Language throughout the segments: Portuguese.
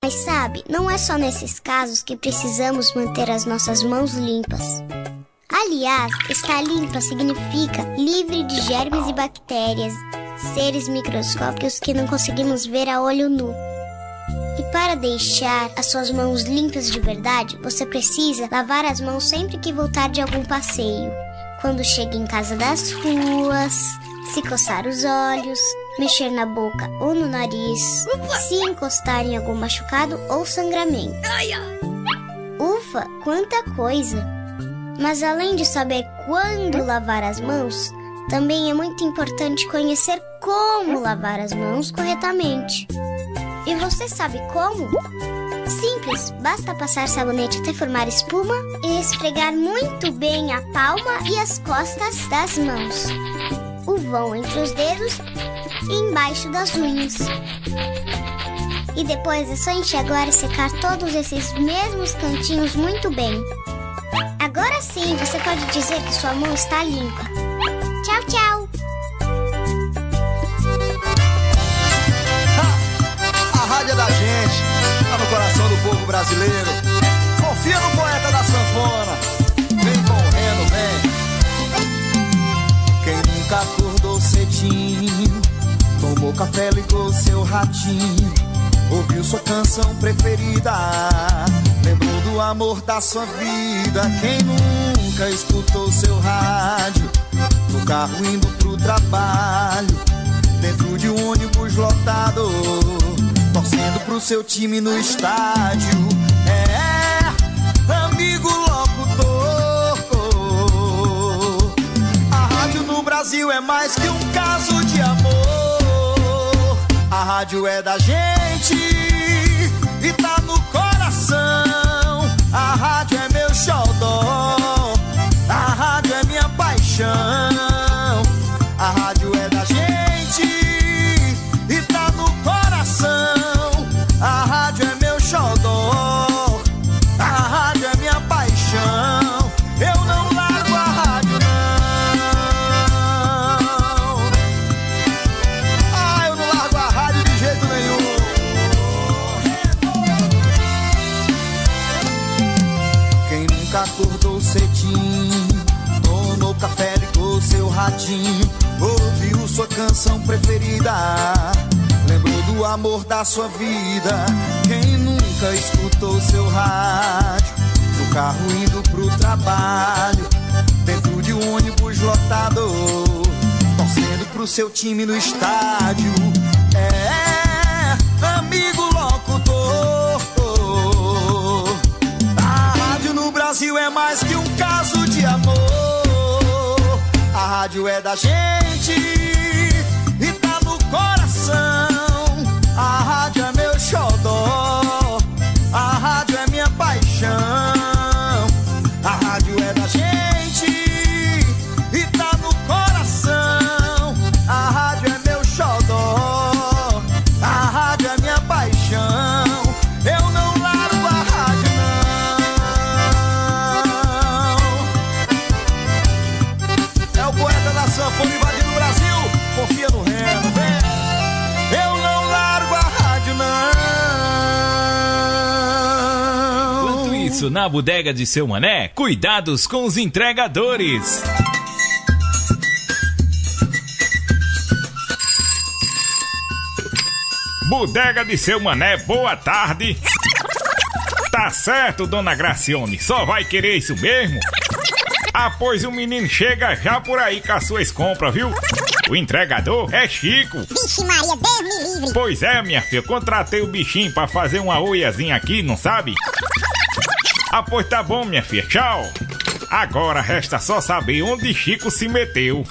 Mas sabe, não é só nesses casos que precisamos manter as nossas mãos limpas. Aliás, estar limpa significa livre de germes e bactérias, seres microscópicos que não conseguimos ver a olho nu. E para deixar as suas mãos limpas de verdade, você precisa lavar as mãos sempre que voltar de algum passeio. Quando chega em casa das ruas, se coçar os olhos, mexer na boca ou no nariz, se encostar em algum machucado ou sangramento. Ufa, quanta coisa! Mas além de saber quando lavar as mãos, também é muito importante conhecer como lavar as mãos corretamente. E você sabe como? Simples, basta passar sabonete até formar espuma e esfregar muito bem a palma e as costas das mãos, o vão entre os dedos e embaixo das unhas. E depois é só enxaguar e secar todos esses mesmos cantinhos muito bem. Agora sim, você pode dizer que sua mão está limpa. Tchau, tchau! A rádio é da gente, tá no coração do povo brasileiro. Confia no poeta da sanfona. Vem correndo, vem. Quem nunca acordou cedinho, tomou café, ligou seu ratinho, ouviu sua canção preferida, lembrou do amor da sua vida. Quem nunca escutou seu rádio, no carro indo pro trabalho, dentro de um ônibus lotado, torcendo pro seu time no estádio. Amigo locutor, a rádio no Brasil é mais que um caso de amor. A rádio é da gente e tá no coração. A rádio é meu xodó, a rádio é minha paixão. A rádio é da gente e tá no coração. A rádio é meu xodó, a rádio é minha paixão. Eu não largo a rádio não. Eu não largo a rádio de jeito nenhum. Quem nunca acordou cedinho, tomou café, ligou seu ratinho, ouviu sua canção preferida, lembrou do amor da sua vida. Quem nunca escutou seu rádio, no carro indo pro trabalho, dentro de um ônibus lotado, torcendo pro seu time no estádio. Amigo locutor, a rádio no Brasil é mais que um caso de amor. A rádio é da gente e tá no coração. A rádio é meu xodó, a rádio é minha paixão. A rádio é da gente e tá no coração. A rádio é meu xodó, a rádio é minha paixão. Eu não largo a rádio não. É o poeta da sanfona invadindo o Brasil. Confia no Reno, vem. Eu não largo a rádio não. Enquanto isso, na bodega de Seu Mané, cuidados com os entregadores. Bodega de Seu Mané, boa tarde. Tá certo, dona Gracione, só vai querer isso mesmo? Pois o menino chega já por aí com as suas compras, viu? O entregador é Chico. Vixe Maria, Deus me livre. Pois é, minha filha, eu contratei o bichinho pra fazer uma oiazinha aqui, não sabe? Pois tá bom, minha filha, tchau. Agora resta só saber onde Chico se meteu.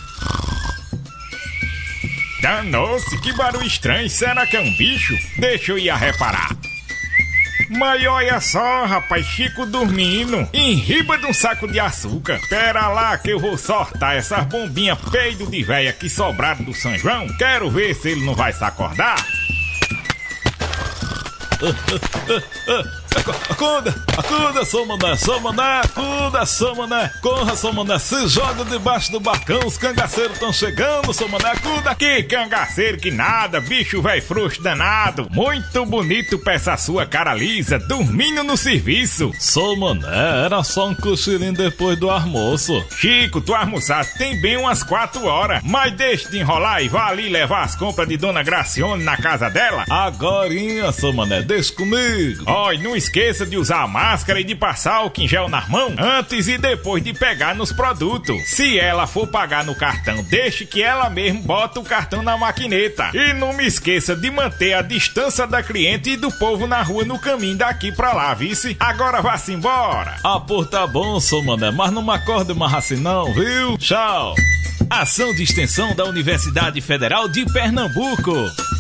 Danou-se, que barulho estranho, será que é um bicho? Deixa eu ir a reparar. Mas olha só, rapaz, Chico dormindo em riba de um saco de açúcar. Pera lá que eu vou sortar essas bombinhas peido de véia que sobraram do São João. Quero ver se ele não vai se acordar. Acuda, sou mané, corra, sou mané, se joga debaixo do barcão, os cangaceiros estão chegando, sou mané, acuda. Que cangaceiro que nada, bicho velho frouxo danado, muito bonito pra essa sua cara lisa, dormindo no serviço. Sou mané, era só um cochilinho depois do almoço. Chico, tu almoçaste tem bem umas 4 horas, mas deixa de enrolar e vá ali levar as compras de Dona Gracione na casa dela. Agorinha, sou mané, deixa comigo. Ó, não esqueça de usar a máscara e de passar álcool em gel nas mãos antes e depois de pegar nos produtos. Se ela for pagar no cartão, deixe que ela mesmo bota o cartão na maquineta. E não me esqueça de manter a distância da cliente e do povo na rua no caminho daqui pra lá, vice? Agora vá-se embora. Pô, tá bom, sou mané, mas não me acorde mais assim não, viu? Tchau. Ação de extensão da Universidade Federal de Pernambuco.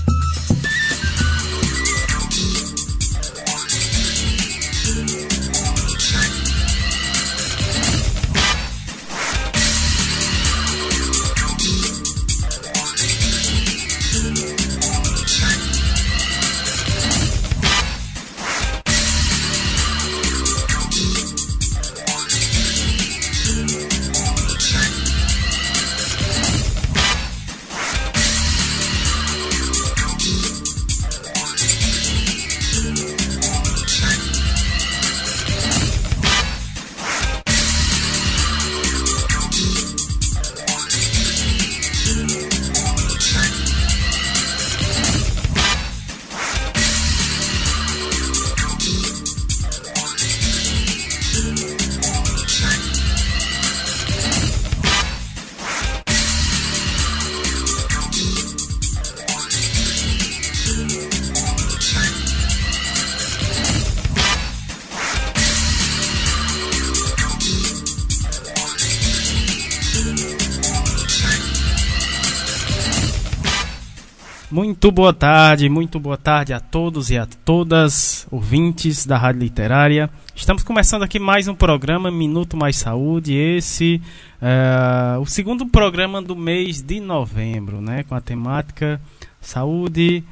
Muito boa tarde a todos e a todas, ouvintes da Rádio Literária. Estamos começando aqui mais um programa Minuto Mais Saúde, esse o segundo programa do mês de novembro, né, com a temática Saúde,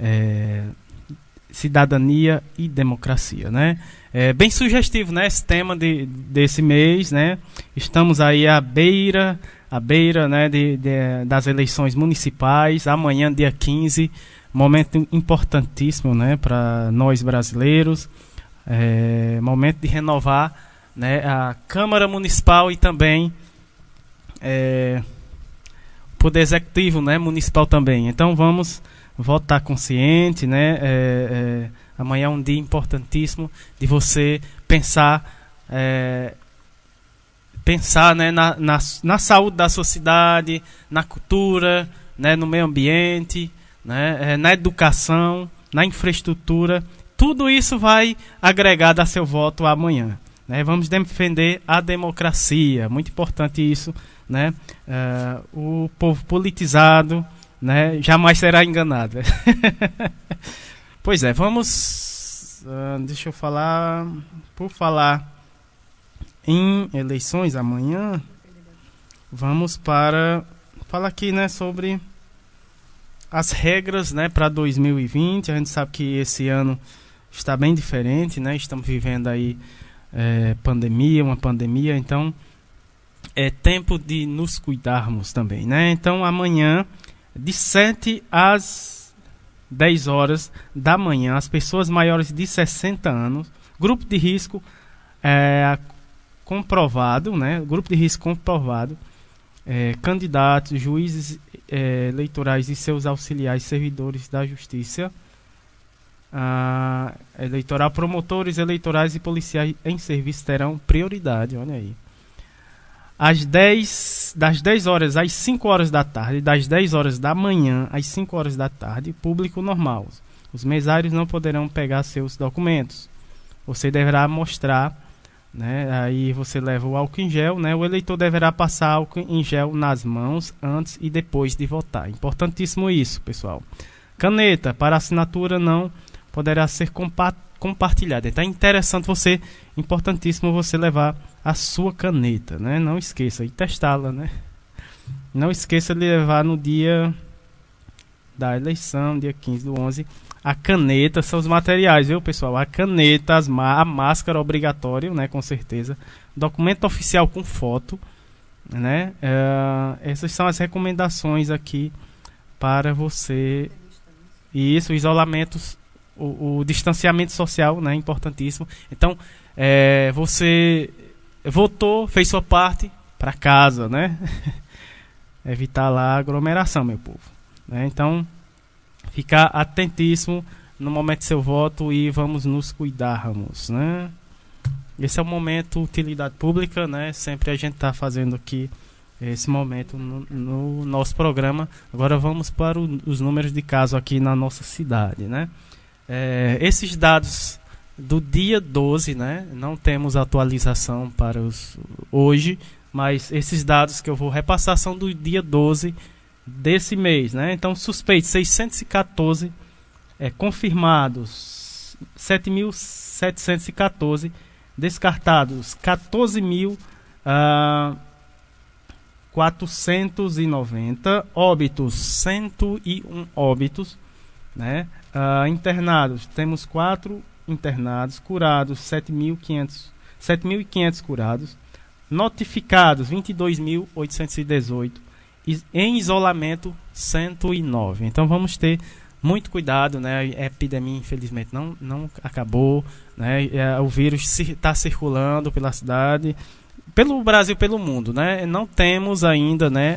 Cidadania e Democracia, né? Bem sugestivo, né, esse tema desse mês, né? Estamos aí à beira, né, das eleições municipais, amanhã, dia 15, momento importantíssimo, né, para nós brasileiros, momento de renovar, né, a Câmara Municipal e também o Poder Executivo, né, municipal também. Então vamos votar consciente, né? Amanhã é um dia importantíssimo de você pensar né, na saúde da sua cidade, na cultura, né, no meio ambiente, né, na educação, na infraestrutura. Tudo isso vai agregar a seu voto amanhã, né? Vamos defender a democracia, muito importante isso, né? O povo politizado, né, jamais será enganado. Pois é, vamos... deixa eu falar... Por falar em eleições amanhã, vamos falar aqui, né, sobre as regras, né, para 2020. A gente sabe que esse ano está bem diferente, né? Estamos vivendo aí uma pandemia, então é tempo de nos cuidarmos também, né? Então amanhã, de 7 às 10 horas da manhã, as pessoas maiores de 60 anos, grupo de risco comprovado, né? Grupo de risco comprovado, candidatos, juízes eleitorais e seus auxiliares, servidores da justiça eleitoral, promotores eleitorais e policiais em serviço terão prioridade, olha aí. Das 10 horas às 5 horas da tarde, das 10 horas da manhã às 5 horas da tarde, público normal. Os mesários não poderão pegar seus documentos. Você deverá mostrar, né? Aí você leva o álcool em gel, né? O eleitor deverá passar álcool em gel nas mãos antes e depois de votar. Importantíssimo isso, pessoal. Caneta para assinatura não poderá ser compartilhada. Então é importantíssimo você levar a sua caneta, né? Não esqueça, e testá-la, né? Não esqueça de levar no dia da eleição, dia 15/11, a caneta, são os materiais, viu, pessoal? A caneta, a máscara obrigatória, né, com certeza. Documento oficial com foto, né? Essas são as recomendações aqui para você. E isso, o isolamento, o distanciamento social, né, importantíssimo. Então, você votou, fez sua parte, para casa, né? Evitar lá a aglomeração, meu povo, né? Então, ficar atentíssimo no momento do seu voto e vamos nos cuidarmos, né? Esse é o momento utilidade pública, né? Sempre a gente está fazendo aqui esse momento no nosso programa. Agora vamos para os números de casos aqui na nossa cidade, né? Esses dados do dia 12, né? Não temos atualização para hoje, mas esses dados que eu vou repassar são do dia 12 desse mês, né? Então, suspeitos 614, confirmados 7.714, descartados 14.490, óbitos 101 óbitos, né? Internados, temos 4 internados, curados 7.500 curados, notificados 22.818, em isolamento 109. Então vamos ter muito cuidado, né? A epidemia infelizmente não acabou, né? O vírus está circulando pela cidade, pelo Brasil, pelo mundo, né? Não temos ainda, né,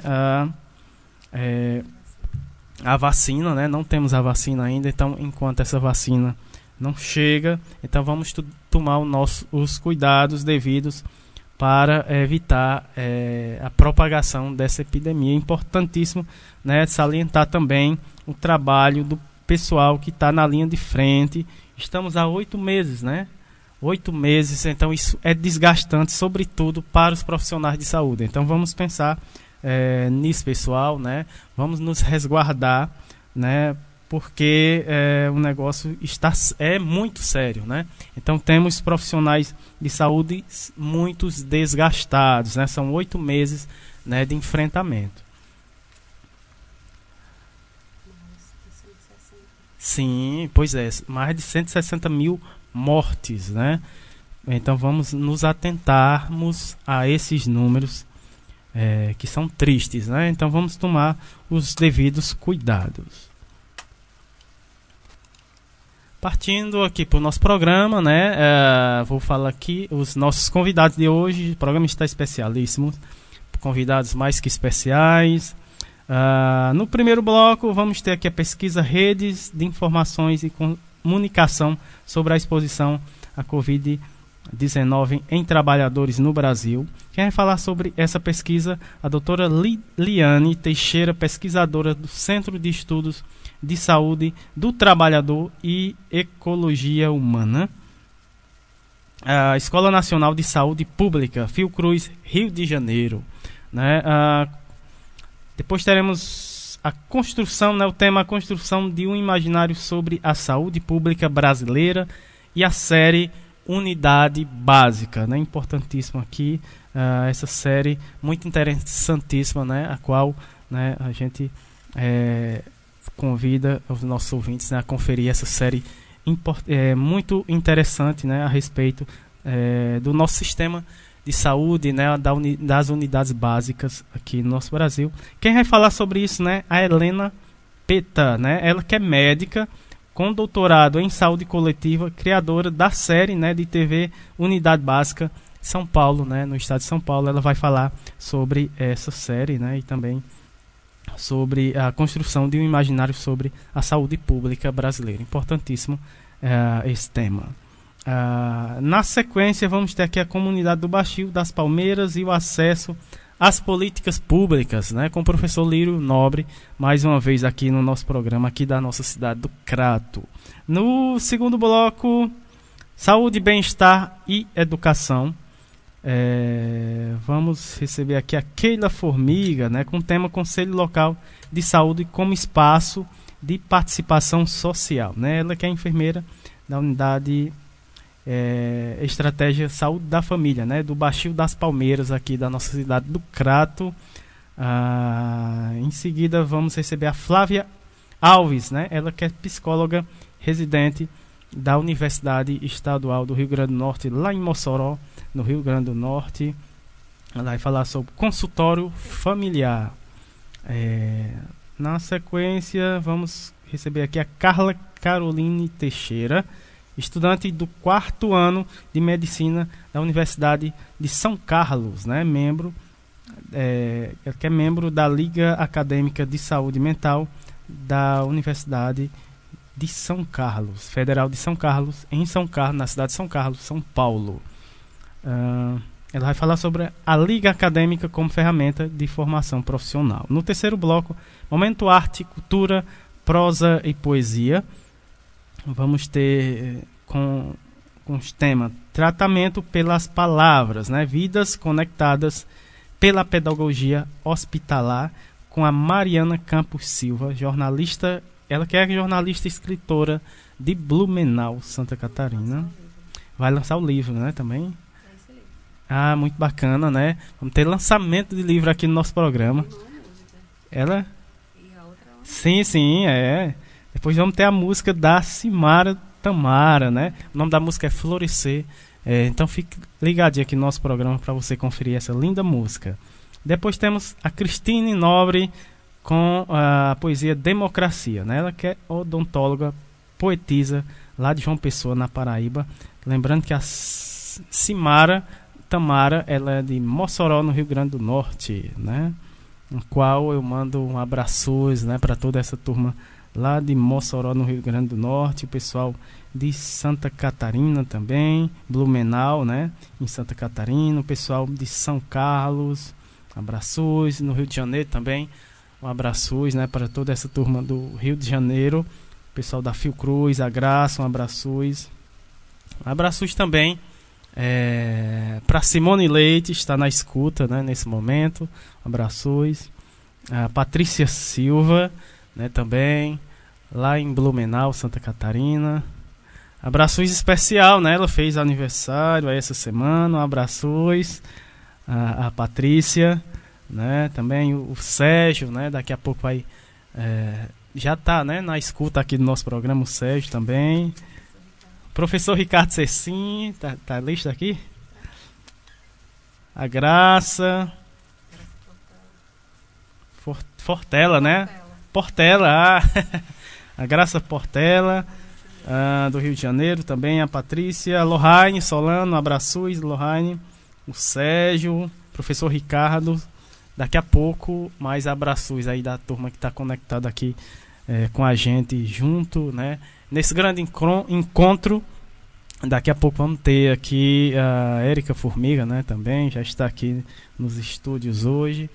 a vacina, né? Não temos a vacina ainda, então enquanto essa vacina não chega, então vamos tomar os cuidados devidos para evitar a propagação dessa epidemia. É importantíssimo, né, salientar também o trabalho do pessoal que está na linha de frente. Estamos há 8 meses, né? 8 meses, então isso é desgastante, sobretudo para os profissionais de saúde. Então vamos pensar nisso, pessoal, né? Vamos nos resguardar, né? Porque o negócio é muito sério, né? Então temos profissionais de saúde muito desgastados, né? São 8 meses, né, de enfrentamento. Sim, pois é, mais de 160 mil mortes, né? Então vamos nos atentarmos a esses números que são tristes, né? Então vamos tomar os devidos cuidados. Partindo aqui para o nosso programa, né? Vou falar aqui os nossos convidados de hoje. O programa está especialíssimo, convidados mais que especiais. No primeiro bloco, vamos ter aqui a pesquisa Redes de Informações e Comunicação sobre a exposição à Covid-19 em trabalhadores no Brasil. Quem vai falar sobre essa pesquisa, a doutora Liane Teixeira, pesquisadora do Centro de Estudos de Saúde do Trabalhador e Ecologia Humana, a Escola Nacional de Saúde Pública, Fiocruz, Rio de Janeiro, né? Depois teremos a construção, né, o tema a construção de um imaginário sobre a saúde pública brasileira e a série Unidade Básica, né? Importantíssimo aqui, essa série muito interessantíssima, né? A qual, né, a gente convida os nossos ouvintes, né, a conferir essa série muito interessante, né, a respeito do nosso sistema de saúde, né, das unidades básicas aqui no nosso Brasil. Quem vai falar sobre isso, né, a Helena Peta, né, ela que é médica com doutorado em saúde coletiva, criadora da série, né, de TV Unidade Básica São Paulo, né, no estado de São Paulo. Ela vai falar sobre essa série, né, e também sobre a construção de um imaginário sobre a saúde pública brasileira. Importantíssimo esse tema. Na sequência, vamos ter aqui a comunidade do Baixio das Palmeiras e o acesso às políticas públicas, né, com o professor Lírio Nobre, mais uma vez aqui no nosso programa, aqui da nossa cidade do Crato. No segundo bloco, saúde, bem-estar e educação. Vamos receber aqui a Keila Formiga, né, com o tema Conselho Local de Saúde como espaço de participação social, né? Ela que é enfermeira da unidade Estratégia Saúde da Família, né, do Baixio das Palmeiras, aqui da nossa cidade do Crato. Em seguida vamos receber a Flávia Alves, né? Ela que é psicóloga residente da Universidade Estadual do Rio Grande do Norte, lá em Mossoró, no Rio Grande do Norte. Ela vai falar sobre consultório familiar. Na sequência, vamos receber aqui a Carla Caroline Teixeira, estudante do 4º ano de Medicina da Universidade de São Carlos, né? Ela que é membro da Liga Acadêmica de Saúde Mental da Universidade de São Carlos, Federal de São Carlos, em São Carlos, na cidade de São Carlos, São Paulo. Ela vai falar sobre a Liga Acadêmica como ferramenta de formação profissional. No terceiro bloco, momento arte, cultura, prosa e poesia. Vamos ter com os temas tratamento pelas palavras, né? Vidas conectadas pela pedagogia hospitalar, com a Mariana Campos Silva, jornalista. Ela que é jornalista e escritora de Blumenau, Santa Catarina. Vai lançar o livro, né, também? Ah, muito bacana, né? Vamos ter lançamento de livro aqui no nosso programa. Ela? Sim, é. Depois vamos ter a música da Simara Tamara, né? O nome da música é Florescer. Então fique ligadinho aqui no nosso programa para você conferir essa linda música. Depois temos a Cristine Nobre com a poesia Democracia, né? Ela que é odontóloga, poetisa lá de João Pessoa, na Paraíba. Lembrando que a Simara Tamara, ela é de Mossoró, no Rio Grande do Norte, né? No qual eu mando um abraços, né, para toda essa turma lá de Mossoró, no Rio Grande do Norte, o pessoal de Santa Catarina também, Blumenau, né, em Santa Catarina, o pessoal de São Carlos, abraços, no Rio de Janeiro também, um abraços, né, para toda essa turma do Rio de Janeiro, o pessoal da Fiocruz, a Graça, um abraços também para Simone Leite, está na escuta, né, nesse momento, abraços, a Patrícia Silva, né, também lá em Blumenau, Santa Catarina. Abraços especial, né? Ela fez aniversário aí essa semana. Um abraços a Patrícia, né? Também o Sérgio, né? Daqui a pouco vai já tá, né, na escuta aqui do nosso programa, o Sérgio também. Professor Ricardo Cecim, tá lista aqui? A Graça Fortela, né? Portela, a Graça Portela, do Rio de Janeiro também, a Patrícia, a Lohane Solano, abraços, Lohane, o Sérgio, professor Ricardo, daqui a pouco mais abraços aí da turma que está conectada aqui com a gente junto, né? Nesse grande encontro, daqui a pouco vamos ter aqui a Érica Formiga, né? Também já está aqui nos estúdios hoje.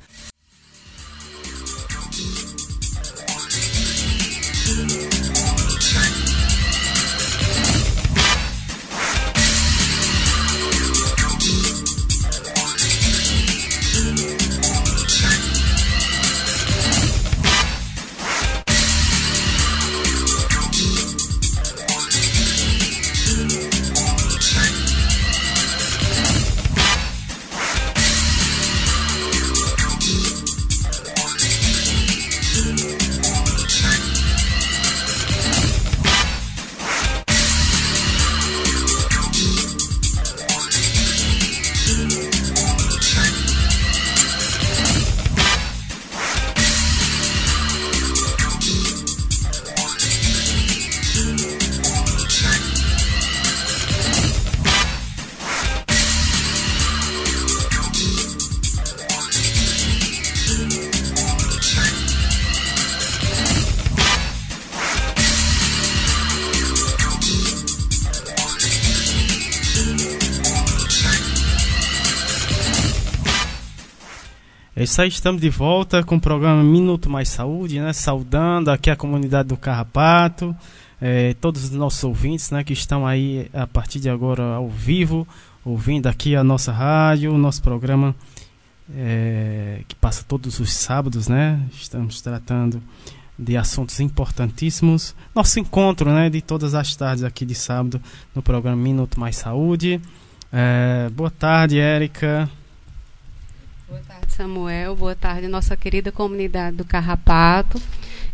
É isso aí, estamos de volta com o programa Minuto Mais Saúde, né? Saudando aqui a comunidade do Carrapato, todos os nossos ouvintes, né, que estão aí a partir de agora ao vivo, ouvindo aqui a nossa rádio, o nosso programa que passa todos os sábados, né? Estamos tratando de assuntos importantíssimos. Nosso encontro, né, de todas as tardes aqui de sábado no programa Minuto Mais Saúde. Boa tarde, Érica. Boa tarde, Samuel. Boa tarde, nossa querida comunidade do Carrapato.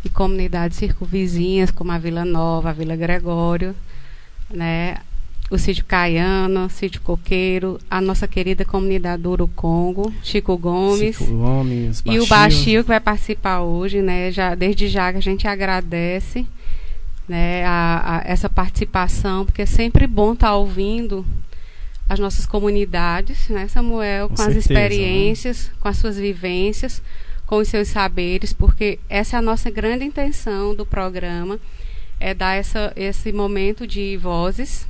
e comunidades circunvizinhas, como a Vila Nova, a Vila Gregório, né, o Sítio Caiana, Sítio Coqueiro, a nossa querida comunidade do Urucongo, Chico Gomes e o Baixio, que vai participar hoje, né, desde já que a gente agradece, né, essa participação, porque é sempre bom estar ouvindo as nossas comunidades, né, Samuel, com as experiências, com as suas vivências, com os seus saberes, porque essa é a nossa grande intenção do programa, é dar esse momento de vozes,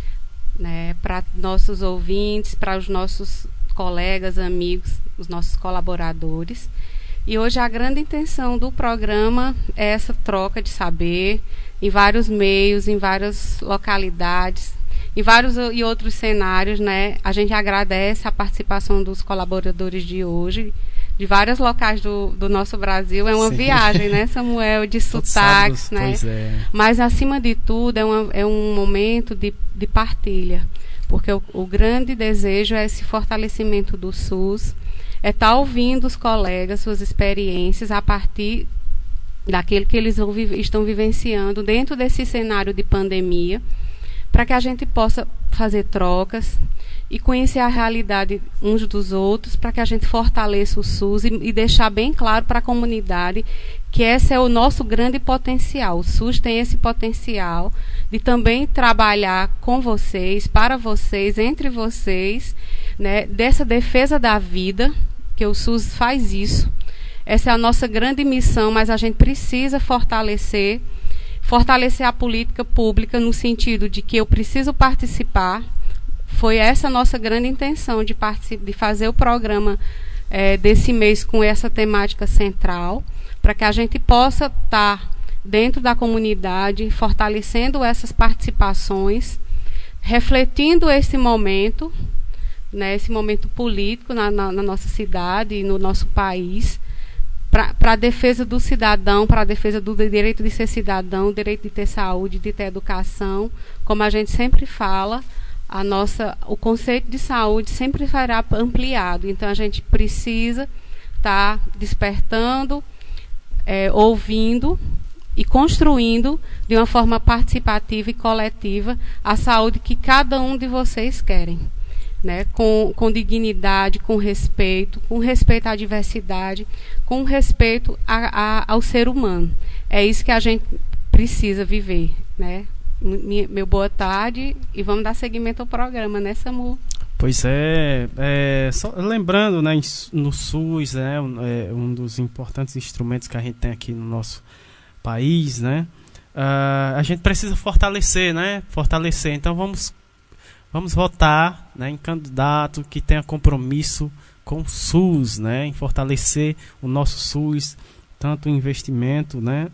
né, para nossos ouvintes, para os nossos colegas, amigos, os nossos colaboradores. E hoje a grande intenção do programa é essa troca de saber em vários meios, em várias localidades, em vários e outros cenários, né? A gente agradece a participação dos colaboradores de hoje, de vários locais do nosso Brasil. É uma viagem, né, Samuel, de sotaques, né? Pois é. Mas, acima de tudo, é um momento de partilha, porque o grande desejo é esse fortalecimento do SUS, é estar ouvindo os colegas, suas experiências, a partir daquilo que eles estão vivenciando dentro desse cenário de pandemia, para que a gente possa fazer trocas e conhecer a realidade uns dos outros, para que a gente fortaleça o SUS e deixar bem claro para a comunidade que esse é o nosso grande potencial. O SUS tem esse potencial de também trabalhar com vocês, para vocês, entre vocês, né, dessa defesa da vida, que o SUS faz isso. Essa é a nossa grande missão, mas a gente precisa fortalecer a política pública no sentido de que eu preciso participar. Foi essa a nossa grande intenção de fazer o programa desse mês com essa temática central, para que a gente possa estar dentro da comunidade, fortalecendo essas participações, refletindo esse momento, né, esse momento político na nossa cidade e no nosso país, para a defesa do cidadão, para a defesa do direito de ser cidadão, direito de ter saúde, de ter educação. Como a gente sempre fala, o conceito de saúde sempre será ampliado. Então, a gente precisa estar despertando, ouvindo e construindo de uma forma participativa e coletiva a saúde que cada um de vocês querem, né? Com dignidade, com respeito à diversidade, com respeito ao ser humano. É isso que a gente precisa viver, né? Meu boa tarde, e vamos dar seguimento ao programa, né, Samu? Pois só lembrando, né, no SUS, né, um dos importantes instrumentos que a gente tem aqui no nosso país, né, a gente precisa fortalecer, né, então vamos votar, né, em candidato que tenha compromisso com o SUS, né, em fortalecer o nosso SUS, tanto em investimento, né,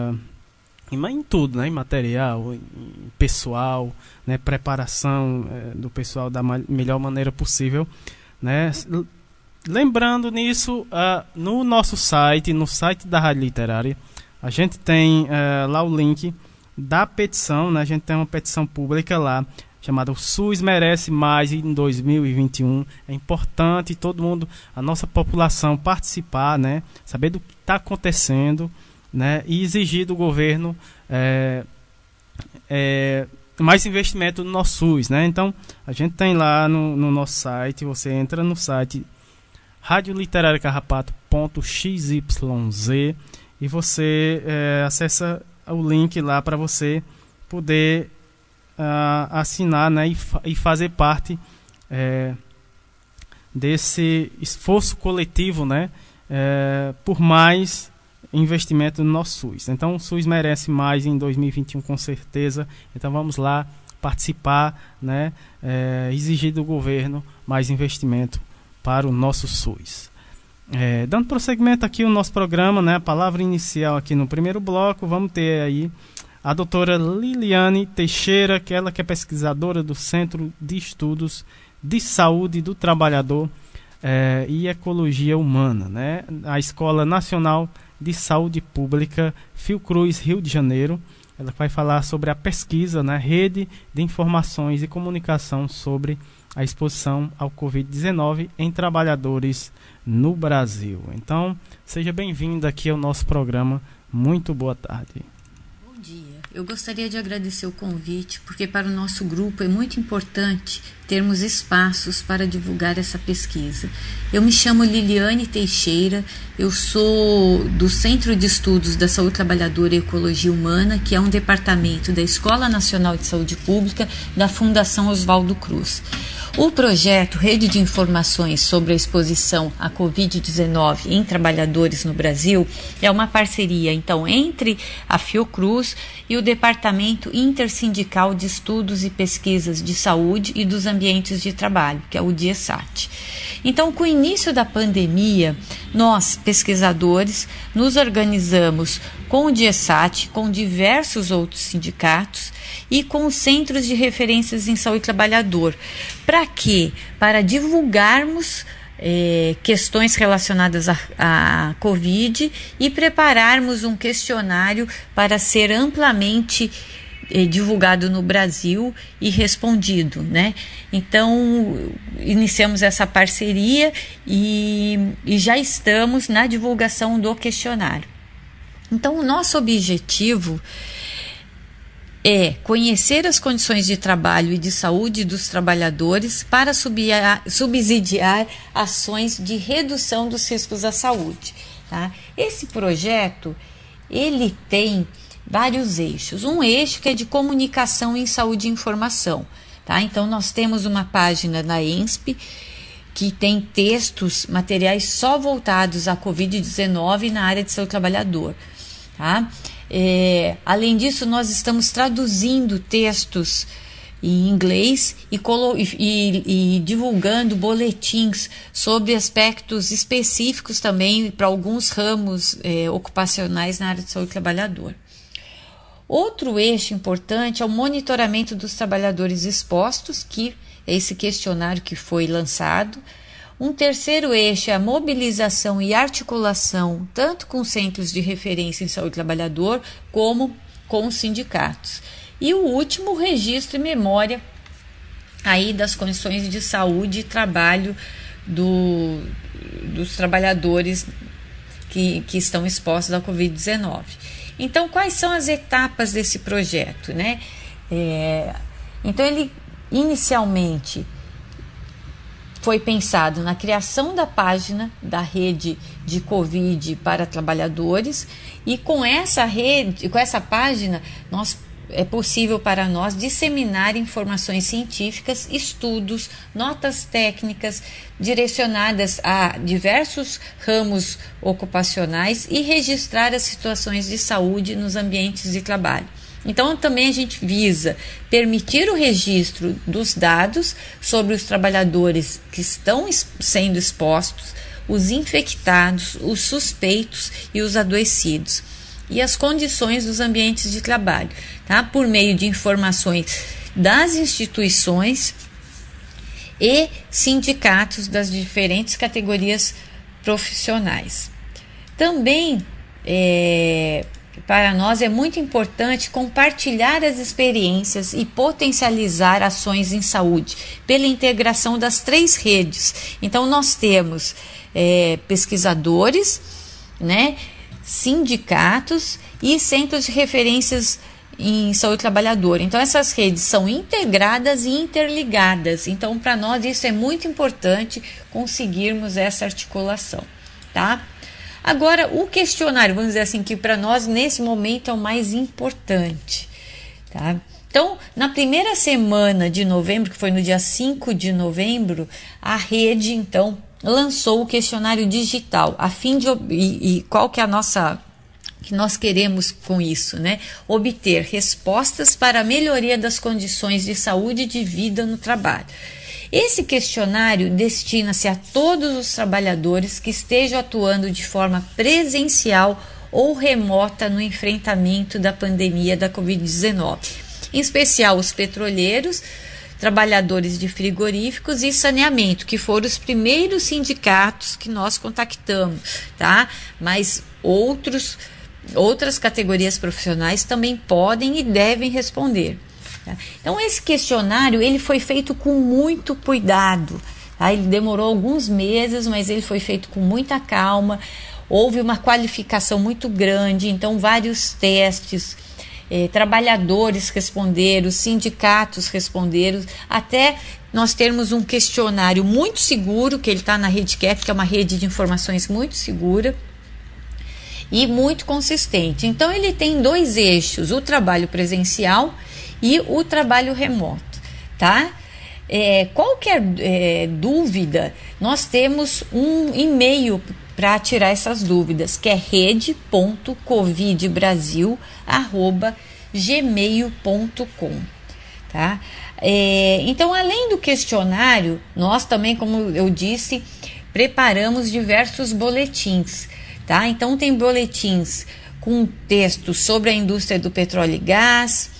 em tudo, né, em material, em pessoal, né, preparação do pessoal da melhor maneira possível, né. Lembrando nisso, no nosso site, no site da Rádio Literária, a gente tem lá o link da petição, né, a gente tem uma petição pública lá, chamada O SUS Merece Mais em 2021. É importante todo mundo, a nossa população, participar, né, saber do que está acontecendo, né, e exigir do governo mais investimento no nosso SUS, né? Então, a gente tem lá no nosso site, você entra no site radioliterariacarrapato.xyz e você acessa o link lá para você poder assinar, né, e fazer parte desse esforço coletivo, né, por mais investimento no nosso SUS. Então, o SUS merece mais em 2021, com certeza. Então, vamos lá participar, né, exigir do governo mais investimento para o nosso SUS. Dando prosseguimento aqui ao nosso programa, né, a palavra inicial aqui no primeiro bloco, vamos ter aí a doutora Liliane Teixeira, que ela que é pesquisadora do Centro de Estudos de Saúde do Trabalhador e Ecologia Humana, né? A Escola Nacional de Saúde Pública Fiocruz, Rio de Janeiro. Ela vai falar sobre a pesquisa, né, Rede de Informações e Comunicação sobre a exposição ao Covid-19 em trabalhadores no Brasil. Então, seja bem-vinda aqui ao nosso programa, Muito boa tarde. Bom dia. Eu gostaria de agradecer o convite, porque para o nosso grupo é muito importante termos espaços para divulgar essa pesquisa. Eu me chamo Liliane Teixeira, eu sou do Centro de Estudos da Saúde Trabalhadora e Ecologia Humana, que é um departamento da Escola Nacional de Saúde Pública da Fundação Oswaldo Cruz. O projeto Rede de Informações sobre a Exposição à Covid-19 em Trabalhadores no Brasil é uma parceria, então, entre a Fiocruz e o Departamento Intersindical de Estudos e Pesquisas de Saúde e dos Ambientes de Trabalho, que é o DIESAT. Então, com o início da pandemia, nós, pesquisadores, nos organizamos com o DIESAT, com diversos outros sindicatos e com os centros de referências em saúde trabalhador. Para quê? Para divulgarmos questões relacionadas à Covid e prepararmos um questionário para ser amplamente divulgado no Brasil e respondido, né? Então, iniciamos essa parceria e já estamos na divulgação do questionário. Então, o nosso objetivo é conhecer as condições de trabalho e de saúde dos trabalhadores para subsidiar ações de redução dos riscos à saúde. Tá? Esse projeto, ele tem vários eixos. Um eixo que é de comunicação em saúde e informação. Tá? Então, nós temos uma página na ENSP que tem textos, materiais só voltados à Covid-19 na área de saúde trabalhador. Tá? Além disso, nós estamos traduzindo textos em inglês e divulgando boletins sobre aspectos específicos também para alguns ramos ocupacionais na área de saúde trabalhador. Outro eixo importante é o monitoramento dos trabalhadores expostos, que é esse questionário que foi lançado. Um terceiro eixo é a mobilização e articulação, tanto com centros de referência em saúde trabalhador, como com os sindicatos. E o último, o registro e memória aí das condições de saúde e trabalho dos trabalhadores que estão expostos à Covid-19. Então, quais são as etapas desse projeto, né? Então, ele inicialmente foi pensado na criação da página da rede de Covid para trabalhadores, e com essa página é possível para nós disseminar informações científicas, estudos, notas técnicas direcionadas a diversos ramos ocupacionais e registrar as situações de saúde nos ambientes de trabalho. Então, também a gente visa permitir o registro dos dados sobre os trabalhadores que estão sendo expostos, os infectados, os suspeitos e os adoecidos, e as condições dos ambientes de trabalho, tá? Por meio de informações das instituições e sindicatos das diferentes categorias profissionais. Também para nós é muito importante compartilhar as experiências e potencializar ações em saúde pela integração das 3 redes. Então, nós temos pesquisadores, né, sindicatos e centros de referências em saúde trabalhadora. Então, essas redes são integradas e interligadas. Então, para nós, isso é muito importante conseguirmos essa articulação, tá? Agora, o questionário, vamos dizer assim, que para nós, nesse momento, é o mais importante, tá? Então, na primeira semana de novembro, que foi no dia 5 de novembro, a rede, então, lançou o questionário digital, a fim de... E qual que é a nossa... que nós queremos com isso, né? Obter respostas para a melhoria das condições de saúde e de vida no trabalho. Esse questionário destina-se a todos os trabalhadores que estejam atuando de forma presencial ou remota no enfrentamento da pandemia da Covid-19, em especial os petroleiros, trabalhadores de frigoríficos e saneamento, que foram os primeiros sindicatos que nós contactamos, tá? Mas outras categorias profissionais também podem e devem responder. Tá? Então, esse questionário ele foi feito com muito cuidado. Tá? Ele demorou alguns meses, mas ele foi feito com muita calma. houve uma qualificação muito grande, então vários testes, trabalhadores responderam, sindicatos responderam, até nós termos um questionário muito seguro, que ele está na RedeCap, que é uma rede de informações muito segura e muito consistente. Então ele tem 2 eixos, o trabalho presencial e o trabalho remoto, tá? Qualquer dúvida, nós temos um e-mail para tirar essas dúvidas, que é rede.covidbrasil@gmail.com, tá? Então, além do questionário, nós também, como eu disse, preparamos diversos boletins, tá? Então, tem boletins com textos sobre a indústria do petróleo e gás,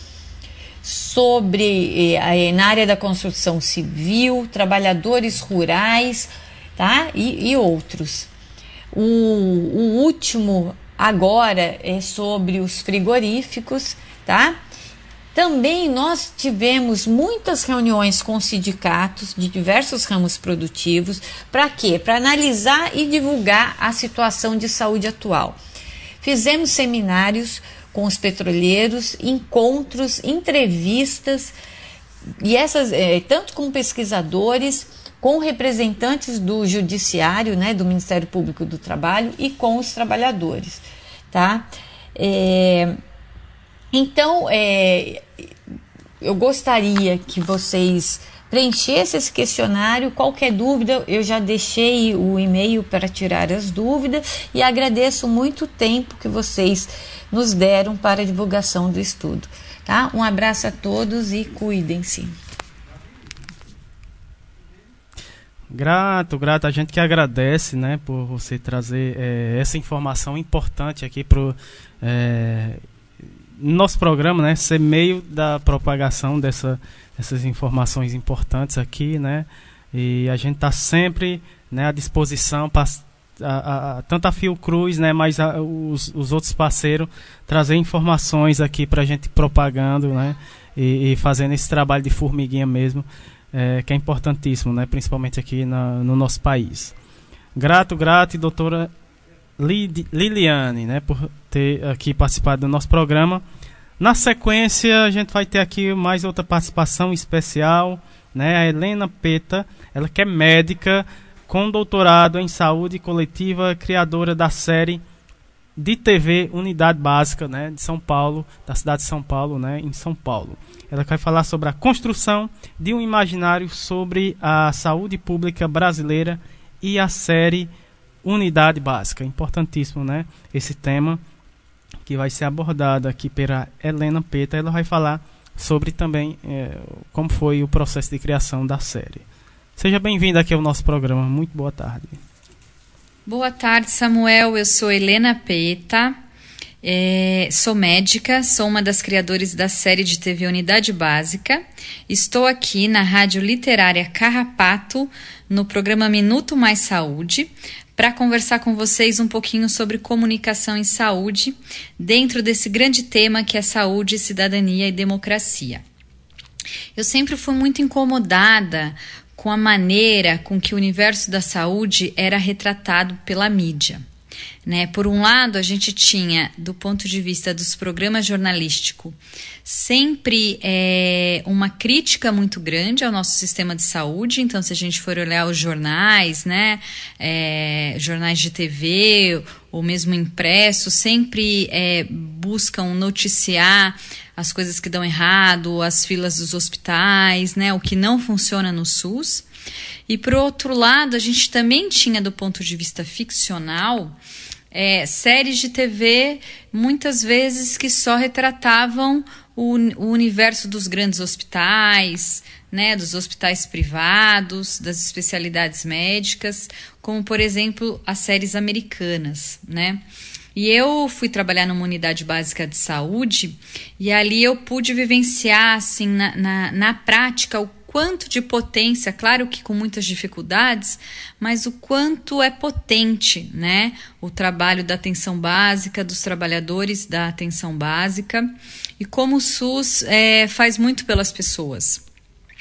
sobre na área da construção civil, trabalhadores rurais, tá? E outros. O último agora é sobre os frigoríficos, tá? Também nós tivemos muitas reuniões com sindicatos de diversos ramos produtivos. Para quê? Para analisar e divulgar a situação de saúde atual. Fizemos seminários com os petroleiros, encontros, entrevistas, e essas tanto com pesquisadores, com representantes do Judiciário, né, do Ministério Público do Trabalho, e com os trabalhadores, tá? Então, eu gostaria que vocês preenchessem esse questionário. Qualquer dúvida, eu já deixei o e-mail para tirar as dúvidas, e agradeço muito o tempo que vocês nos deram para a divulgação do estudo, tá? Um abraço a todos e cuidem-se. Grato, a gente que agradece, né, por você trazer essa informação importante aqui para o nosso programa, né, ser meio da propagação dessas informações importantes aqui, né, e a gente está sempre, né, à disposição para tanto a Fiocruz, né, mas os outros parceiros trazer informações aqui para a gente propagando, né, e fazendo esse trabalho de formiguinha mesmo, que é importantíssimo, né, principalmente aqui no nosso país. Grato, e doutora Liliane, né, por ter aqui participado do nosso programa. Na sequência, a gente vai ter aqui mais outra participação especial, né, a Helena Peta, ela que é médica com doutorado em saúde coletiva, criadora da série de TV Unidade Básica, né, de São Paulo, da cidade de São Paulo, né, em São Paulo. Ela vai falar sobre a construção de um imaginário sobre a saúde pública brasileira e a série Unidade Básica. Importantíssimo, né, esse tema que vai ser abordado aqui pela Helena Peta. Ela vai falar sobre também como foi o processo de criação da série. Seja bem-vinda aqui ao nosso programa. Muito boa tarde. Boa tarde, Samuel. Eu sou Helena Peta, sou médica, sou uma das criadoras da série de TV Unidade Básica. Estou aqui na Rádio Literária Carrapato, no programa Minuto Mais Saúde, para conversar com vocês um pouquinho sobre comunicação em saúde, dentro desse grande tema que é saúde, cidadania e democracia. Eu sempre fui muito incomodada com a maneira com que o universo da saúde era retratado pela mídia, né? Por um lado, a gente tinha, do ponto de vista dos programas jornalísticos, sempre uma crítica muito grande ao nosso sistema de saúde. Então, se a gente for olhar os jornais, né, jornais de TV ou mesmo impressos, sempre buscam noticiar as coisas que dão errado, as filas dos hospitais, né, o que não funciona no SUS. E, por outro lado, a gente também tinha, do ponto de vista ficcional, séries de TV, muitas vezes, que só retratavam o universo dos grandes hospitais, né, dos hospitais privados, das especialidades médicas, como, por exemplo, as séries americanas, né? E eu fui trabalhar numa unidade básica de saúde, e ali eu pude vivenciar, assim, na prática, o quanto de potência, claro que com muitas dificuldades, mas o quanto é potente, né, o trabalho da atenção básica, dos trabalhadores da atenção básica, e como o SUS faz muito pelas pessoas.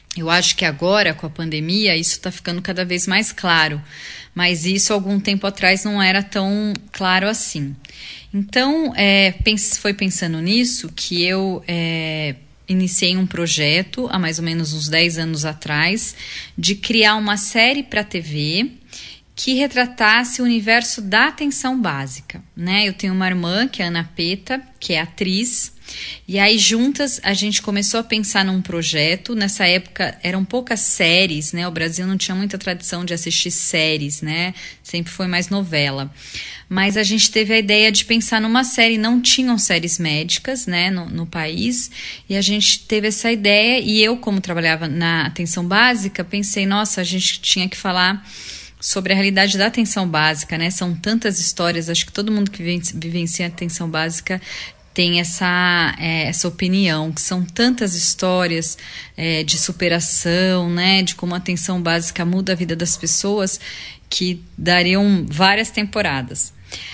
Eu acho que agora, com a pandemia, isso está ficando cada vez mais claro, mas isso algum tempo atrás não era tão claro assim. Então, foi pensando nisso que eu iniciei um projeto, há mais ou menos uns 10 anos atrás, de criar uma série para a TV que retratasse o universo da atenção básica, né? Eu tenho uma irmã, que é a Ana Peta, que é atriz, e aí juntas a gente começou a pensar num projeto. Nessa época eram poucas séries, né? O Brasil não tinha muita tradição de assistir séries, né? Sempre foi mais novela. Mas a gente teve a ideia de pensar numa série, não tinham séries médicas, né, no país, e a gente teve essa ideia, e eu, como trabalhava na atenção básica, pensei, nossa, a gente tinha que falar sobre a realidade da atenção básica, né? São tantas histórias, acho que todo mundo que vivencia a atenção básica tem essa opinião, que são tantas histórias de superação, né? De como a atenção básica muda a vida das pessoas, que dariam várias temporadas.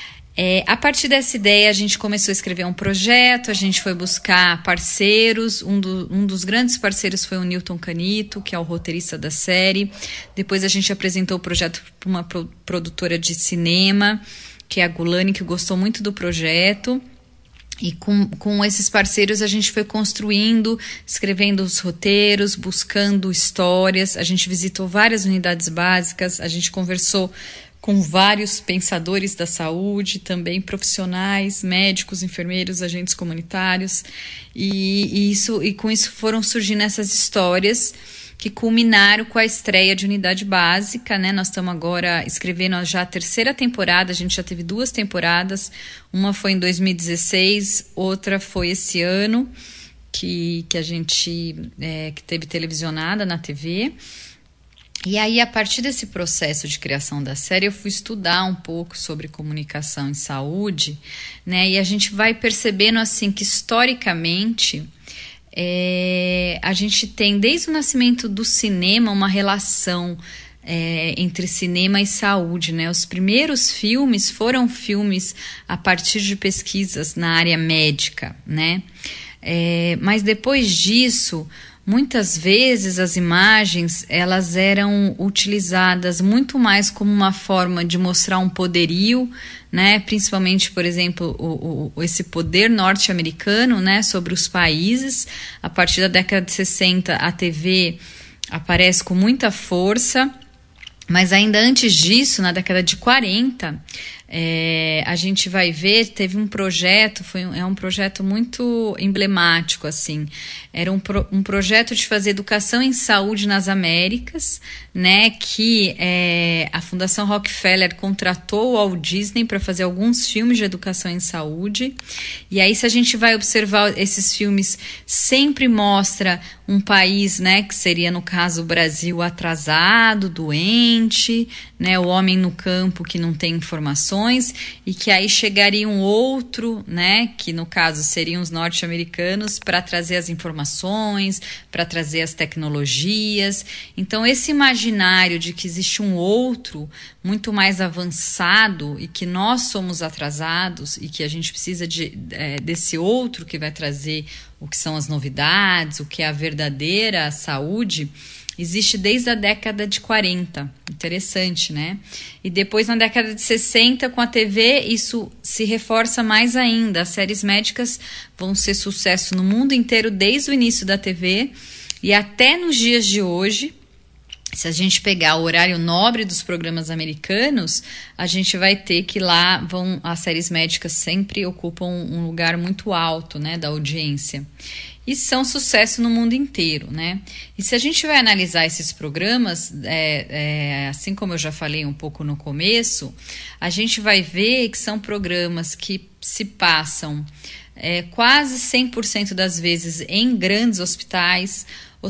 A partir dessa ideia, a gente começou a escrever um projeto, a gente foi buscar parceiros, um dos grandes parceiros foi o Newton Canito, que é o roteirista da série. Depois a gente apresentou o projeto para uma produtora de cinema, que é a Gulani, que gostou muito do projeto. E com esses parceiros a gente foi construindo, escrevendo os roteiros, buscando histórias. A gente visitou várias unidades básicas, a gente conversou com vários pensadores da saúde, também profissionais, médicos, enfermeiros, agentes comunitários, e com isso foram surgindo essas histórias que culminaram com a estreia de Unidade Básica, né? Nós estamos agora escrevendo já a 3ª temporada, a gente já teve 2 temporadas, uma foi em 2016, outra foi esse ano, que a gente que teve televisionada na TV. E aí, a partir desse processo de criação da série, eu fui estudar um pouco sobre comunicação em saúde, né? E a gente vai percebendo assim que historicamente a gente tem desde o nascimento do cinema uma relação entre cinema e saúde, né? Os primeiros filmes foram filmes a partir de pesquisas na área médica, né? Mas depois disso, muitas vezes as imagens elas eram utilizadas muito mais como uma forma de mostrar um poderio, né? Principalmente, por exemplo, esse poder norte-americano, né? Sobre os países. A partir da década de 60, a TV aparece com muita força, mas ainda antes disso, na década de 40, a gente vai ver, teve um projeto, um projeto muito emblemático, assim. Era um projeto de fazer educação em saúde nas Américas, né, que a Fundação Rockefeller contratou o Walt Disney para fazer alguns filmes de educação em saúde. E aí, se a gente vai observar esses filmes, sempre mostra um país, né, que seria, no caso, o Brasil, atrasado, doente, né, o homem no campo que não tem informações, e que aí chegaria um outro, né, que no caso seriam os norte-americanos, para trazer as informações, para trazer as tecnologias. Então, esse imaginário de que existe um outro muito mais avançado e que nós somos atrasados e que a gente precisa desse outro que vai trazer o que são as novidades, o que é a verdadeira saúde, existe desde a década de 40. Interessante, né? E depois, na década de 60, com a TV, isso se reforça mais ainda. As séries médicas vão ser sucesso no mundo inteiro desde o início da TV e até nos dias de hoje. Se a gente pegar o horário nobre dos programas americanos, a gente vai ter que lá as séries médicas sempre ocupam um lugar muito alto, né, da audiência. E são sucesso no mundo inteiro, né? E se a gente vai analisar esses programas, assim como eu já falei um pouco no começo, a gente vai ver que são programas que se passam quase 100% das vezes em grandes hospitais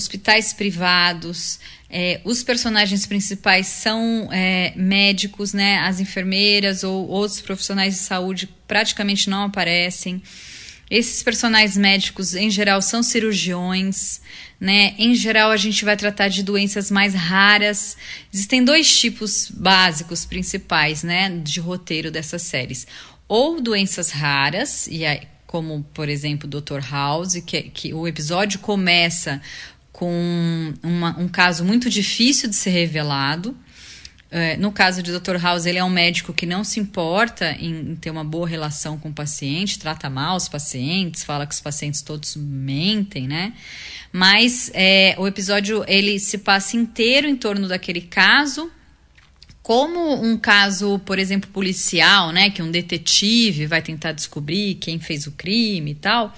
privados. Os personagens principais são médicos, né? As enfermeiras ou outros profissionais de saúde praticamente não aparecem. Esses personagens médicos, em geral, são cirurgiões, né? Em geral, a gente vai tratar de doenças mais raras. Existem 2 tipos básicos, principais, né, de roteiro dessas séries. Ou doenças raras, como, por exemplo, Dr. House, que o episódio começa com um caso muito difícil de ser revelado. No caso de Dr. House, ele é um médico que não se importa em ter uma boa relação com o paciente, trata mal os pacientes, fala que os pacientes todos mentem, né? Mas o episódio ele se passa inteiro em torno daquele caso, como um caso, por exemplo, policial, né? Que um detetive vai tentar descobrir quem fez o crime e tal.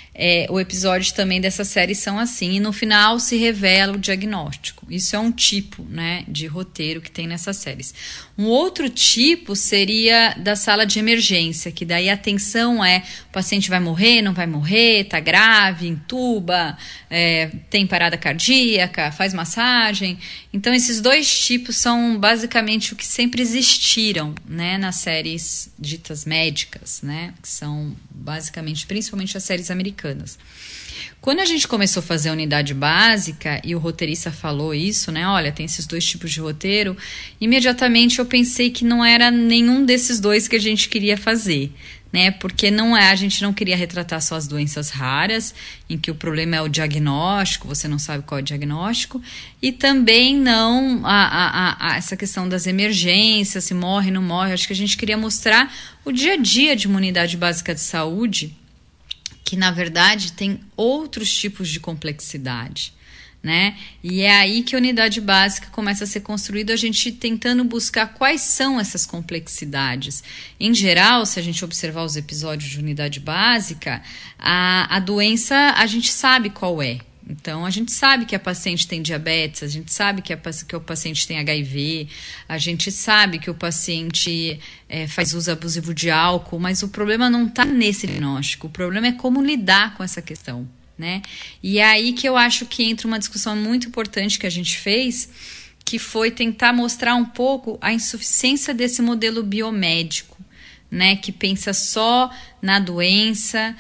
O episódio também dessa série são assim, e no final se revela o diagnóstico. Isso é um tipo, né, de roteiro que tem nessas séries. Um outro tipo seria da sala de emergência, que daí a tensão o paciente vai morrer, não vai morrer, tá grave, entuba, tem parada cardíaca, faz massagem. Então esses dois tipos são basicamente o que sempre existiram, né, nas séries ditas médicas, né, que são basicamente, principalmente as séries americanas. Quando a gente começou a fazer a unidade básica e o roteirista falou isso, né? Olha, tem esses dois tipos de roteiro. Imediatamente eu pensei que não era nenhum desses dois que a gente queria fazer, né? Porque a gente não queria retratar só as doenças raras, em que o problema é o diagnóstico, você não sabe qual é o diagnóstico, e também não essa questão das emergências, se morre, não morre. Acho que a gente queria mostrar o dia a dia de uma unidade básica de saúde, que na verdade tem outros tipos de complexidade, né? E é aí que a unidade básica começa a ser construída, a gente tentando buscar quais são essas complexidades. Em geral, se a gente observar os episódios de unidade básica, a doença a gente sabe qual é. Então, a gente sabe que a paciente tem diabetes, a gente sabe que o paciente tem HIV, a gente sabe que o paciente faz uso abusivo de álcool, mas o problema não está nesse diagnóstico, o problema é como lidar com essa questão, né? E é aí que eu acho que entra uma discussão muito importante que a gente fez, que foi tentar mostrar um pouco a insuficiência desse modelo biomédico, né, que pensa só na doença,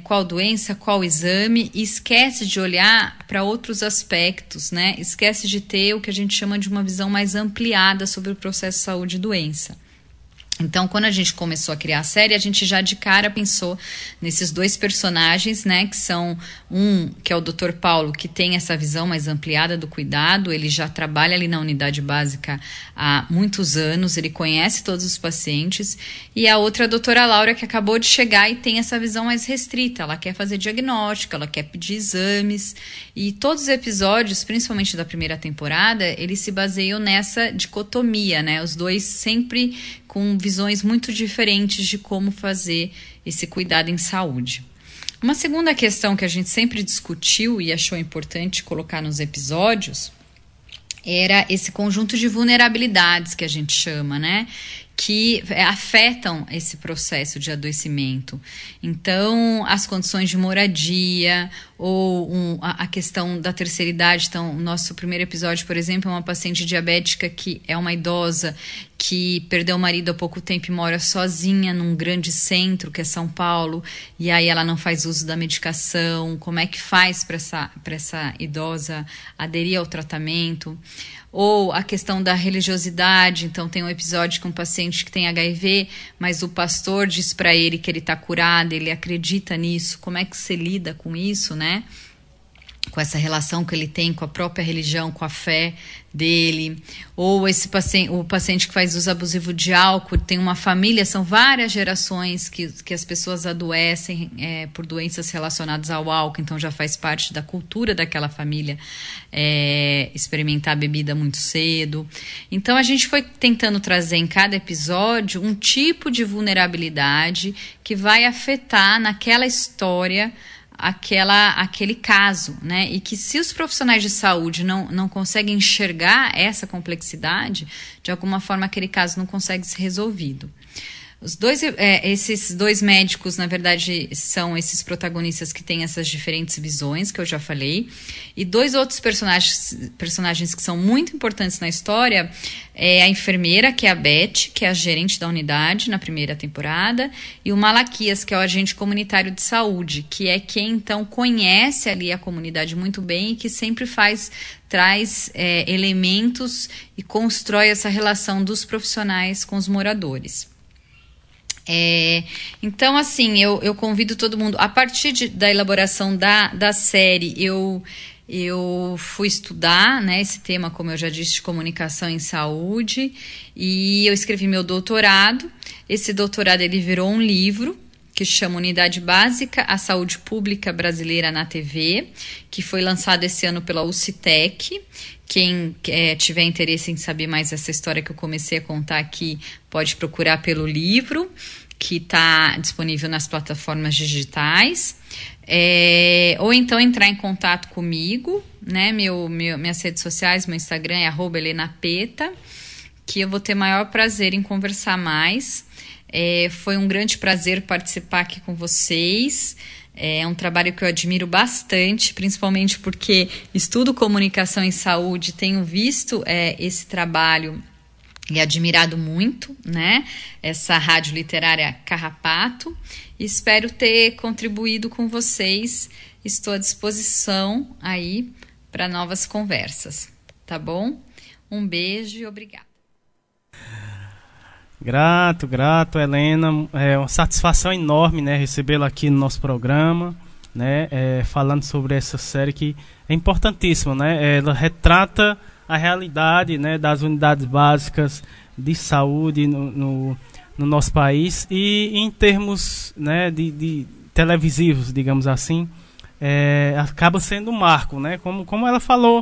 qual exame, e esquece de olhar para outros aspectos, né, esquece de ter o que a gente chama de uma visão mais ampliada sobre o processo de saúde e doença. Então, quando a gente começou a criar a série, a gente já de cara pensou nesses dois personagens, né, que são que é o Dr. Paulo, que tem essa visão mais ampliada do cuidado, ele já trabalha ali na unidade básica há muitos anos, ele conhece todos os pacientes, e a outra, a doutora Laura, que acabou de chegar e tem essa visão mais restrita, ela quer fazer diagnóstico, ela quer pedir exames, e todos os episódios, principalmente da primeira temporada, eles se baseiam nessa dicotomia, né, os dois sempre com visões muito diferentes de como fazer esse cuidado em saúde. Uma segunda questão que a gente sempre discutiu e achou importante colocar nos episódios era esse conjunto de vulnerabilidades que a gente chama, né? Que afetam esse processo de adoecimento. Então, as condições de moradia ou a questão da terceira idade. Então, o nosso primeiro episódio, por exemplo, é uma paciente diabética que é uma idosa que perdeu o marido há pouco tempo e mora sozinha num grande centro, que é São Paulo, e aí ela não faz uso da medicação. Como é que faz para essa idosa aderir ao tratamento? Ou a questão da religiosidade. Então tem um episódio com um paciente que tem HIV, mas o pastor diz para ele que ele está curado, ele acredita nisso. Como é que você lida com isso, né? Com essa relação que ele tem com a própria religião, com a fé dele. Ou o paciente que faz uso abusivo de álcool, tem uma família, são várias gerações que as pessoas adoecem por doenças relacionadas ao álcool, então já faz parte da cultura daquela família experimentar a bebida muito cedo. Então a gente foi tentando trazer em cada episódio um tipo de vulnerabilidade que vai afetar naquela história aquele caso, né? E que se os profissionais de saúde não conseguem enxergar essa complexidade, de alguma forma aquele caso não consegue ser resolvido. Esses dois médicos, na verdade, são esses protagonistas que têm essas diferentes visões que eu já falei. E dois outros personagens que são muito importantes na história é a enfermeira, que é a Beth, que é a gerente da unidade na primeira temporada, e o Malaquias, que é o agente comunitário de saúde, que é quem, então, conhece ali a comunidade muito bem e que sempre traz elementos e constrói essa relação dos profissionais com os moradores. Então, assim, eu convido todo mundo, a partir da elaboração da série, eu eu fui estudar, né, esse tema, como eu já disse, de comunicação em saúde, e eu escrevi meu doutorado. Esse doutorado ele virou um livro que chama Unidade Básica, a Saúde Pública Brasileira na TV, que foi lançado esse ano pela UCTEC. Quem tiver interesse em saber mais essa história que eu comecei a contar aqui, pode procurar pelo livro, que está disponível nas plataformas digitais. Ou então entrar em contato comigo, né? Minhas redes sociais, meu Instagram é @helenapeta, que eu vou ter maior prazer em conversar mais. Foi um grande prazer participar aqui com vocês. É um trabalho que eu admiro bastante, principalmente porque estudo comunicação em saúde, tenho visto esse trabalho e admirado muito, né? Essa rádio literária Carrapato. Espero ter contribuído com vocês. Estou à disposição aí para novas conversas, tá bom? Um beijo e obrigada. Grato, Helena. É uma satisfação enorme, né, recebê-la aqui no nosso programa, né, falando sobre essa série que é importantíssima, né? Ela retrata a realidade, né, das unidades básicas de saúde no nosso país, e em termos, né, de televisivos, digamos assim, acaba sendo um marco, né? Como ela falou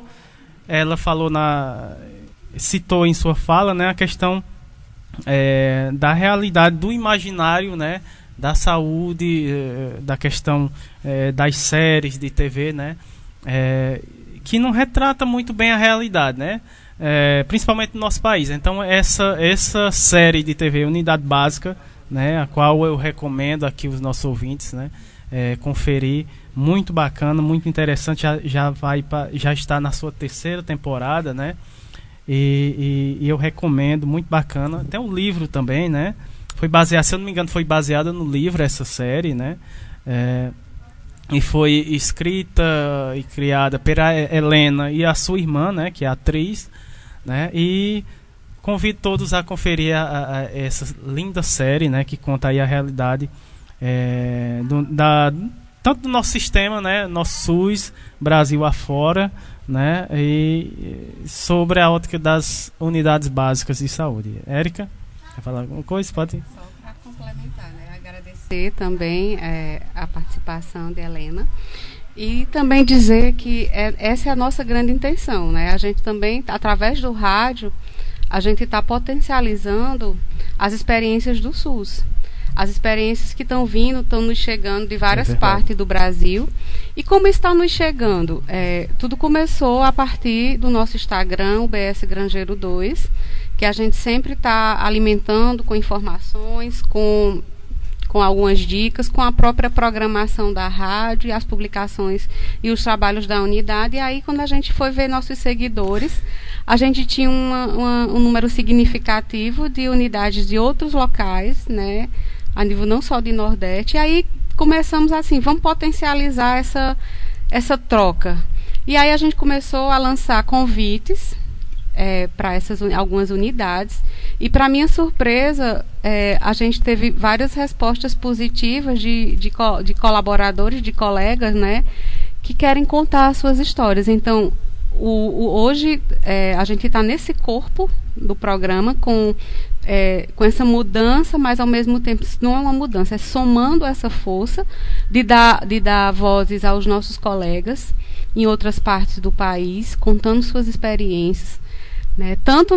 citou em sua fala, né, a questão da realidade do imaginário, né, da saúde, da questão das séries de TV, né, que não retrata muito bem a realidade, né, principalmente no nosso país. Então essa série de TV Unidade Básica, né, a qual eu recomendo aqui os nossos ouvintes, né, conferir, muito bacana, muito interessante, já está na sua 3ª temporada, né. E eu recomendo, muito bacana. Tem um livro também, né? Foi baseado, se eu não me engano, foi baseada no livro essa série, né? E foi escrita e criada pela Helena e a sua irmã, né? Que é atriz, né? E convido todos a conferir essa linda série, né? Que conta aí a realidade tanto do nosso sistema, né? Nosso SUS, Brasil afora, né, e sobre a ótica das unidades básicas de saúde. Érica, quer falar alguma coisa? Pode? Só para complementar, né, agradecer também a participação de Helena e também dizer que essa é a nossa grande intenção, né? A gente também, através do rádio, a gente está potencializando as experiências do SUS. As experiências que estão nos chegando de várias partes do Brasil. E como está nos chegando? Tudo começou a partir do nosso Instagram, o BS Grangeiro 2, que a gente sempre está alimentando com informações, com algumas dicas, com a própria programação da rádio e as publicações e os trabalhos da unidade. E aí, quando a gente foi ver nossos seguidores, a gente tinha um número significativo de unidades de outros locais, né, a nível não só de Nordeste. E aí começamos assim, vamos potencializar essa troca. E aí a gente começou a lançar convites para algumas unidades. E, para minha surpresa, a gente teve várias respostas positivas de colaboradores, de colegas, né, que querem contar as suas histórias. Então, hoje a gente está nesse corpo do programa com essa mudança, mas ao mesmo tempo não é uma mudança, é somando essa força de dar vozes aos nossos colegas em outras partes do país, contando suas experiências, né? Tanto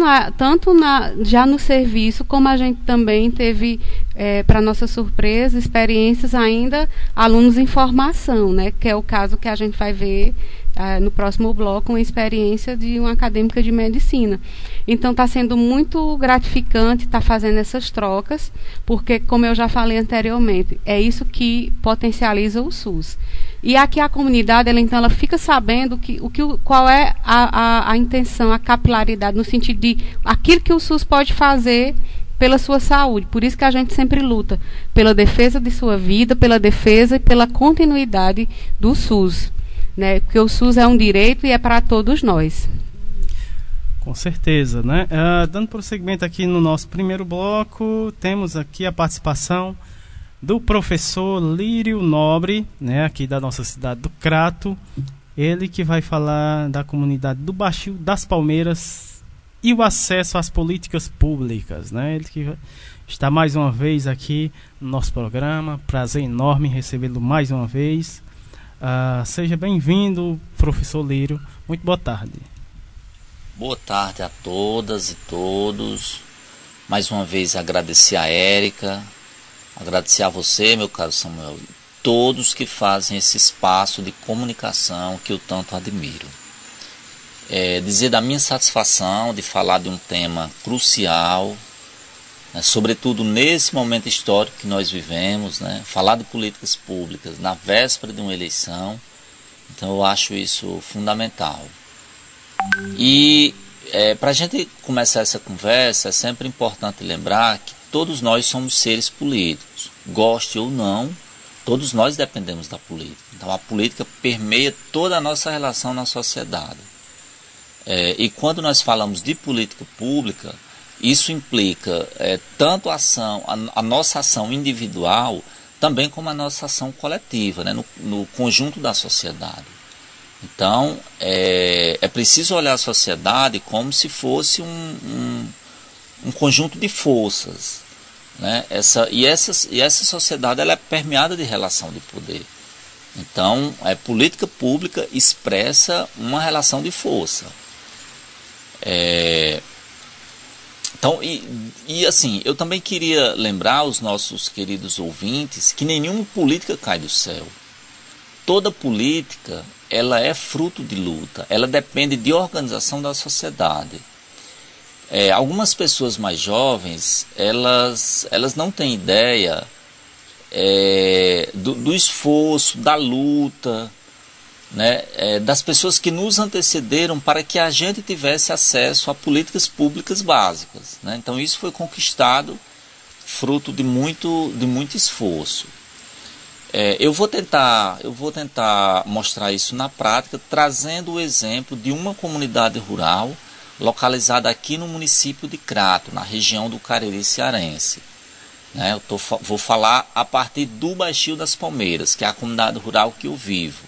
já no serviço, como a gente também teve, para nossa surpresa, experiências ainda, alunos em formação, né? Que é o caso que a gente vai ver no próximo bloco, uma experiência de uma acadêmica de medicina. Então está sendo muito gratificante estar fazendo essas trocas, porque, como eu já falei anteriormente, é isso que potencializa o SUS. E aqui a comunidade, ela fica sabendo qual é a intenção, a capilaridade, no sentido de aquilo que o SUS pode fazer pela sua saúde. Por isso que a gente sempre luta pela defesa de sua vida, pela defesa e pela continuidade do SUS, né? Porque o SUS é um direito e é para todos nós. Com certeza, né? Dando prosseguimento aqui no nosso primeiro bloco, temos aqui a participação do professor Lírio Nobre, né, aqui da nossa cidade do Crato. Ele que vai falar da comunidade do Baixio das Palmeiras e o acesso às políticas públicas, né? Ele que está mais uma vez aqui no nosso programa. Prazer enorme recebê-lo mais uma vez. Seja bem-vindo, professor Lírio. Muito boa tarde. Boa tarde a todas e todos. Mais uma vez agradecer a Érica, agradecer a você, meu caro Samuel, e todos que fazem esse espaço de comunicação que eu tanto admiro. Dizer da minha satisfação de falar de um tema crucial, né, sobretudo nesse momento histórico que nós vivemos, né, falar de políticas públicas na véspera de uma eleição. Então eu acho isso fundamental. E para a gente começar essa conversa, é sempre importante lembrar que todos nós somos seres políticos, goste ou não, todos nós dependemos da política. Então a política permeia toda a nossa relação na sociedade. E quando nós falamos de política pública, isso implica tanto a nossa ação individual, também como a nossa ação coletiva, né, no conjunto da sociedade. Então, é preciso olhar a sociedade como se fosse um conjunto de forças, né? Essa sociedade ela é permeada de relação de poder. Então, a política pública expressa uma relação de força. Então, assim, eu também queria lembrar aos nossos queridos ouvintes que nenhuma política cai do céu. Toda política, ela é fruto de luta, ela depende de organização da sociedade. Algumas pessoas mais jovens, elas não têm ideia do esforço, da luta, né, das pessoas que nos antecederam para que a gente tivesse acesso a políticas públicas básicas, né? Então isso foi conquistado fruto de muito esforço. Eu vou tentar mostrar isso na prática, trazendo o exemplo de uma comunidade rural localizada aqui no município de Crato, na região do Cariri cearense. Né? Vou falar a partir do Baixio das Palmeiras, que é a comunidade rural que eu vivo.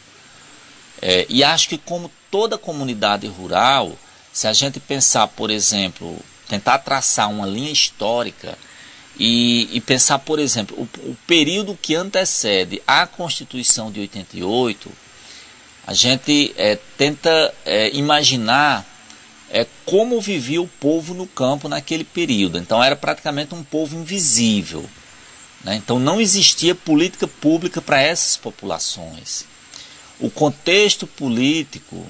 E acho que, como toda comunidade rural, se a gente pensar, por exemplo, tentar traçar uma linha histórica e pensar, por exemplo, o período que antecede a Constituição de 88, a gente tenta imaginar como vivia o povo no campo naquele período. Então era praticamente um povo invisível, né? Então não existia política pública para essas populações. O contexto político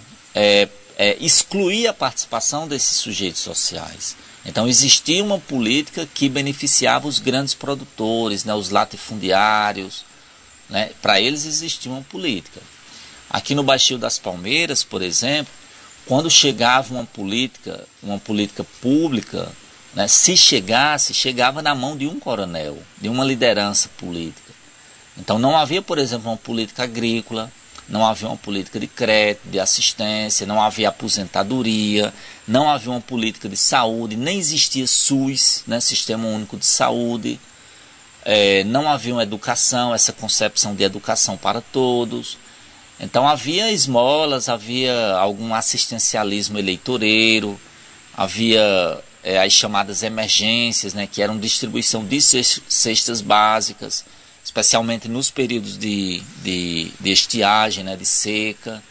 excluía a participação desses sujeitos sociais. Então existia uma política que beneficiava os grandes produtores, né, os latifundiários, né? Para eles existia uma política. Aqui no Baixio das Palmeiras, por exemplo, quando chegava uma política pública, né, se chegava na mão de um coronel, de uma liderança política. Então não havia, por exemplo, uma política agrícola, não havia uma política de crédito, de assistência, não havia aposentadoria, não havia uma política de saúde, nem existia SUS, né, Sistema Único de Saúde, não havia uma educação, essa concepção de educação para todos. Então havia esmolas, havia algum assistencialismo eleitoreiro, havia as chamadas emergências, né, que eram distribuição de cestas básicas, especialmente nos períodos de estiagem, né, de seca.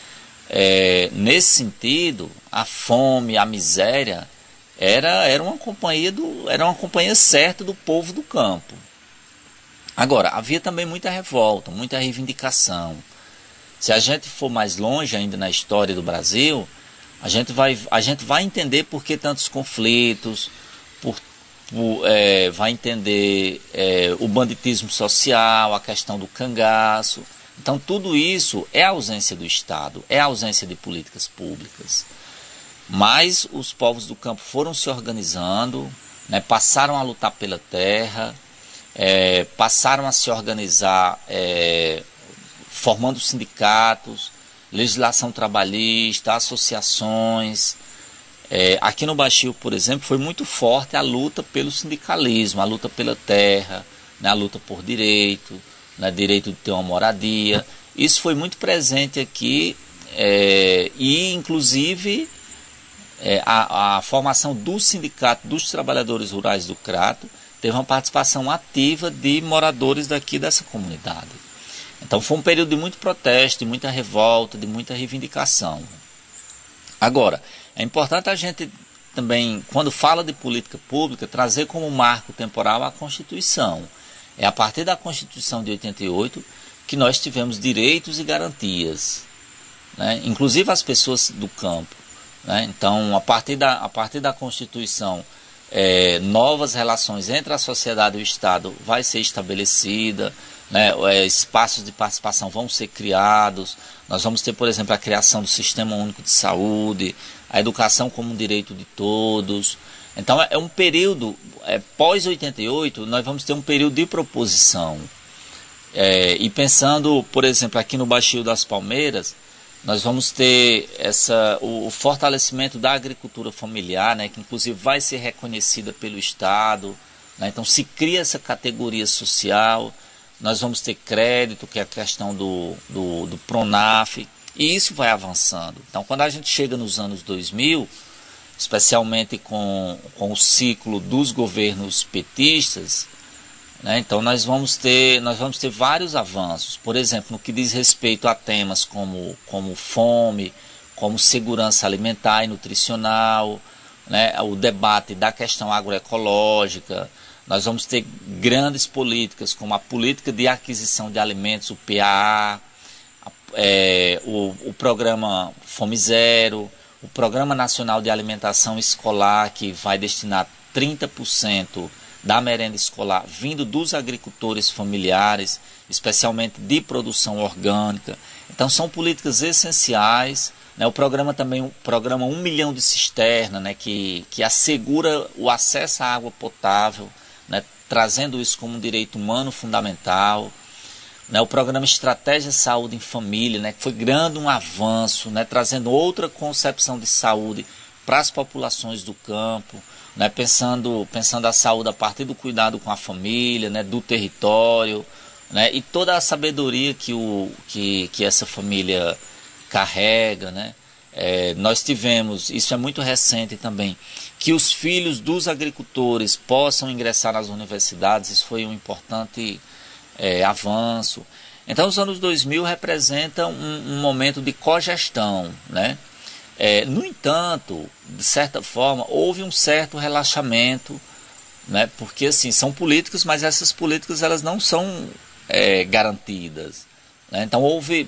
Nesse sentido, a fome, a miséria era uma companhia certa do povo do campo. Agora, havia também muita revolta, muita reivindicação. Se a gente for mais longe ainda na história do Brasil, a gente vai entender por que tantos conflitos, vai entender o banditismo social, a questão do cangaço. Então tudo isso é a ausência do Estado, é a ausência de políticas públicas. Mas os povos do campo foram se organizando, né, passaram a lutar pela terra, passaram a se organizar formando sindicatos, legislação trabalhista, associações. Aqui no Baixio, por exemplo, foi muito forte a luta pelo sindicalismo, a luta pela terra, né, a luta por direito, né, direito de ter uma moradia. Isso foi muito presente aqui e inclusive a formação do Sindicato dos Trabalhadores Rurais do Crato teve uma participação ativa de moradores daqui dessa comunidade. Então foi um período de muito protesto, de muita revolta, de muita reivindicação. Agora, é importante a gente também, quando fala de política pública, trazer como marco temporal a Constituição. É a partir da Constituição de 88 que nós tivemos direitos e garantias, né? Inclusive as pessoas do campo, né? Então, a partir da Constituição, novas relações entre a sociedade e o Estado vai ser estabelecida, né? Espaços de participação vão ser criados. Nós vamos ter, por exemplo, a criação do Sistema Único de Saúde, a educação como um direito de todos. Então é um período, pós-88, nós vamos ter um período de proposição. E pensando, por exemplo, aqui no Baixio das Palmeiras, nós vamos ter o fortalecimento da agricultura familiar, né, que inclusive vai ser reconhecida pelo Estado, né? Então se cria essa categoria social. Nós vamos ter crédito, que é a questão do Pronaf, e isso vai avançando. Então, quando a gente chega nos anos 2000, especialmente com o ciclo dos governos petistas, né, então nós vamos ter vários avanços. Por exemplo, no que diz respeito a temas como fome, como segurança alimentar e nutricional, né, o debate da questão agroecológica. Nós vamos ter grandes políticas, como a política de aquisição de alimentos, o PAA, o programa Fome Zero, o Programa Nacional de Alimentação Escolar, que vai destinar 30% da merenda escolar vindo dos agricultores familiares, especialmente de produção orgânica. Então são políticas essenciais, né? O programa também, o programa 1 milhão de cisterna, né? que assegura o acesso à água potável, né, trazendo isso como um direito humano fundamental, né, o programa Estratégia Saúde em Família, né, que foi grande um avanço, né, trazendo outra concepção de saúde para as populações do campo, né, pensando a saúde a partir do cuidado com a família, né, do território, né, e toda a sabedoria que essa família carrega, né. Nós tivemos, isso é muito recente também, que os filhos dos agricultores possam ingressar nas universidades. Isso foi um importante avanço. Então os anos 2000 representam um momento de cogestão, né? No entanto, de certa forma, houve um certo relaxamento, né? Porque assim, são políticas, mas essas políticas elas não são garantidas, né? Então houve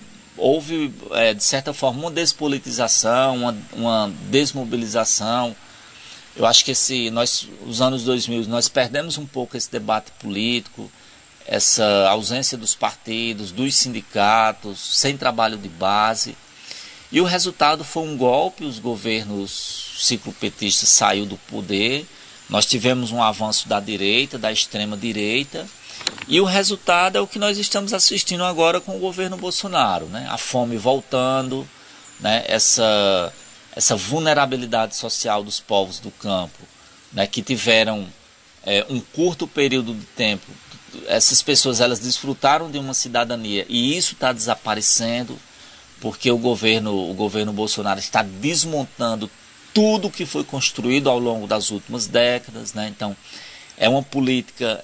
de certa forma uma despolitização, uma desmobilização. Eu acho que os anos 2000 nós perdemos um pouco esse debate político, essa ausência dos partidos, dos sindicatos, sem trabalho de base. E o resultado foi um golpe, os governos ciclopetistas saiu do poder, nós tivemos um avanço da direita, da extrema direita, e o resultado é o que nós estamos assistindo agora com o governo Bolsonaro, né? A fome voltando, né? Essa vulnerabilidade social dos povos do campo, né? Que tiveram um curto período de tempo. Essas pessoas elas desfrutaram de uma cidadania e isso está desaparecendo porque o governo Bolsonaro está desmontando tudo que foi construído ao longo das últimas décadas, né? Então é uma política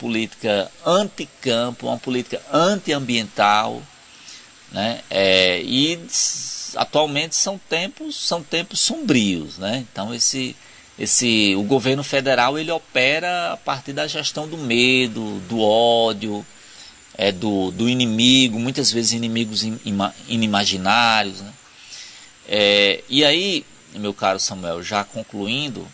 anticampo, uma política antiambiental, né? E atualmente são tempos sombrios, né? Então o governo federal ele opera a partir da gestão do medo, do ódio, do inimigo, muitas vezes inimigos inimaginários, né? E aí, meu caro Samuel, já concluindo,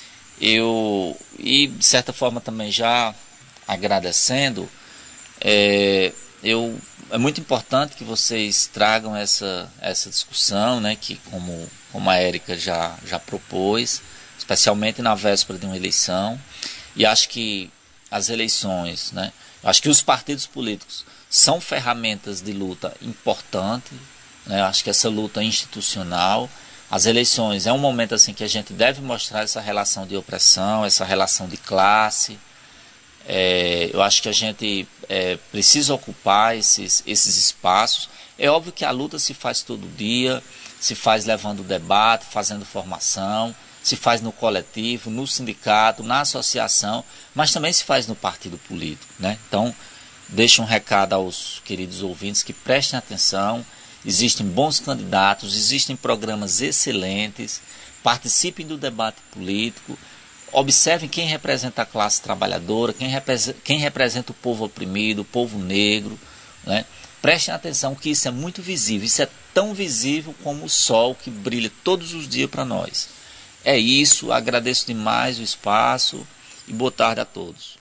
e de certa forma também já agradecendo, é muito importante que vocês tragam essa discussão, né, que como a Érica já propôs, especialmente na véspera de uma eleição. E acho que as eleições, né, acho que os partidos políticos são ferramentas de luta importantes, né, acho que essa luta institucional, as eleições é um momento assim que a gente deve mostrar essa relação de opressão, essa relação de classe. Eu acho que a gente precisa ocupar esses espaços. É óbvio que a luta se faz todo dia, se faz levando debate, fazendo formação, se faz no coletivo, no sindicato, na associação, mas também se faz no partido político, né? Então, deixo um recado aos queridos ouvintes que prestem atenção. Existem bons candidatos, existem programas excelentes, participem do debate político, observem quem representa a classe trabalhadora, quem representa o povo oprimido, o povo negro, né? Prestem atenção que isso é muito visível, isso é tão visível como o sol que brilha todos os dias para nós. É isso, agradeço demais o espaço e boa tarde a todos.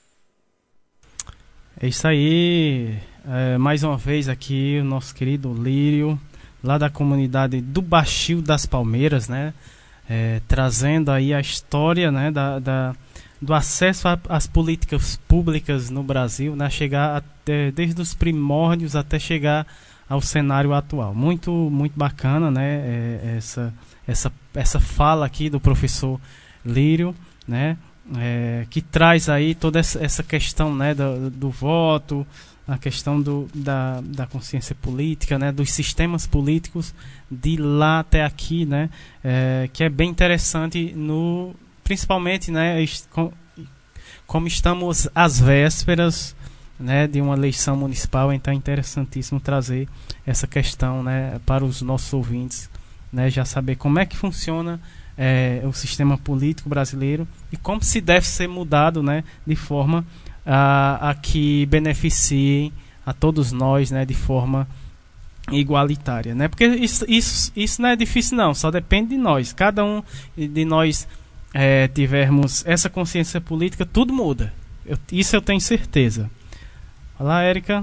É isso aí, mais uma vez aqui o nosso querido Lírio, lá da comunidade do Baixio das Palmeiras, né? Trazendo aí a história, né, do acesso às políticas públicas no Brasil, né, chegar desde os primórdios até chegar ao cenário atual. Muito, muito bacana, né, essa fala aqui do professor Lírio, né, que traz aí toda essa questão, né, do voto, a questão da consciência política, né, dos sistemas políticos de lá até aqui, né, que é bem interessante, principalmente, né, como estamos às vésperas, né, de uma eleição municipal, então é interessantíssimo trazer essa questão, né, para os nossos ouvintes, né, já saber como é que funciona o sistema político brasileiro e como se deve ser mudado, né, de forma a que beneficie a todos nós, né, de forma igualitária, né? Porque isso não é difícil não, só depende de nós. Cada um de nós tivermos essa consciência política, tudo muda. Isso eu tenho certeza. Olá, Érica.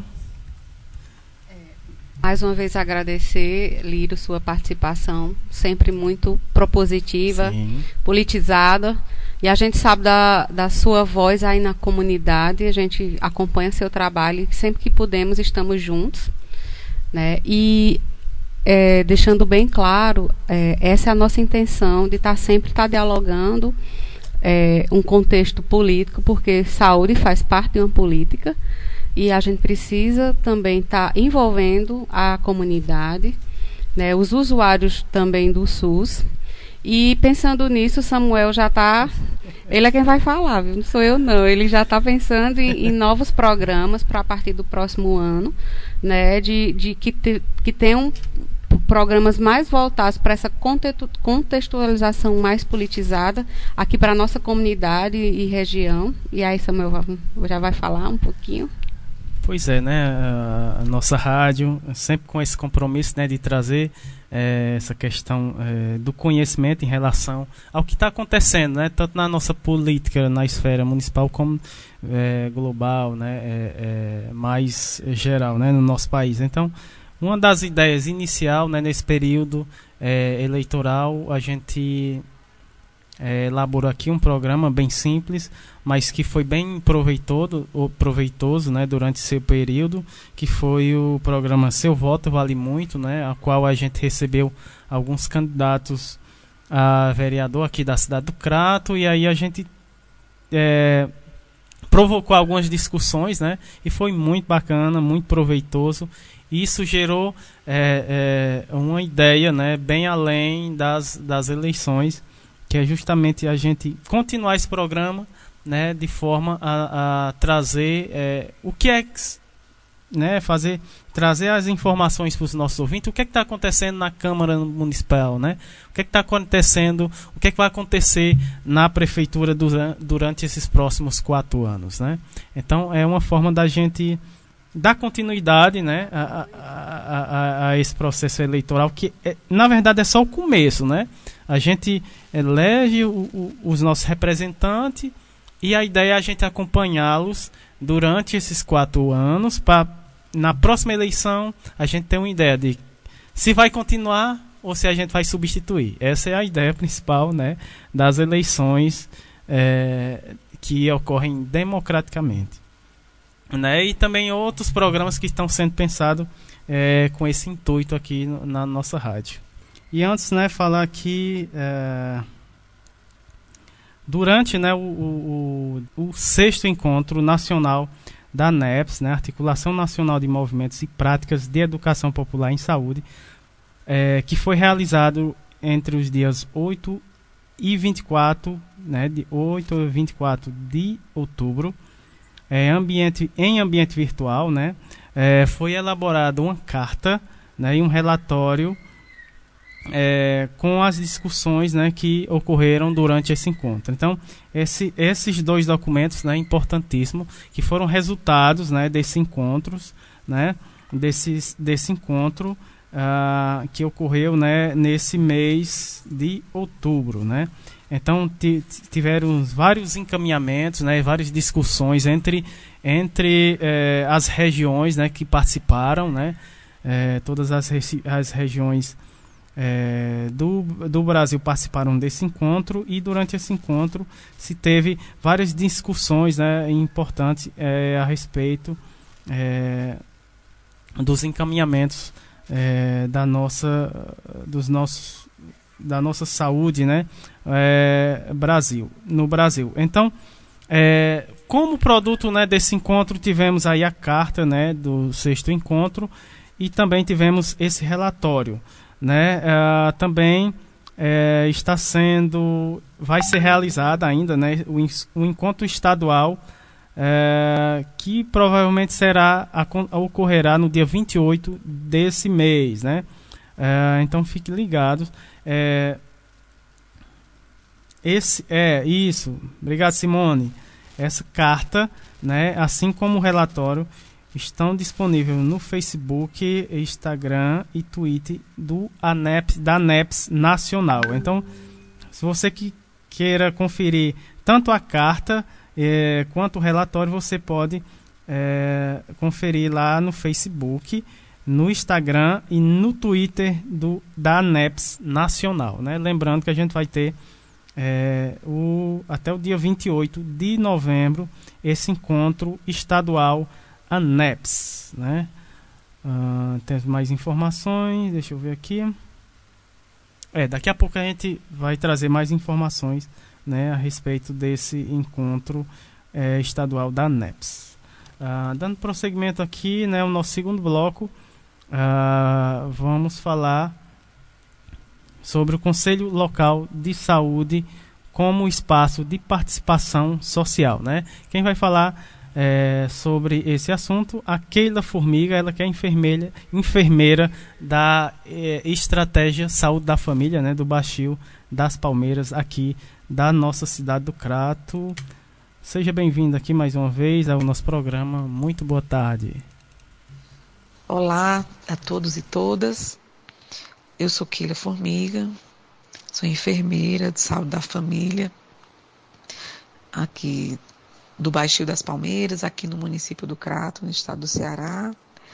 Mais uma vez agradecer, Lírio, sua participação, sempre muito propositiva, sim, politizada. E a gente sabe da sua voz aí na comunidade, a gente acompanha seu trabalho e sempre que podemos estamos juntos, né? E deixando bem claro, essa é a nossa intenção de sempre estar dialogando um contexto político, porque saúde faz parte de uma política e a gente precisa também estar envolvendo a comunidade, né? Os usuários também do SUS. E pensando nisso, Samuel já está... Ele é quem vai falar, viu? Não sou eu, não. Ele já está pensando em novos programas para a partir do próximo ano, né? Que tenham programas mais voltados para essa contextualização mais politizada aqui para a nossa comunidade e região. E aí, Samuel já vai falar um pouquinho. Pois é, né? A nossa rádio, sempre com esse compromisso, né, de trazer essa questão do conhecimento em relação ao que está acontecendo, né, tanto na nossa política, na esfera municipal, como global, né, mais geral, né, no nosso país. Então, uma das ideias inicial, né, nesse período eleitoral, a gente elaborou aqui um programa bem simples, mas que foi bem proveitoso, né, durante seu período, que foi o programa Seu Voto Vale Muito, né, a qual a gente recebeu alguns candidatos a vereador aqui da cidade do Crato, e aí a gente provocou algumas discussões, né, e foi muito bacana, muito proveitoso. Isso gerou uma ideia, né, bem além das eleições, que é justamente a gente continuar esse programa, né, de forma a trazer o que é, né, trazer as informações para os nossos ouvintes, o que é que está acontecendo na Câmara Municipal, né, o que é que está acontecendo, o que é que vai acontecer na Prefeitura durante esses próximos 4 anos, né. Então é uma forma da gente dar continuidade, né, a esse processo eleitoral, que na verdade é só o começo, né. A gente elege os nossos representantes e a ideia é a gente acompanhá-los durante esses 4 anos para, na próxima eleição, a gente ter uma ideia de se vai continuar ou se a gente vai substituir. Essa é a ideia principal, né, das eleições que ocorrem democraticamente, né, e também outros programas que estão sendo pensados com esse intuito aqui na nossa rádio. E antes, né, falar aqui, durante, né, o 6º Encontro Nacional da ANEPS, né, Articulação Nacional de Movimentos e Práticas de Educação Popular em Saúde, que foi realizado entre os dias 8 e 24, né, de 8 a 24 de outubro, em ambiente virtual, né, foi elaborada uma carta, né, e um relatório com as discussões, né, que ocorreram durante esse encontro. Então, esses dois documentos, né, importantíssimos, que foram resultados, né, desses encontros, né, desse encontro que ocorreu, né, nesse mês de outubro, né. Então, tiveram vários encaminhamentos, né, várias discussões entre as regiões, né, que participaram, né, todas as regiões do Brasil participaram desse encontro, e durante esse encontro se teve várias discussões, né, importantes a respeito dos encaminhamentos da nossa saúde, né, no Brasil. Então, como produto, né, desse encontro, tivemos aí a carta, né, do 6º encontro, e também tivemos esse relatório, né. Também vai ser realizado ainda, né, o encontro estadual, que provavelmente ocorrerá no dia 28 desse mês, né. Então fiquem ligados. Isso. Obrigado, Simone. Essa carta, né, assim como o relatório, estão disponíveis no Facebook, Instagram e Twitter da ANEPS Nacional. Então, se você queira conferir tanto a carta quanto o relatório, você pode conferir lá no Facebook, no Instagram e no Twitter da ANEPS Nacional, né? Lembrando que a gente vai ter até o dia 28 de novembro esse encontro estadual ANEPS, né? Tem mais informações, deixa eu ver aqui. Daqui a pouco a gente vai trazer mais informações, né, a respeito desse encontro estadual da ANEPS. Dando prosseguimento aqui, né, o nosso segundo bloco, vamos falar sobre o Conselho Local de Saúde como espaço de participação social, né? Quem vai falar sobre esse assunto, a Keila Formiga, ela que é enfermeira da Estratégia Saúde da Família, né, do Baixio das Palmeiras, aqui da nossa cidade do Crato. Seja bem-vindo aqui mais uma vez ao nosso programa. Muito boa tarde. Olá a todos e todas. Eu sou Keila Formiga, sou enfermeira de saúde da família, aqui do Baixio das Palmeiras, aqui no município do Crato, no estado do Ceará.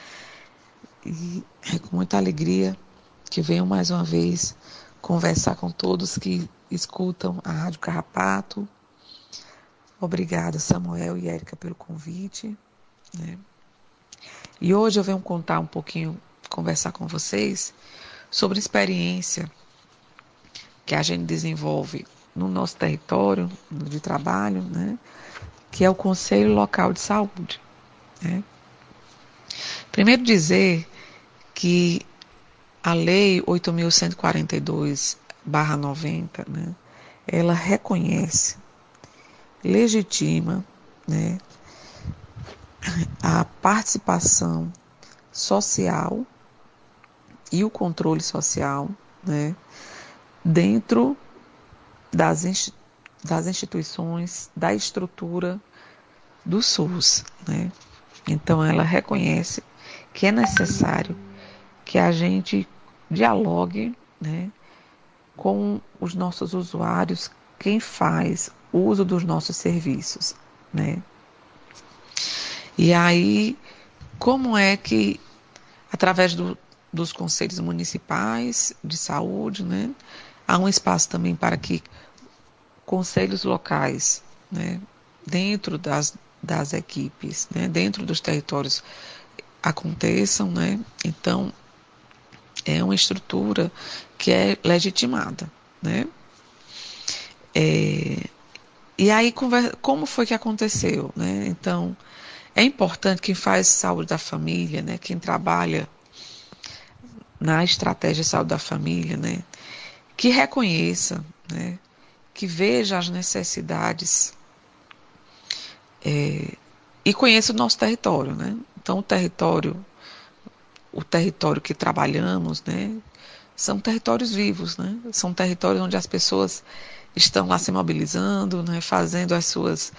E é com muita alegria que venho mais uma vez conversar com todos que escutam a Rádio Carrapato. Obrigada, Samuel e Érica, pelo convite, né? E hoje eu venho contar um pouquinho, conversar com vocês sobre a experiência que a gente desenvolve no nosso território de trabalho, né, que é o Conselho Local de Saúde, né. Primeiro dizer que a Lei 8.142/90, né, ela reconhece, legitima, né, a participação social e o controle social, né, dentro das instituições, da estrutura do SUS, né. Então ela reconhece que é necessário que a gente dialogue, né, com os nossos usuários, quem faz uso dos nossos serviços, né. E aí, como é que, através dos conselhos municipais de saúde, né, há um espaço também para que conselhos locais, né, dentro das equipes, né, dentro dos territórios aconteçam, né. Então, é uma estrutura que é legitimada, né. E aí, como foi que aconteceu, né? Então, é importante quem faz saúde da família, né, quem trabalha na estratégia de saúde da família, né, que reconheça, né, que veja as necessidades e conheça o nosso território, né? Então o território que trabalhamos, né, são territórios vivos, né? São territórios onde as pessoas estão lá se mobilizando, né, fazendo as suas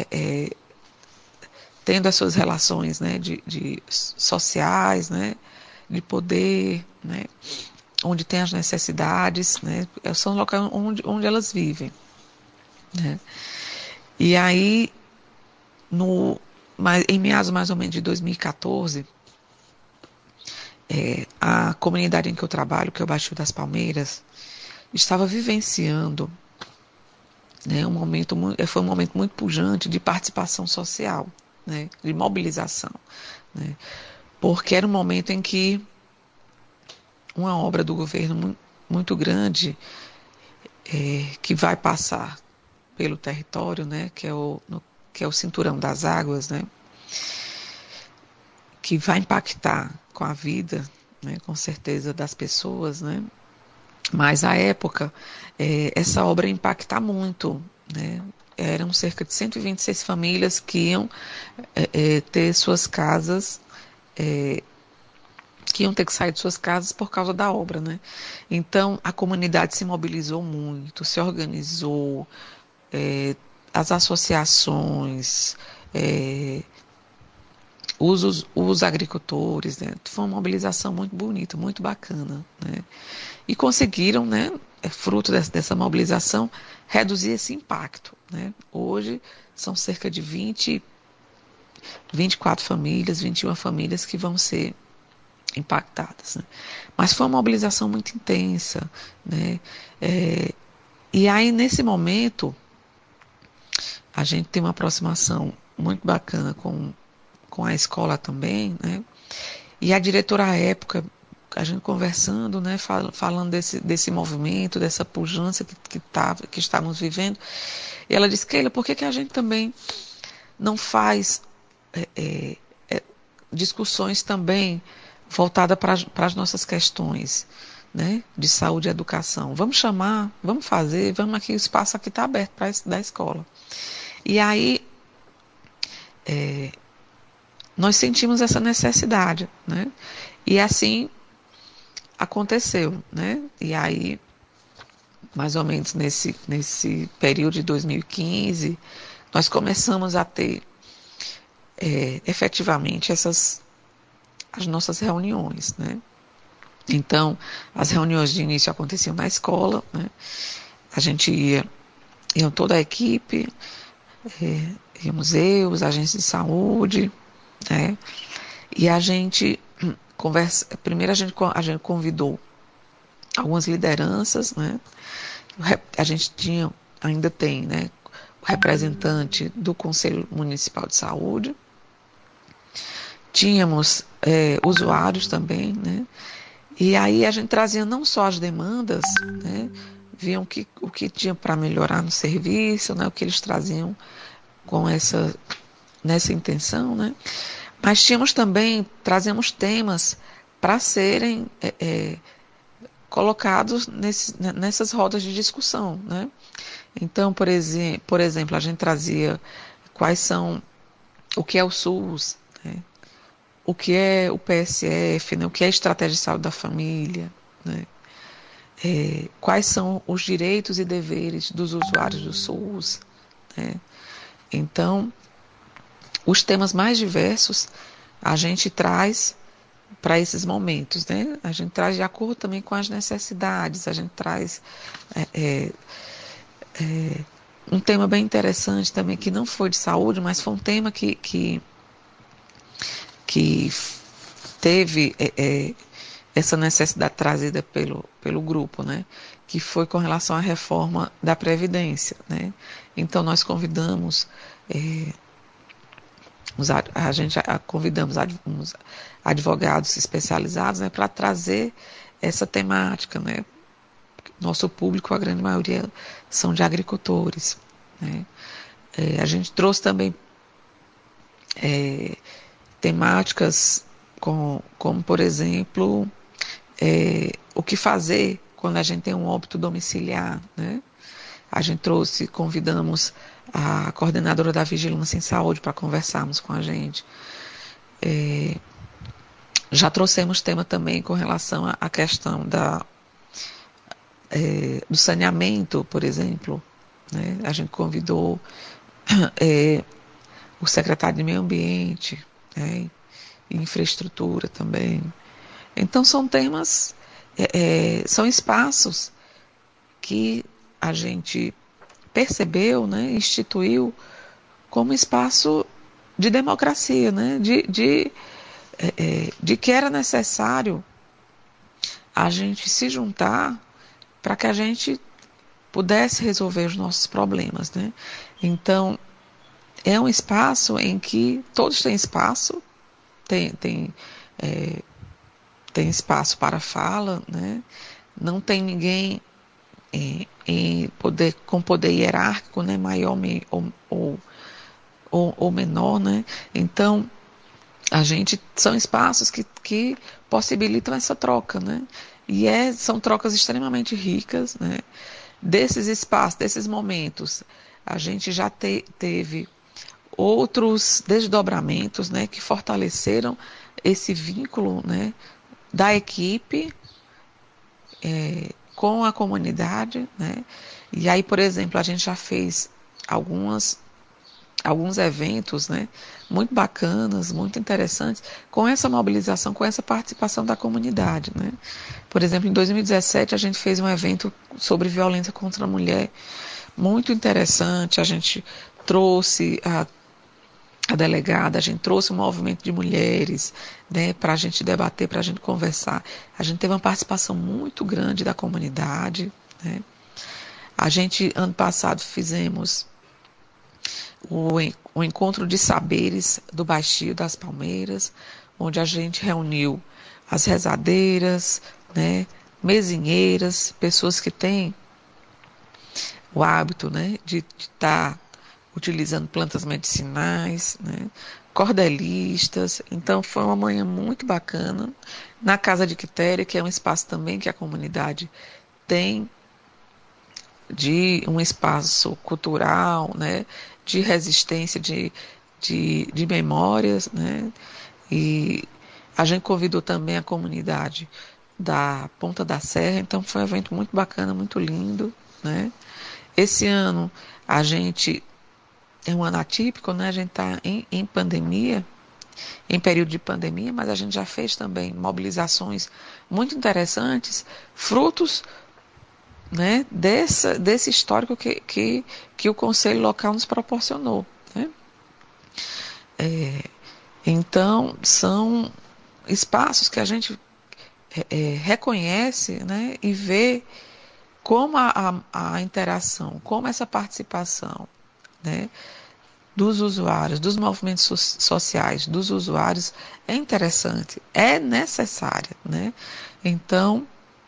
tendo as suas relações, né, de sociais, né, de poder, né, onde tem as necessidades, né, são locais onde elas vivem, né. E aí, em meados mais ou menos de 2014, a comunidade em que eu trabalho, que é o Baixio das Palmeiras, estava vivenciando, né, foi um momento muito pujante de participação social, né, de mobilização, né, porque era um momento em que uma obra do governo muito grande que vai passar pelo território, né, que é o Cinturão das Águas, né, que vai impactar com a vida, né, com certeza, das pessoas, né, mas à época essa obra ia impactar muito, né, eram cerca de 126 famílias que iam ter suas casas, que iam ter que sair de suas casas por causa da obra, né. Então a comunidade se mobilizou muito, se organizou, as associações, os agricultores, né? Foi uma mobilização muito bonita, muito bacana, né? E conseguiram, né, fruto dessa mobilização, reduzir esse impacto, né? Hoje são cerca de 24 famílias, 21 famílias que vão ser impactadas, né? Mas foi uma mobilização muito intensa, né? E aí, nesse momento, a gente tem uma aproximação muito bacana com a escola também, né? E a diretora à época, a gente conversando, né, falando desse movimento, dessa pujança que estávamos vivendo, e ela disse: Keila, por que a gente também não faz discussões também voltadas para as nossas questões, né, de saúde e educação? Vamos chamar, vamos fazer, vamos aqui, o espaço aqui está aberto para da escola. E aí nós sentimos essa necessidade, né? E assim aconteceu, né? E aí, mais ou menos nesse período de 2015, nós começamos a ter efetivamente as nossas reuniões, né? Então, as reuniões de início aconteciam na escola, né? A gente iam toda a equipe, íamos os agentes de saúde, né? E a gente primeiro a gente convidou algumas lideranças, né? A gente ainda tem, né, o representante do Conselho Municipal de Saúde, tínhamos usuários também, né? E aí a gente trazia não só as demandas, né, viam o que tinha para melhorar no serviço, né, o que eles traziam nessa intenção, né? Mas trazemos temas para serem colocados nessas rodas de discussão, né? Então, por exemplo, a gente trazia o que é o SUS, né? O que é o PSF, né? O que é a Estratégia de Saúde da Família, né? Quais são os direitos e deveres dos usuários do SUS, né? Então, os temas mais diversos a gente traz para esses momentos, né? A gente traz de acordo também com as necessidades, a gente traz um tema bem interessante também, que não foi de saúde, mas foi um tema que teve essa necessidade trazida pelo grupo, né? Que foi com relação à reforma da Previdência, né? Então nós convidamos convidamos advogados especializados, né, para trazer essa temática, né? Nosso público, a grande maioria, são de agricultores, né? A gente trouxe também temáticas como, por exemplo, o que fazer quando a gente tem um óbito domiciliar, né? A gente convidamos a coordenadora da Vigilância em Saúde para conversarmos com a gente. Já trouxemos tema também com relação à questão do saneamento, por exemplo, né? A gente convidou o secretário de Meio Ambiente, né? E infraestrutura também. Então são temas, são espaços que a gente percebeu, né, instituiu como espaço de democracia, né, de que era necessário a gente se juntar para que a gente pudesse resolver os nossos problemas, né? Então, é um espaço em que todos têm espaço, tem espaço para fala, né? Não tem ninguém com poder hierárquico, né, maior ou menor, né? Então, são espaços que possibilitam essa troca, né? E são trocas extremamente ricas, né? Desses espaços, desses momentos, a gente já teve outros desdobramentos, né, que fortaleceram esse vínculo, né, da equipe com a comunidade, né? E aí, por exemplo, a gente já fez alguns eventos, né, muito bacanas, muito interessantes, com essa mobilização, com essa participação da comunidade, né? Por exemplo, em 2017 a gente fez um evento sobre violência contra a mulher, muito interessante. A gente trouxe a delegada, a gente trouxe um movimento de mulheres, né, para a gente debater, para a gente conversar. A gente teve uma participação muito grande da comunidade, né? A gente, ano passado, fizemos o encontro de saberes do Baixio das Palmeiras, onde a gente reuniu as rezadeiras, né, mesinheiras, pessoas que têm o hábito, né, de estar utilizando plantas medicinais, né, cordelistas. Então foi uma manhã muito bacana na Casa de Quitéria, que é um espaço também que a comunidade tem, de um espaço cultural, né, de resistência, de memórias, né? E a gente convidou também a comunidade da Ponta da Serra, então foi um evento muito bacana, muito lindo, né? Esse ano a gente é um ano atípico, né? A gente está em pandemia, em período de pandemia, mas a gente já fez também mobilizações muito interessantes, frutos, né, desse histórico que o Conselho Local nos proporcionou, né? Então, são espaços que a gente reconhece, né, e vê como a interação, como essa participação, né, dos usuários, dos movimentos sociais, dos usuários, é interessante, é necessária, né? Então,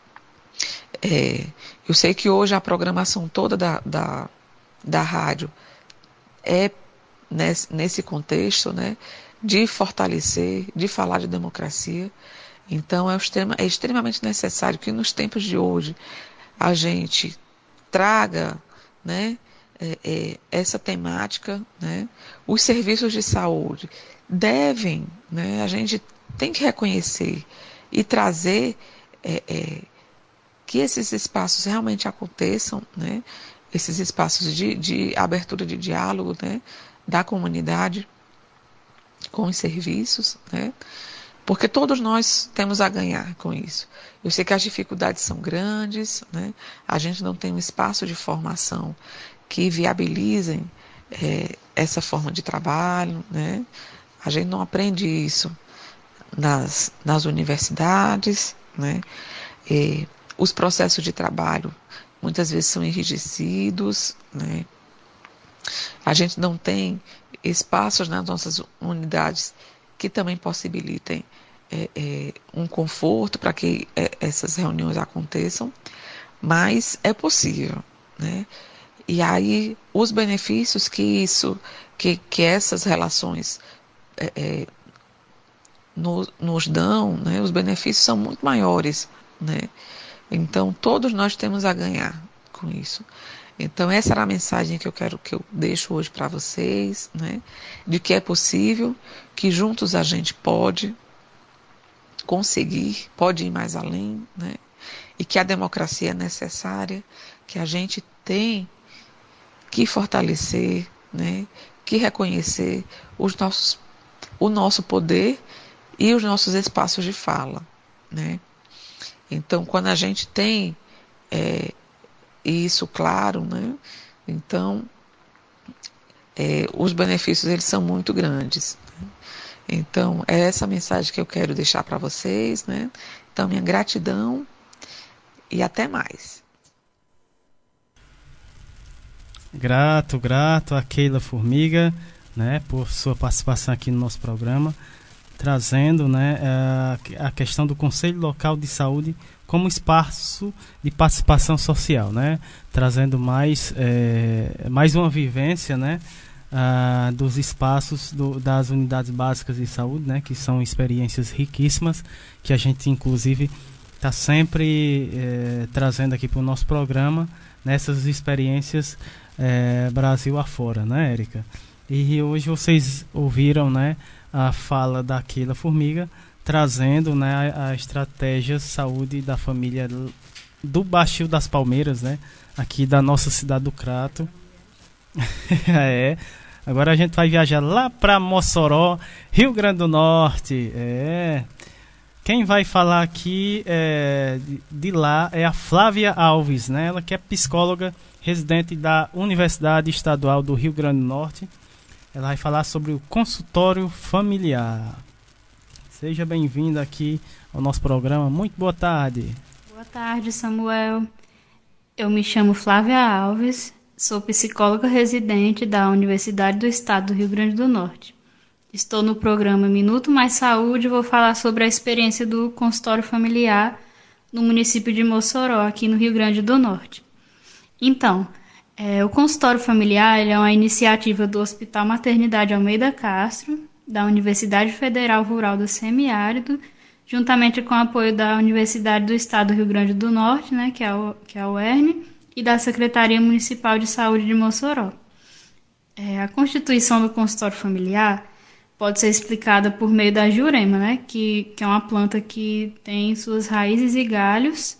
eu sei que hoje a programação toda da rádio é nesse contexto, né, de fortalecer, de falar de democracia. Então é extremamente necessário que nos tempos de hoje a gente traga, né, essa temática, né? Os serviços de saúde devem, né, a gente tem que reconhecer e trazer que esses espaços realmente aconteçam, né? Esses espaços de abertura de diálogo, né, da comunidade com os serviços, né? Porque todos nós temos a ganhar com isso. Eu sei que as dificuldades são grandes, né? A gente não tem um espaço de formação que viabilizem essa forma de trabalho, né? A gente não aprende isso nas universidades, né? Os processos de trabalho muitas vezes são enrijecidos, né? A gente não tem espaços nas nossas unidades que também possibilitem um conforto para que essas reuniões aconteçam, mas é possível, né? E aí os benefícios que essas relações nos dão, né, os benefícios são muito maiores, né? Então todos nós temos a ganhar com isso. Então essa era a mensagem que eu deixo hoje para vocês, né? De que é possível, que juntos a gente pode conseguir, pode ir mais além, né? E que a democracia é necessária, que a gente tem que fortalecer, né? Que reconhecer o nosso poder e os nossos espaços de fala, né? Então, quando a gente tem isso claro, né? Então, os benefícios eles são muito grandes, né? Então, é essa mensagem que eu quero deixar para vocês, né? Então, minha gratidão e até mais. Grato a Keila Formiga, né, por sua participação aqui no nosso programa, trazendo, né, a questão do Conselho Local de Saúde como espaço de participação social, né, trazendo mais uma vivência, né, dos espaços das unidades básicas de saúde, né, que são experiências riquíssimas, que a gente inclusive está sempre trazendo aqui para o nosso programa, nessas experiências Brasil afora, né, Érica? E hoje vocês ouviram, né, a fala da Keila Formiga, trazendo, né, a estratégia saúde da família do Baixio das Palmeiras, né, aqui da nossa cidade do Crato. Agora a gente vai viajar lá para Mossoró, Rio Grande do Norte. Quem vai falar aqui de lá é a Flávia Alves, né? Ela que é psicóloga residente da Universidade Estadual do Rio Grande do Norte. Ela vai falar sobre o consultório familiar. Seja bem-vinda aqui ao nosso programa. Muito boa tarde. Boa tarde, Samuel. Eu me chamo Flávia Alves, sou psicóloga residente da Universidade do Estado do Rio Grande do Norte. Estou no programa Minuto Mais Saúde e vou falar sobre a experiência do consultório familiar no município de Mossoró, aqui no Rio Grande do Norte. Então, o consultório familiar é uma iniciativa do Hospital Maternidade Almeida Castro, da Universidade Federal Rural do Semiárido, juntamente com o apoio da Universidade do Estado do Rio Grande do Norte, né, que é a UERN, e da Secretaria Municipal de Saúde de Mossoró. A constituição do consultório familiar pode ser explicada por meio da jurema, né, que é uma planta que tem suas raízes e galhos.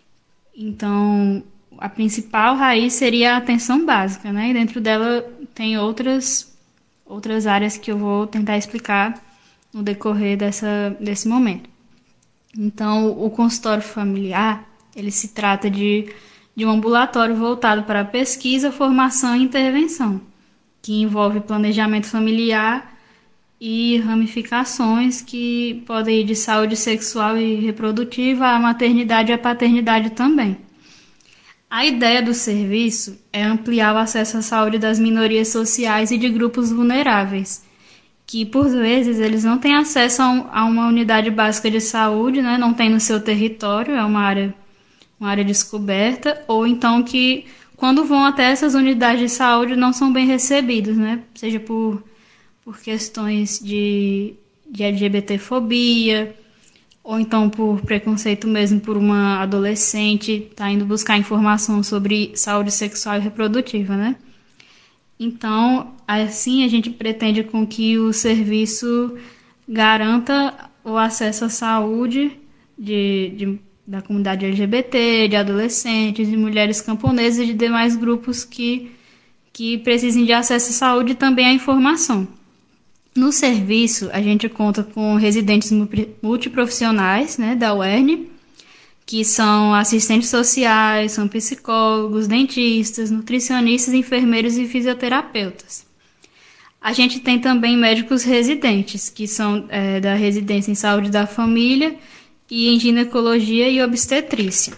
Então, a principal raiz seria a atenção básica, né, e dentro dela tem outras áreas que eu vou tentar explicar no decorrer desse momento. Então, o consultório familiar, ele se trata de um ambulatório voltado para a pesquisa, formação e intervenção, que envolve planejamento familiar e ramificações que podem ir de saúde sexual e reprodutiva à maternidade e à paternidade também. A ideia do serviço é ampliar o acesso à saúde das minorias sociais e de grupos vulneráveis, que por vezes eles não têm acesso a uma unidade básica de saúde, né? Não tem no seu território, é uma área descoberta, ou então que quando vão até essas unidades de saúde não são bem recebidos, né? Seja por questões de LGBTfobia, ou então por preconceito mesmo por uma adolescente tá indo buscar informação sobre saúde sexual e reprodutiva, né? Então, assim a gente pretende com que o serviço garanta o acesso à saúde da comunidade LGBT, de adolescentes, de mulheres camponesas e de demais grupos que precisem de acesso à saúde e também à informação. No serviço, a gente conta com residentes multiprofissionais, né, da UERN, que são assistentes sociais, são psicólogos, dentistas, nutricionistas, enfermeiros e fisioterapeutas. A gente tem também médicos residentes, que são da residência em saúde da família e em ginecologia e obstetrícia.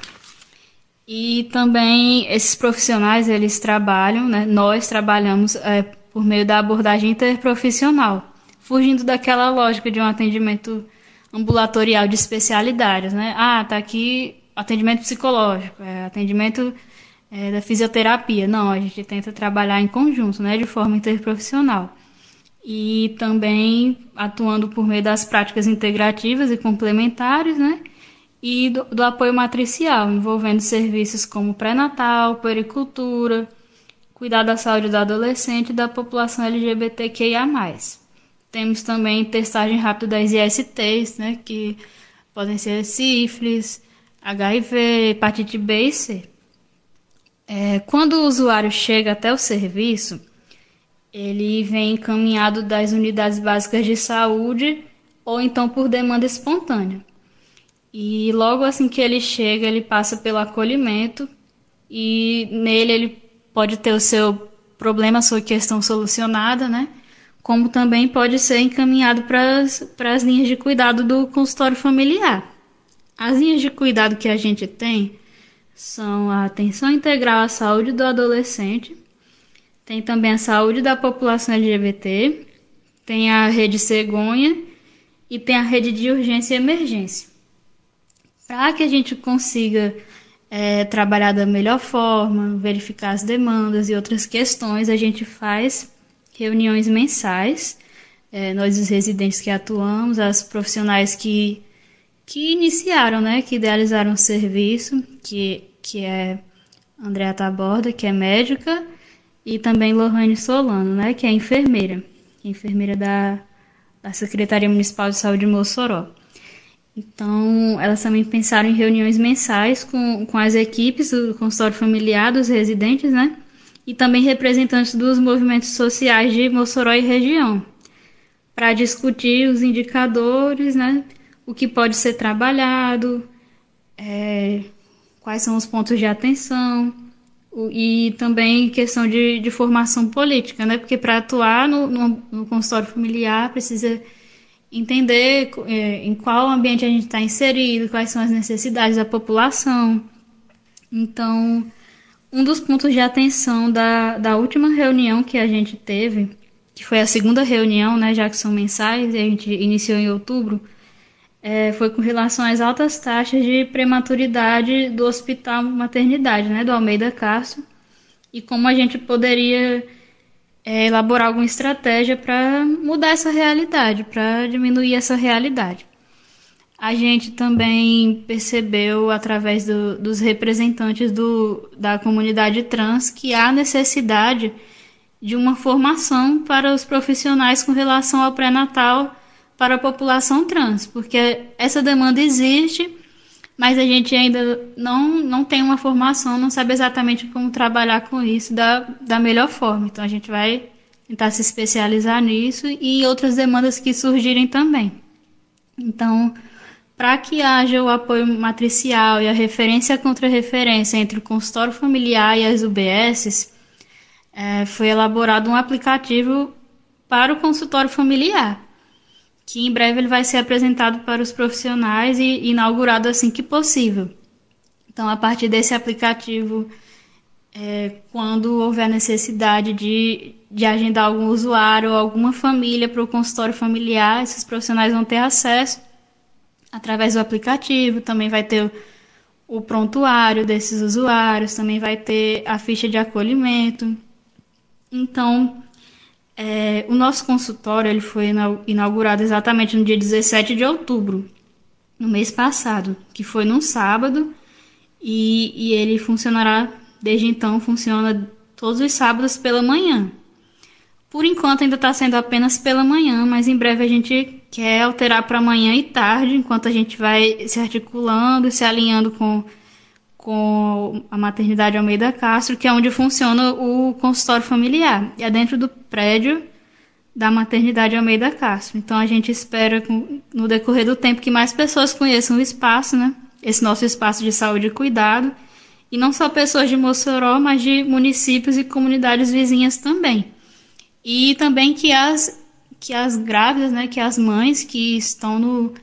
E também esses profissionais, eles trabalham, né, nós trabalhamos por meio da abordagem interprofissional, fugindo daquela lógica de um atendimento ambulatorial de especialidades, né? Tá aqui atendimento psicológico, atendimento da fisioterapia. Não, a gente tenta trabalhar em conjunto, né, de forma interprofissional. e também atuando por meio das práticas integrativas e complementares, né? E do apoio matricial, envolvendo serviços como pré-natal, puericultura, cuidar da saúde do adolescente e da população LGBTQIA+. Temos também testagem rápida das ISTs, né, que podem ser sífilis, HIV, hepatite B e C. Quando o usuário chega até o serviço, ele vem encaminhado das unidades básicas de saúde ou então por demanda espontânea. E logo assim que ele chega, ele passa pelo acolhimento e nele ele pode ter o seu problema, a sua questão solucionada, né? Como também pode ser encaminhado para as linhas de cuidado do consultório familiar. As linhas de cuidado que a gente tem são a atenção integral à saúde do adolescente, tem também a saúde da população LGBT, tem a rede cegonha e tem a rede de urgência e emergência. Para que a gente consiga trabalhar da melhor forma, verificar as demandas e outras questões, a gente faz reuniões mensais. Nós, os residentes que atuamos, as profissionais que iniciaram, né, que idealizaram o serviço, que é Andréa Taborda, que é médica, e também Lohane Solano, né, que é enfermeira da Secretaria Municipal de Saúde de Mossoró. Então, elas também pensaram em reuniões mensais com as equipes do consultório familiar, dos residentes, né, e também representantes dos movimentos sociais de Mossoró e região, para discutir os indicadores, né, o que pode ser trabalhado, quais são os pontos de atenção, e também questão de formação política, né, porque para atuar no consultório familiar precisa entender em qual ambiente a gente está inserido, quais são as necessidades da população. Então, um dos pontos de atenção da última reunião que a gente teve, que foi a segunda reunião, né, já que são mensais, e a gente iniciou em outubro, foi com relação às altas taxas de prematuridade do Hospital Maternidade, né, do Almeida Castro, e como a gente poderia elaborar alguma estratégia para mudar essa realidade, para diminuir essa realidade. A gente também percebeu, através dos representantes da comunidade trans, que há necessidade de uma formação para os profissionais com relação ao pré-natal para a população trans, porque essa demanda existe, mas a gente ainda não tem uma formação, não sabe exatamente como trabalhar com isso da melhor forma. Então, a gente vai tentar se especializar nisso e em outras demandas que surgirem também. Então, para que haja o apoio matricial e a referência contra referência entre o consultório familiar e as UBSs, foi elaborado um aplicativo para o consultório familiar, que em breve ele vai ser apresentado para os profissionais e inaugurado assim que possível. Então, a partir desse aplicativo, quando houver necessidade de agendar algum usuário ou alguma família para o consultório familiar, esses profissionais vão ter acesso através do aplicativo, também vai ter o prontuário desses usuários, também vai ter a ficha de acolhimento. Então, o nosso consultório ele foi inaugurado exatamente no dia 17 de outubro, no mês passado, que foi num sábado, e ele funcionará, desde então, funciona todos os sábados pela manhã. Por enquanto ainda está sendo apenas pela manhã, mas em breve a gente quer alterar para manhã e tarde, enquanto a gente vai se articulando e se alinhando com a Maternidade Almeida Castro, que é onde funciona o consultório familiar. É dentro do prédio da Maternidade Almeida Castro. Então, a gente espera, no decorrer do tempo, que mais pessoas conheçam o espaço, né? Esse nosso espaço de saúde e cuidado. E não só pessoas de Mossoró, mas de municípios e comunidades vizinhas também. E também que as grávidas, né? Que as mães que estão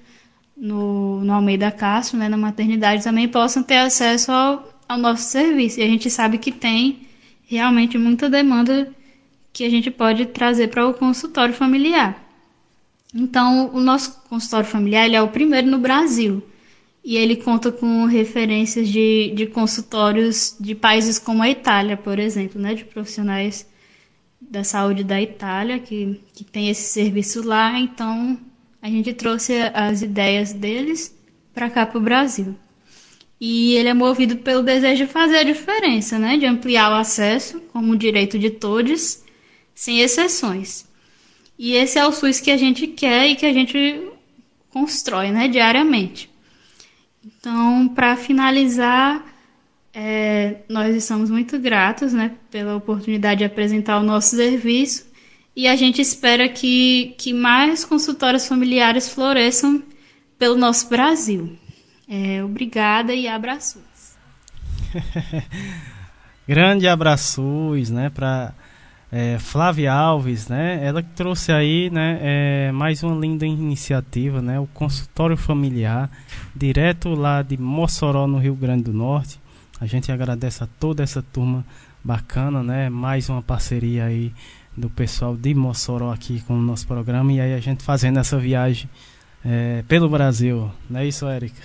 no Almeida Castro, né, na maternidade, também possam ter acesso ao nosso serviço. E a gente sabe que tem realmente muita demanda que a gente pode trazer para o consultório familiar. Então, o nosso consultório familiar ele é o primeiro no Brasil. E ele conta com referências de consultórios de países como a Itália, por exemplo, né, de profissionais da saúde da Itália, que tem esse serviço lá, então a gente trouxe as ideias deles para cá, para o Brasil. E ele é movido pelo desejo de fazer a diferença, né? De ampliar o acesso como direito de todos, sem exceções. E esse é o SUS que a gente quer e que a gente constrói, né? Diariamente. Então, para finalizar, nós estamos muito gratos, né? Pela oportunidade de apresentar o nosso serviço e a gente espera que mais consultórios familiares floresçam pelo nosso Brasil. Obrigada e abraços. Grande abraços, né, para Flávia Alves, né? Ela que trouxe aí, né, mais uma linda iniciativa, né? O consultório familiar, direto lá de Mossoró, no Rio Grande do Norte. A gente agradece a toda essa turma bacana, né? Mais uma parceria aí do pessoal de Mossoró aqui com o nosso programa, e aí a gente fazendo essa viagem pelo Brasil, não é isso, Érica?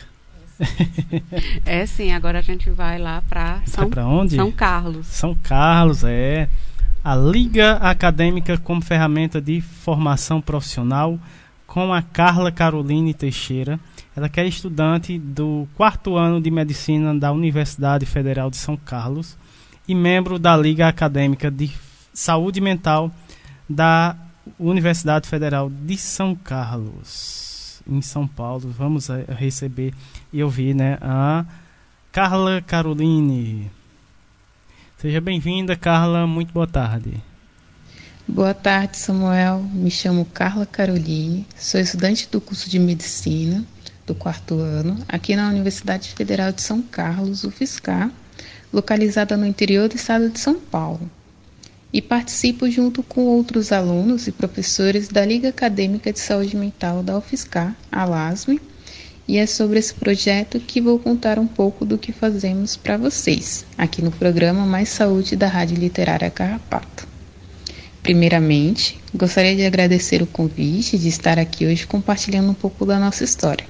Sim, agora a gente vai lá para São Carlos. São Carlos, a Liga Acadêmica como ferramenta de formação profissional, com a Carla Caroline Teixeira. Ela que é estudante do 4º ano de Medicina da Universidade Federal de São Carlos e membro da Liga Acadêmica de Saúde Mental da Universidade Federal de São Carlos, em São Paulo. Vamos receber e ouvir, né, a Carla Caroline. Seja bem-vinda, Carla. Muito boa tarde. Boa tarde, Samuel. Me chamo Carla Caroline. Sou estudante do curso de Medicina do 4º ano, aqui na Universidade Federal de São Carlos, UFSCar, localizada no interior do estado de São Paulo. E participo junto com outros alunos e professores da Liga Acadêmica de Saúde Mental da UFSCar, a LASME, e é sobre esse projeto que vou contar um pouco do que fazemos para vocês, aqui no programa Mais Saúde da Rádio Literária Carrapato. Primeiramente, gostaria de agradecer o convite de estar aqui hoje compartilhando um pouco da nossa história.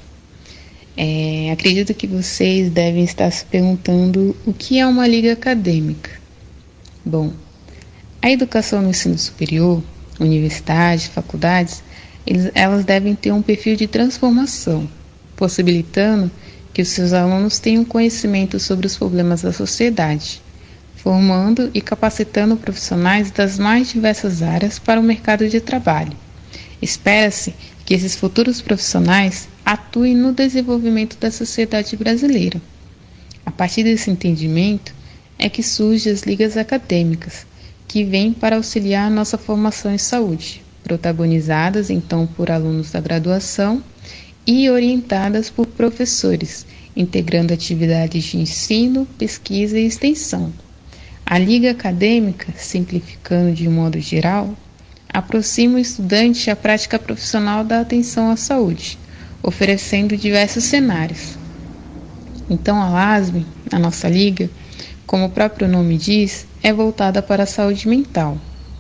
Acredito que vocês devem estar se perguntando o que é uma liga acadêmica. Bom, a educação no ensino superior, universidades, faculdades, elas devem ter um perfil de transformação, possibilitando que os seus alunos tenham conhecimento sobre os problemas da sociedade, formando e capacitando profissionais das mais diversas áreas para o mercado de trabalho. Espera-se que esses futuros profissionais atuem no desenvolvimento da sociedade brasileira. A partir desse entendimento é que surgem as ligas acadêmicas, que vêm para auxiliar a nossa formação em saúde, protagonizadas então por alunos da graduação e orientadas por professores, integrando atividades de ensino, pesquisa e extensão. A liga acadêmica, simplificando de um modo geral, aproxima o estudante à prática profissional da atenção à saúde, oferecendo diversos cenários. Então, a LASME, a nossa liga, como o próprio nome diz, é voltada para a saúde mental.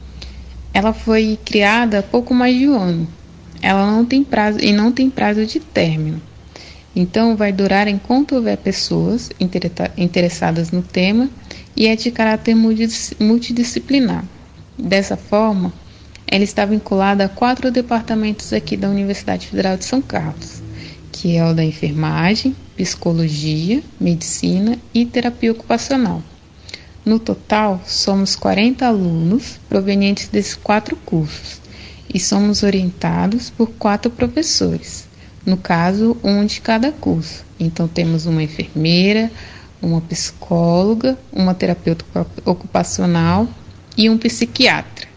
Ela foi criada há pouco mais de um ano. Ela não tem prazo de término. Então, vai durar enquanto houver pessoas interessadas no tema e é de caráter multidisciplinar. Dessa forma, ela está vinculada a 4 departamentos aqui da Universidade Federal de São Carlos, que é o da enfermagem, psicologia, medicina e terapia ocupacional. No total, somos 40 alunos provenientes desses 4 cursos e somos orientados por 4 professores, no caso, um de cada curso. Então, temos uma enfermeira, uma psicóloga, uma terapeuta ocupacional e um psiquiatra.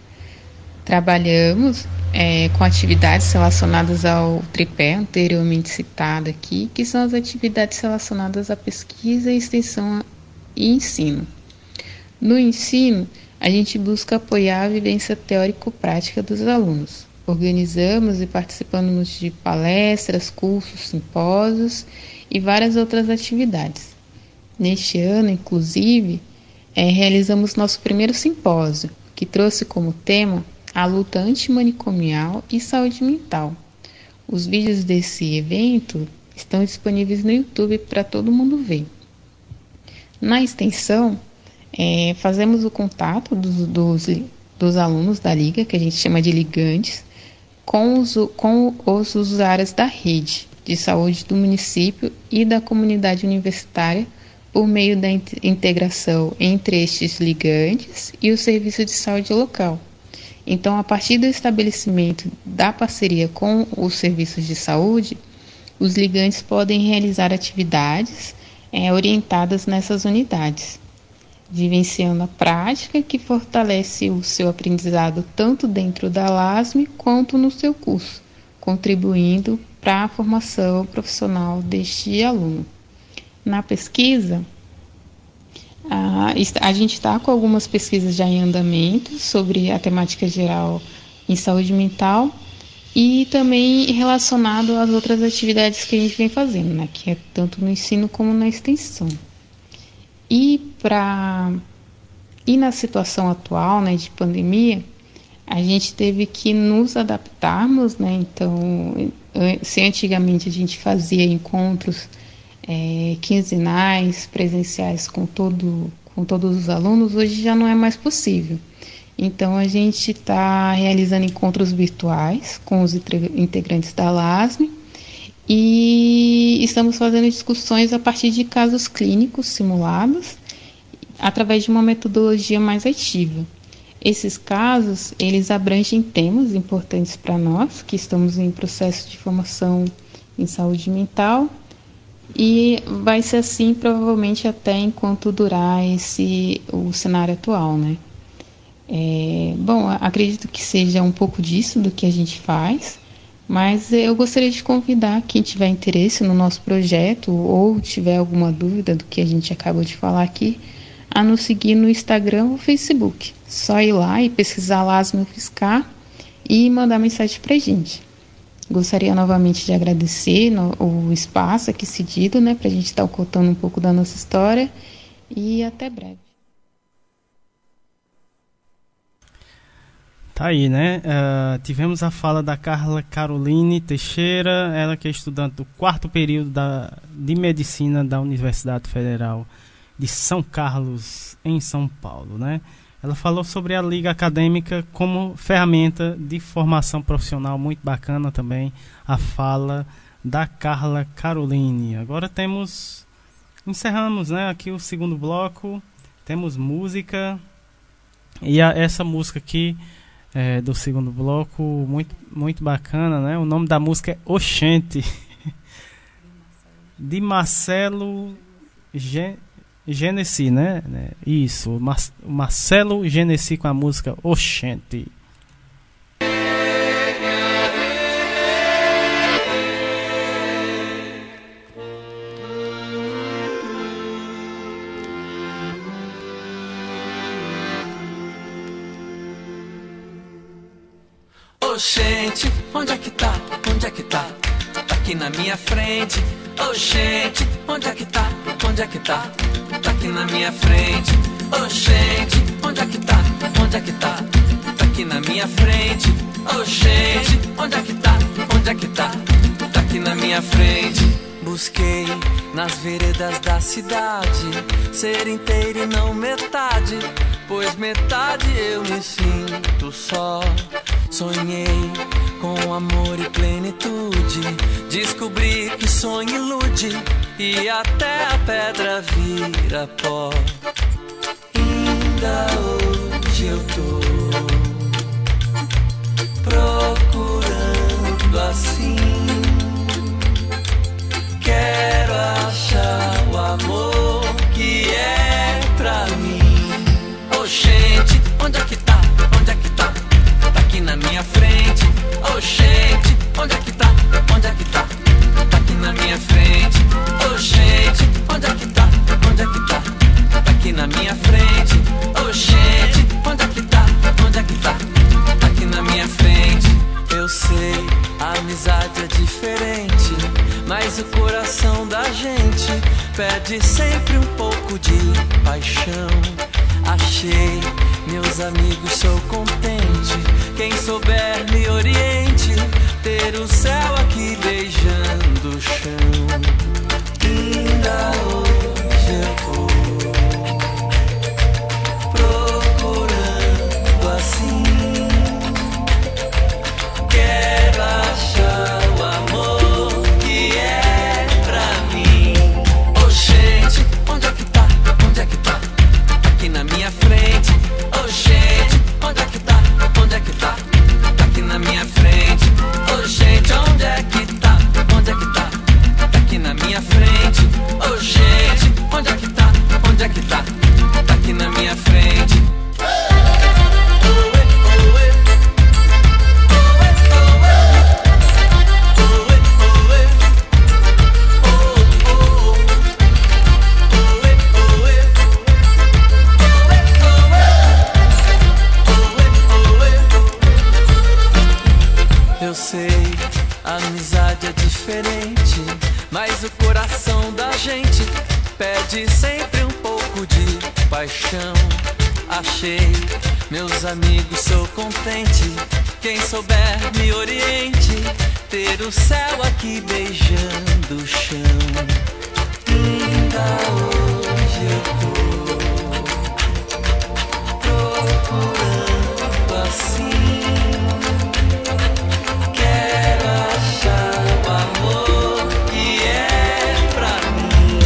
Trabalhamos com atividades relacionadas ao tripé anteriormente citado aqui, que são as atividades relacionadas à pesquisa, extensão e ensino. No ensino, a gente busca apoiar a vivência teórico-prática dos alunos. Organizamos e participamos de palestras, cursos, simpósios e várias outras atividades. Neste ano, inclusive, realizamos nosso primeiro simpósio, que trouxe como tema a luta antimanicomial e saúde mental. Os vídeos desse evento estão disponíveis no YouTube para todo mundo ver. Na extensão, fazemos o contato dos alunos da Liga, que a gente chama de ligantes, com os usuários da rede de saúde do município e da comunidade universitária, por meio da integração entre estes ligantes e o serviço de saúde local. Então, a partir do estabelecimento da parceria com os serviços de saúde, os ligantes podem realizar atividades orientadas nessas unidades, vivenciando a prática que fortalece o seu aprendizado tanto dentro da LASM quanto no seu curso, contribuindo para a formação profissional deste aluno. Na pesquisa, a gente está com algumas pesquisas já em andamento sobre a temática geral em saúde mental e também relacionado às outras atividades que a gente vem fazendo, né, que é tanto no ensino como na extensão. E na situação atual, né, de pandemia, a gente teve que nos adaptarmos, né? Então, se antigamente a gente fazia encontros quinzenais, presenciais com todos os alunos, hoje já não é mais possível. Então, a gente está realizando encontros virtuais com os integrantes da LASM e estamos fazendo discussões a partir de casos clínicos simulados, através de uma metodologia mais ativa. Esses casos, eles abrangem temas importantes para nós, que estamos em processo de formação em saúde mental, e vai ser assim provavelmente até enquanto durar o cenário atual, né? Bom, acredito que seja um pouco disso do que a gente faz, mas eu gostaria de convidar quem tiver interesse no nosso projeto ou tiver alguma dúvida do que a gente acabou de falar aqui, a nos seguir no Instagram ou Facebook. Só ir lá e pesquisar LASM UFSCar e mandar mensagem para a gente. Gostaria novamente de agradecer o espaço aqui cedido, né, para a gente estar contando um pouco da nossa história, e até breve. Tá aí, né? Tivemos a fala da Carla Caroline Teixeira, ela que é estudante do 4º período de Medicina da Universidade Federal de São Carlos, em São Paulo, né? Ela falou sobre a Liga Acadêmica como ferramenta de formação profissional, muito bacana também a fala da Carla Caroline. Agora encerramos, né, aqui o segundo bloco, temos música, e essa música aqui do segundo bloco, muito, muito bacana, né? O nome da música é Oxente, de Marcelo Genesi, né? Isso, o Marcelo Genesi com a música Oxente. Oxente, onde é que tá? Onde é que tá? Tá aqui na minha frente. Oxente, onde é que tá? Onde é que tá? Tá aqui na minha frente. Oxente, onde é que tá? Onde é que tá? Tá aqui na minha frente. Oxente, onde é que tá? Onde é que tá? Tá aqui na minha frente. Busquei nas veredas da cidade ser inteiro e não metade, pois metade eu me sinto só. Sonhei com amor e plenitude, descobri que sonho ilude e até a pedra vira pó. Ainda hoje eu tô procurando assim, quero achar o amor que é pra mim. Oxente, onde é que tá? Onde é que tá? Tá aqui na minha frente. Oxente, onde é que tá? Onde é que tá? Tá aqui na minha frente. Oxente, onde é que tá? Onde é que tá? Tá aqui na minha frente. Oxente, onde é que tá? Onde é que tá? Tá aqui na minha frente. Eu sei, a amizade é diferente, mas o coração da gente pede sempre um pouco de paixão. Achei meus amigos, sou contente. Quem souber me oriente, ter o céu aqui beijando o chão. Ainda hoje eu vou procurando assim, A amizade é diferente, mas o coração da gente pede sempre um pouco de paixão. Achei meus amigos, sou contente. Quem souber me oriente, ter o céu aqui beijando o chão. Linda, hoje eu tô procurando assim. Quero achar o amor que é pra mim.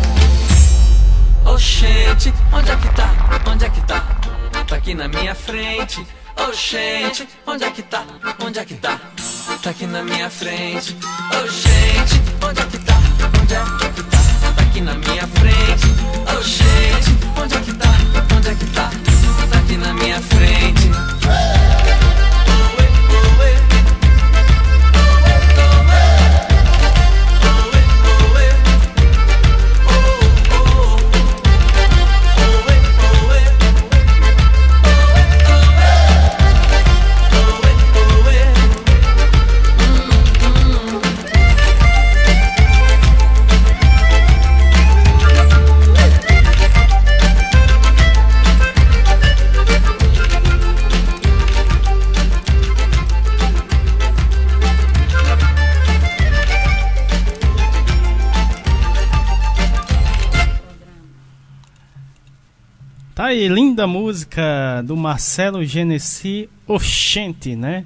Oxente, onde é que tá? Onde é que tá? Tá aqui na minha frente. Oxente, onde é que tá? Onde é que tá? Tá aqui na minha frente. Oxente, onde é que tá? Onde é que tá? Tá aqui na minha frente. Oxente, onde é que tá? Onde é que tá? Tá aqui na minha frente. Tá aí, linda música do Marcelo Genesi, Oxente, né?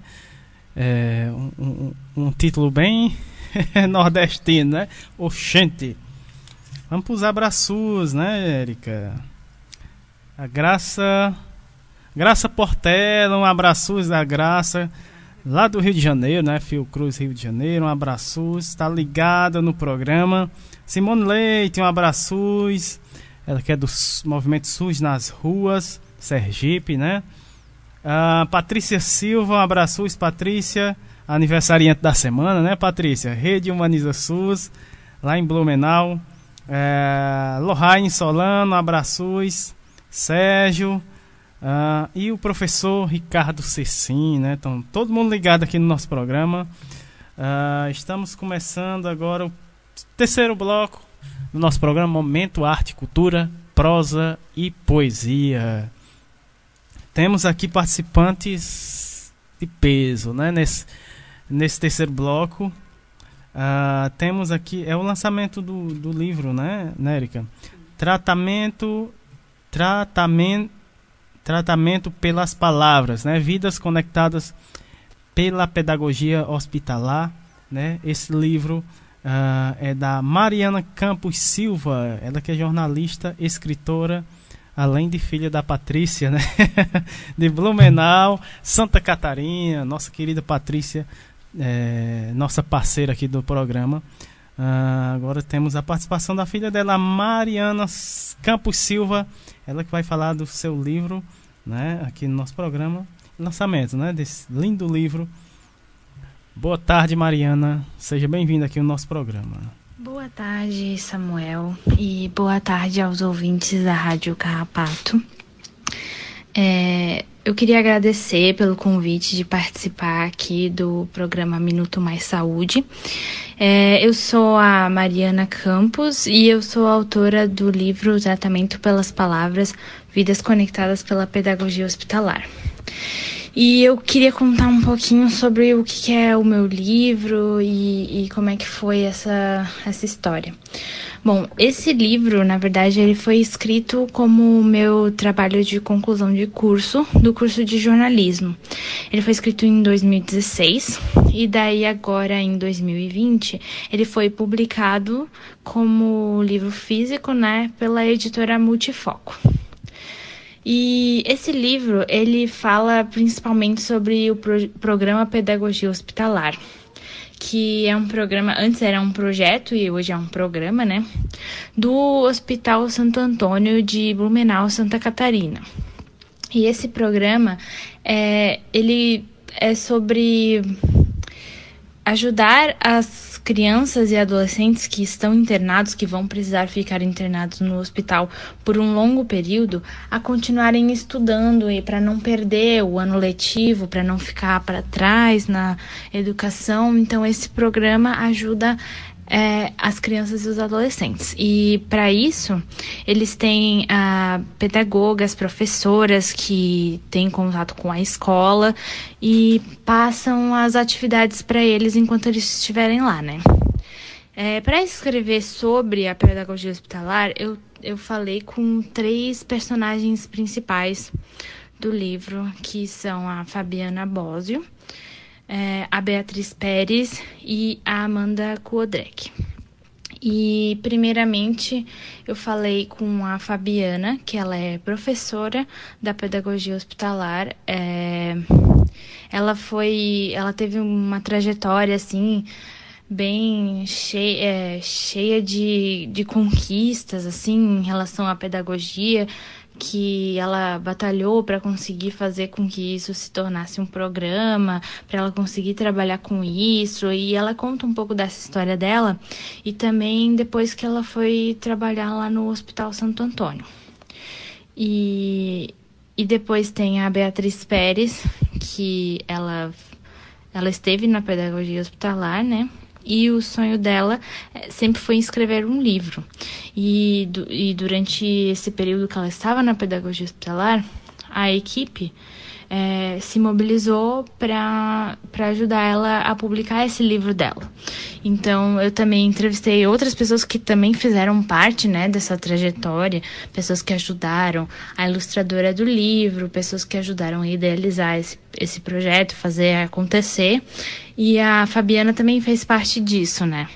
Um título bem nordestino, né? Oxente. Vamos pros abraços, né, Érica? A Graça Portela, um abraços da Graça, lá do Rio de Janeiro, né? Fiocruz, Rio de Janeiro, um abraços, tá ligada no programa. Simone Leite, um abraços. Ela que é do Movimento SUS nas Ruas, Sergipe, né? Patrícia Silva, um abraço, Patrícia, aniversariante da semana, né, Patrícia? Rede Humaniza SUS, lá em Blumenau. Lohane Solano, um abraço, Sérgio, e o professor Ricardo Cecim, né? Então, todo mundo ligado aqui no nosso programa. Estamos começando agora o terceiro bloco do nosso programa, Momento Arte, Cultura, Prosa e Poesia. Temos aqui participantes de peso, né? Nesse terceiro bloco. Temos aqui, é o lançamento do livro, né, Érica? Tratamento pelas palavras, né? Vidas conectadas pela pedagogia hospitalar, né? Esse livro é da Mariana Campos Silva, ela que é jornalista, escritora, além de filha da Patrícia, né? De Blumenau, Santa Catarina, nossa querida Patrícia, nossa parceira aqui do programa. Agora temos a participação da filha dela, Mariana Campos Silva, ela que vai falar do seu livro, né? Aqui no nosso programa, lançamento, né? Desse lindo livro. Boa tarde, Mariana. Seja bem-vinda aqui no nosso programa. Boa tarde, Samuel. E boa tarde aos ouvintes da Rádio Carrapato. Eu queria agradecer pelo convite de participar aqui do programa Minuto Mais Saúde. Eu sou a Mariana Campos e eu sou autora do livro Tratamento pelas Palavras, Vidas Conectadas pela Pedagogia Hospitalar. E eu queria contar um pouquinho sobre o que é o meu livro e como é que foi essa história. Bom, esse livro, na verdade, ele foi escrito como o meu trabalho de conclusão de curso, do curso de jornalismo. Ele foi escrito em 2016 e daí agora, em 2020, ele foi publicado como livro físico, né, pela editora Multifoco. E esse livro, ele fala principalmente sobre o programa Pedagogia Hospitalar, que é um programa, antes era um projeto e hoje é um programa, né, do Hospital Santo Antônio de Blumenau, Santa Catarina. E esse programa, ele é sobre ajudar as crianças e adolescentes que estão internados, que vão precisar ficar internados no hospital por um longo período, a continuarem estudando e para não perder o ano letivo, para não ficar para trás na educação. Então, esse programa ajuda as crianças e os adolescentes. E para isso, eles têm pedagogas, professoras que têm contato com a escola e passam as atividades para eles enquanto eles estiverem lá, né? Para escrever sobre a pedagogia hospitalar, eu falei com 3 personagens principais do livro, que são a Fabiana Bósio, a Beatriz Pérez e a Amanda Kuodrek. E, primeiramente, eu falei com a Fabiana, que ela é professora da pedagogia hospitalar. Ela teve uma trajetória, assim, bem cheia de conquistas, assim, em relação à pedagogia, que ela batalhou para conseguir fazer com que isso se tornasse um programa, para ela conseguir trabalhar com isso, e ela conta um pouco dessa história dela, e também depois que ela foi trabalhar lá no Hospital Santo Antônio. E depois tem a Beatriz Pérez, que ela esteve na pedagogia hospitalar, né? E o sonho dela sempre foi escrever um livro. E durante esse período que ela estava na pedagogia hospitalar, a equipe se mobilizou para ajudar ela a publicar esse livro dela. Então, eu também entrevistei outras pessoas que também fizeram parte, né, dessa trajetória, pessoas que ajudaram, a ilustradora do livro, pessoas que ajudaram a idealizar esse projeto, fazer acontecer. E a Fabiana também fez parte disso, né?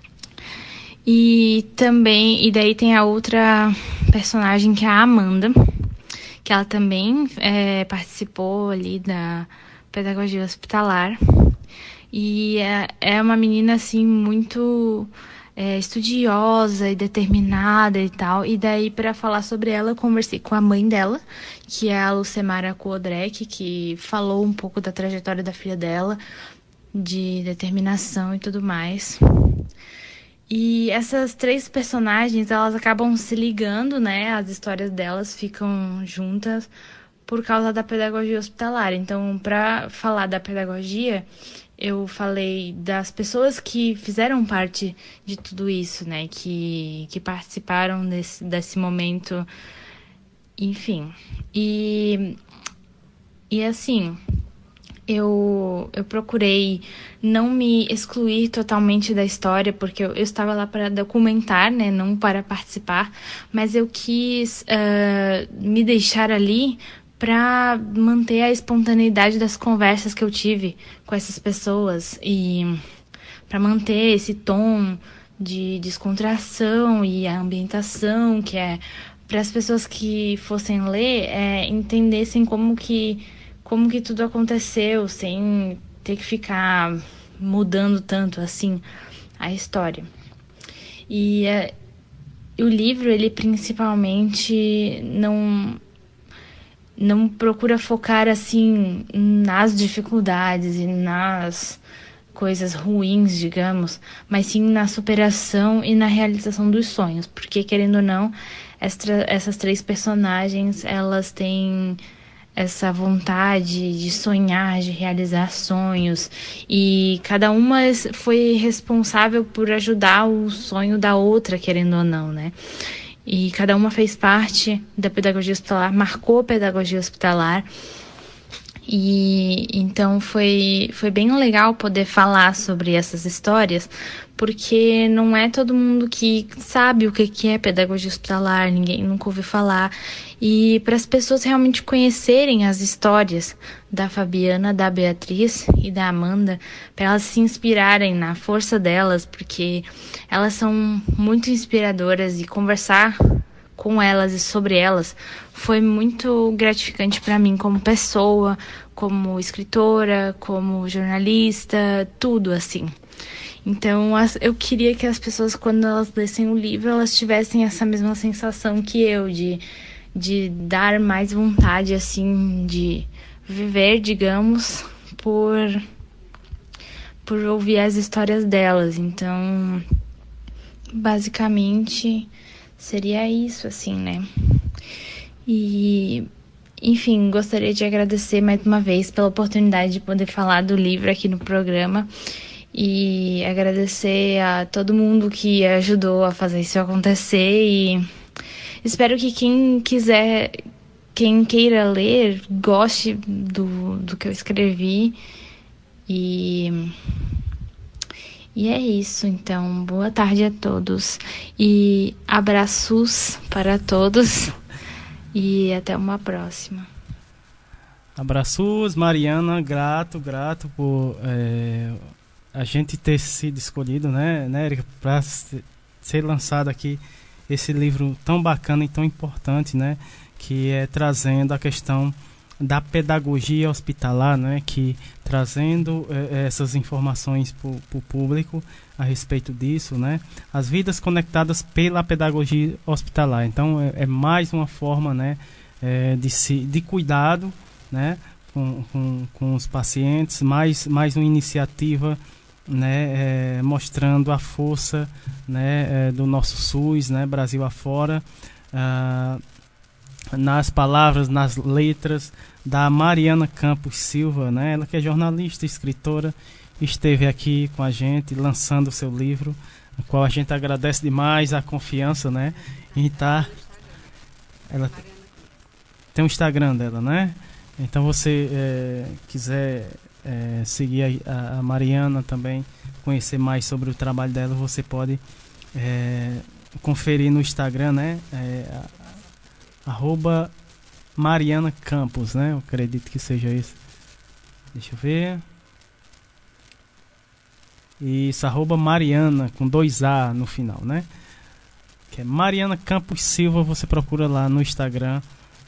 E daí tem a outra personagem, que é a Amanda, que ela também participou ali da pedagogia hospitalar. E é uma menina, assim, muito estudiosa e determinada e tal. E daí, para falar sobre ela, eu conversei com a mãe dela, que é a Lucemara Kuodrek, que falou um pouco da trajetória da filha dela, de determinação e tudo mais. E essas 3 personagens, elas acabam se ligando, né? As histórias delas ficam juntas por causa da pedagogia hospitalar. Então, para falar da pedagogia, eu falei das pessoas que fizeram parte de tudo isso, né? Que participaram desse momento, enfim. E assim, eu procurei não me excluir totalmente da história, porque eu estava lá para documentar, né, não para participar, mas eu quis me deixar ali para manter a espontaneidade das conversas que eu tive com essas pessoas e para manter esse tom de descontração e a ambientação, que é para as pessoas que fossem ler entendessem como que tudo aconteceu, sem ter que ficar mudando tanto assim a história. E o livro, ele principalmente não procura focar assim nas dificuldades e nas coisas ruins, digamos, mas sim na superação e na realização dos sonhos, porque, querendo ou não, essas 3 personagens, elas têm essa vontade de sonhar, de realizar sonhos, e cada uma foi responsável por ajudar o sonho da outra, querendo ou não, né? E cada uma fez parte da pedagogia hospitalar, marcou a pedagogia hospitalar, e então foi bem legal poder falar sobre essas histórias, porque não é todo mundo que sabe o que é pedagogia hospitalar, ninguém nunca ouviu falar. E para as pessoas realmente conhecerem as histórias da Fabiana, da Beatriz e da Amanda, para elas se inspirarem na força delas, porque elas são muito inspiradoras, e conversar com elas e sobre elas foi muito gratificante para mim como pessoa, como escritora, como jornalista, tudo assim. Então, eu queria que as pessoas, quando elas lessem o livro, elas tivessem essa mesma sensação que eu, de dar mais vontade, assim, de viver, digamos, por ouvir as histórias delas. Então, basicamente, seria isso, assim, né? E, enfim, gostaria de agradecer mais uma vez pela oportunidade de poder falar do livro aqui no programa e agradecer a todo mundo que ajudou a fazer isso acontecer e espero que quem queira ler, goste do que eu escrevi e é isso. Então, boa tarde a todos e abraços para todos e até uma próxima. Abraços, Mariana, grato por a gente ter sido escolhido, né, Érica, para ser lançado aqui esse livro tão bacana e tão importante, né, que é trazendo a questão da pedagogia hospitalar, né, que trazendo essas informações para o público a respeito disso, né, as vidas conectadas pela pedagogia hospitalar. Então é mais uma forma, né, de cuidado, né, com os pacientes, mais uma iniciativa, né, mostrando a força, né, do nosso SUS, né, Brasil afora, nas palavras, nas letras da Mariana Campos Silva, né, ela que é jornalista, escritora, esteve aqui com a gente lançando o seu livro, o qual a gente agradece demais a confiança, né, em estar. Ela tem um Instagram dela, né? Então você quiser seguir a Mariana também, conhecer mais sobre o trabalho dela, você pode conferir no Instagram, né? @Mariana Campos, né? Eu acredito que seja isso. Deixa eu ver. Isso, @Mariana com 2A no final, né? Que é Mariana Campos Silva, você procura lá no Instagram.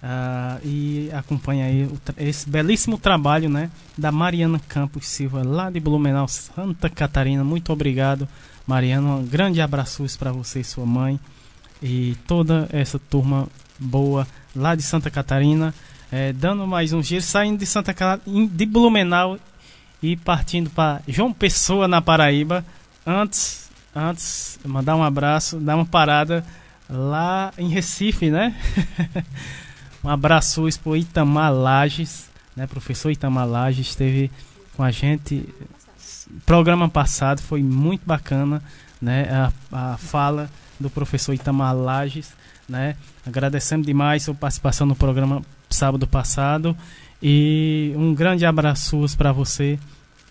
E acompanha aí esse belíssimo trabalho, né, da Mariana Campos Silva, lá de Blumenau, Santa Catarina. Muito obrigado, Mariana. Um grande abraço para você e sua mãe e toda essa turma boa lá de Santa Catarina, dando mais um giro, saindo de Santa Catarina, de Blumenau e partindo para João Pessoa, na Paraíba. Antes mandar um abraço, dar uma parada lá em Recife, né? Um abraço para o Itamar Lages, né? Professor Itamar Lages esteve com a gente programa passado, foi muito bacana, né? A fala do professor Itamar Lages, né? Agradecemos demais sua participação no programa sábado passado e um grande abraço para você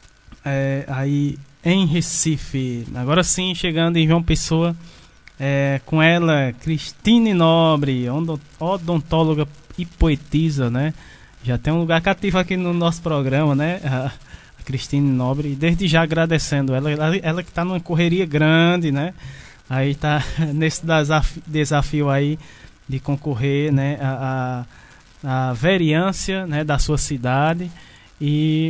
aí em Recife. Agora sim, chegando em João Pessoa, com ela, Cristine Nobre, odontóloga e poetisa, né? Já tem um lugar cativo aqui no nosso programa, né? A Cristine Nobre, desde já agradecendo ela que está numa correria grande, né? Aí tá nesse desafio aí de concorrer, né, a vereância, né, da sua cidade, e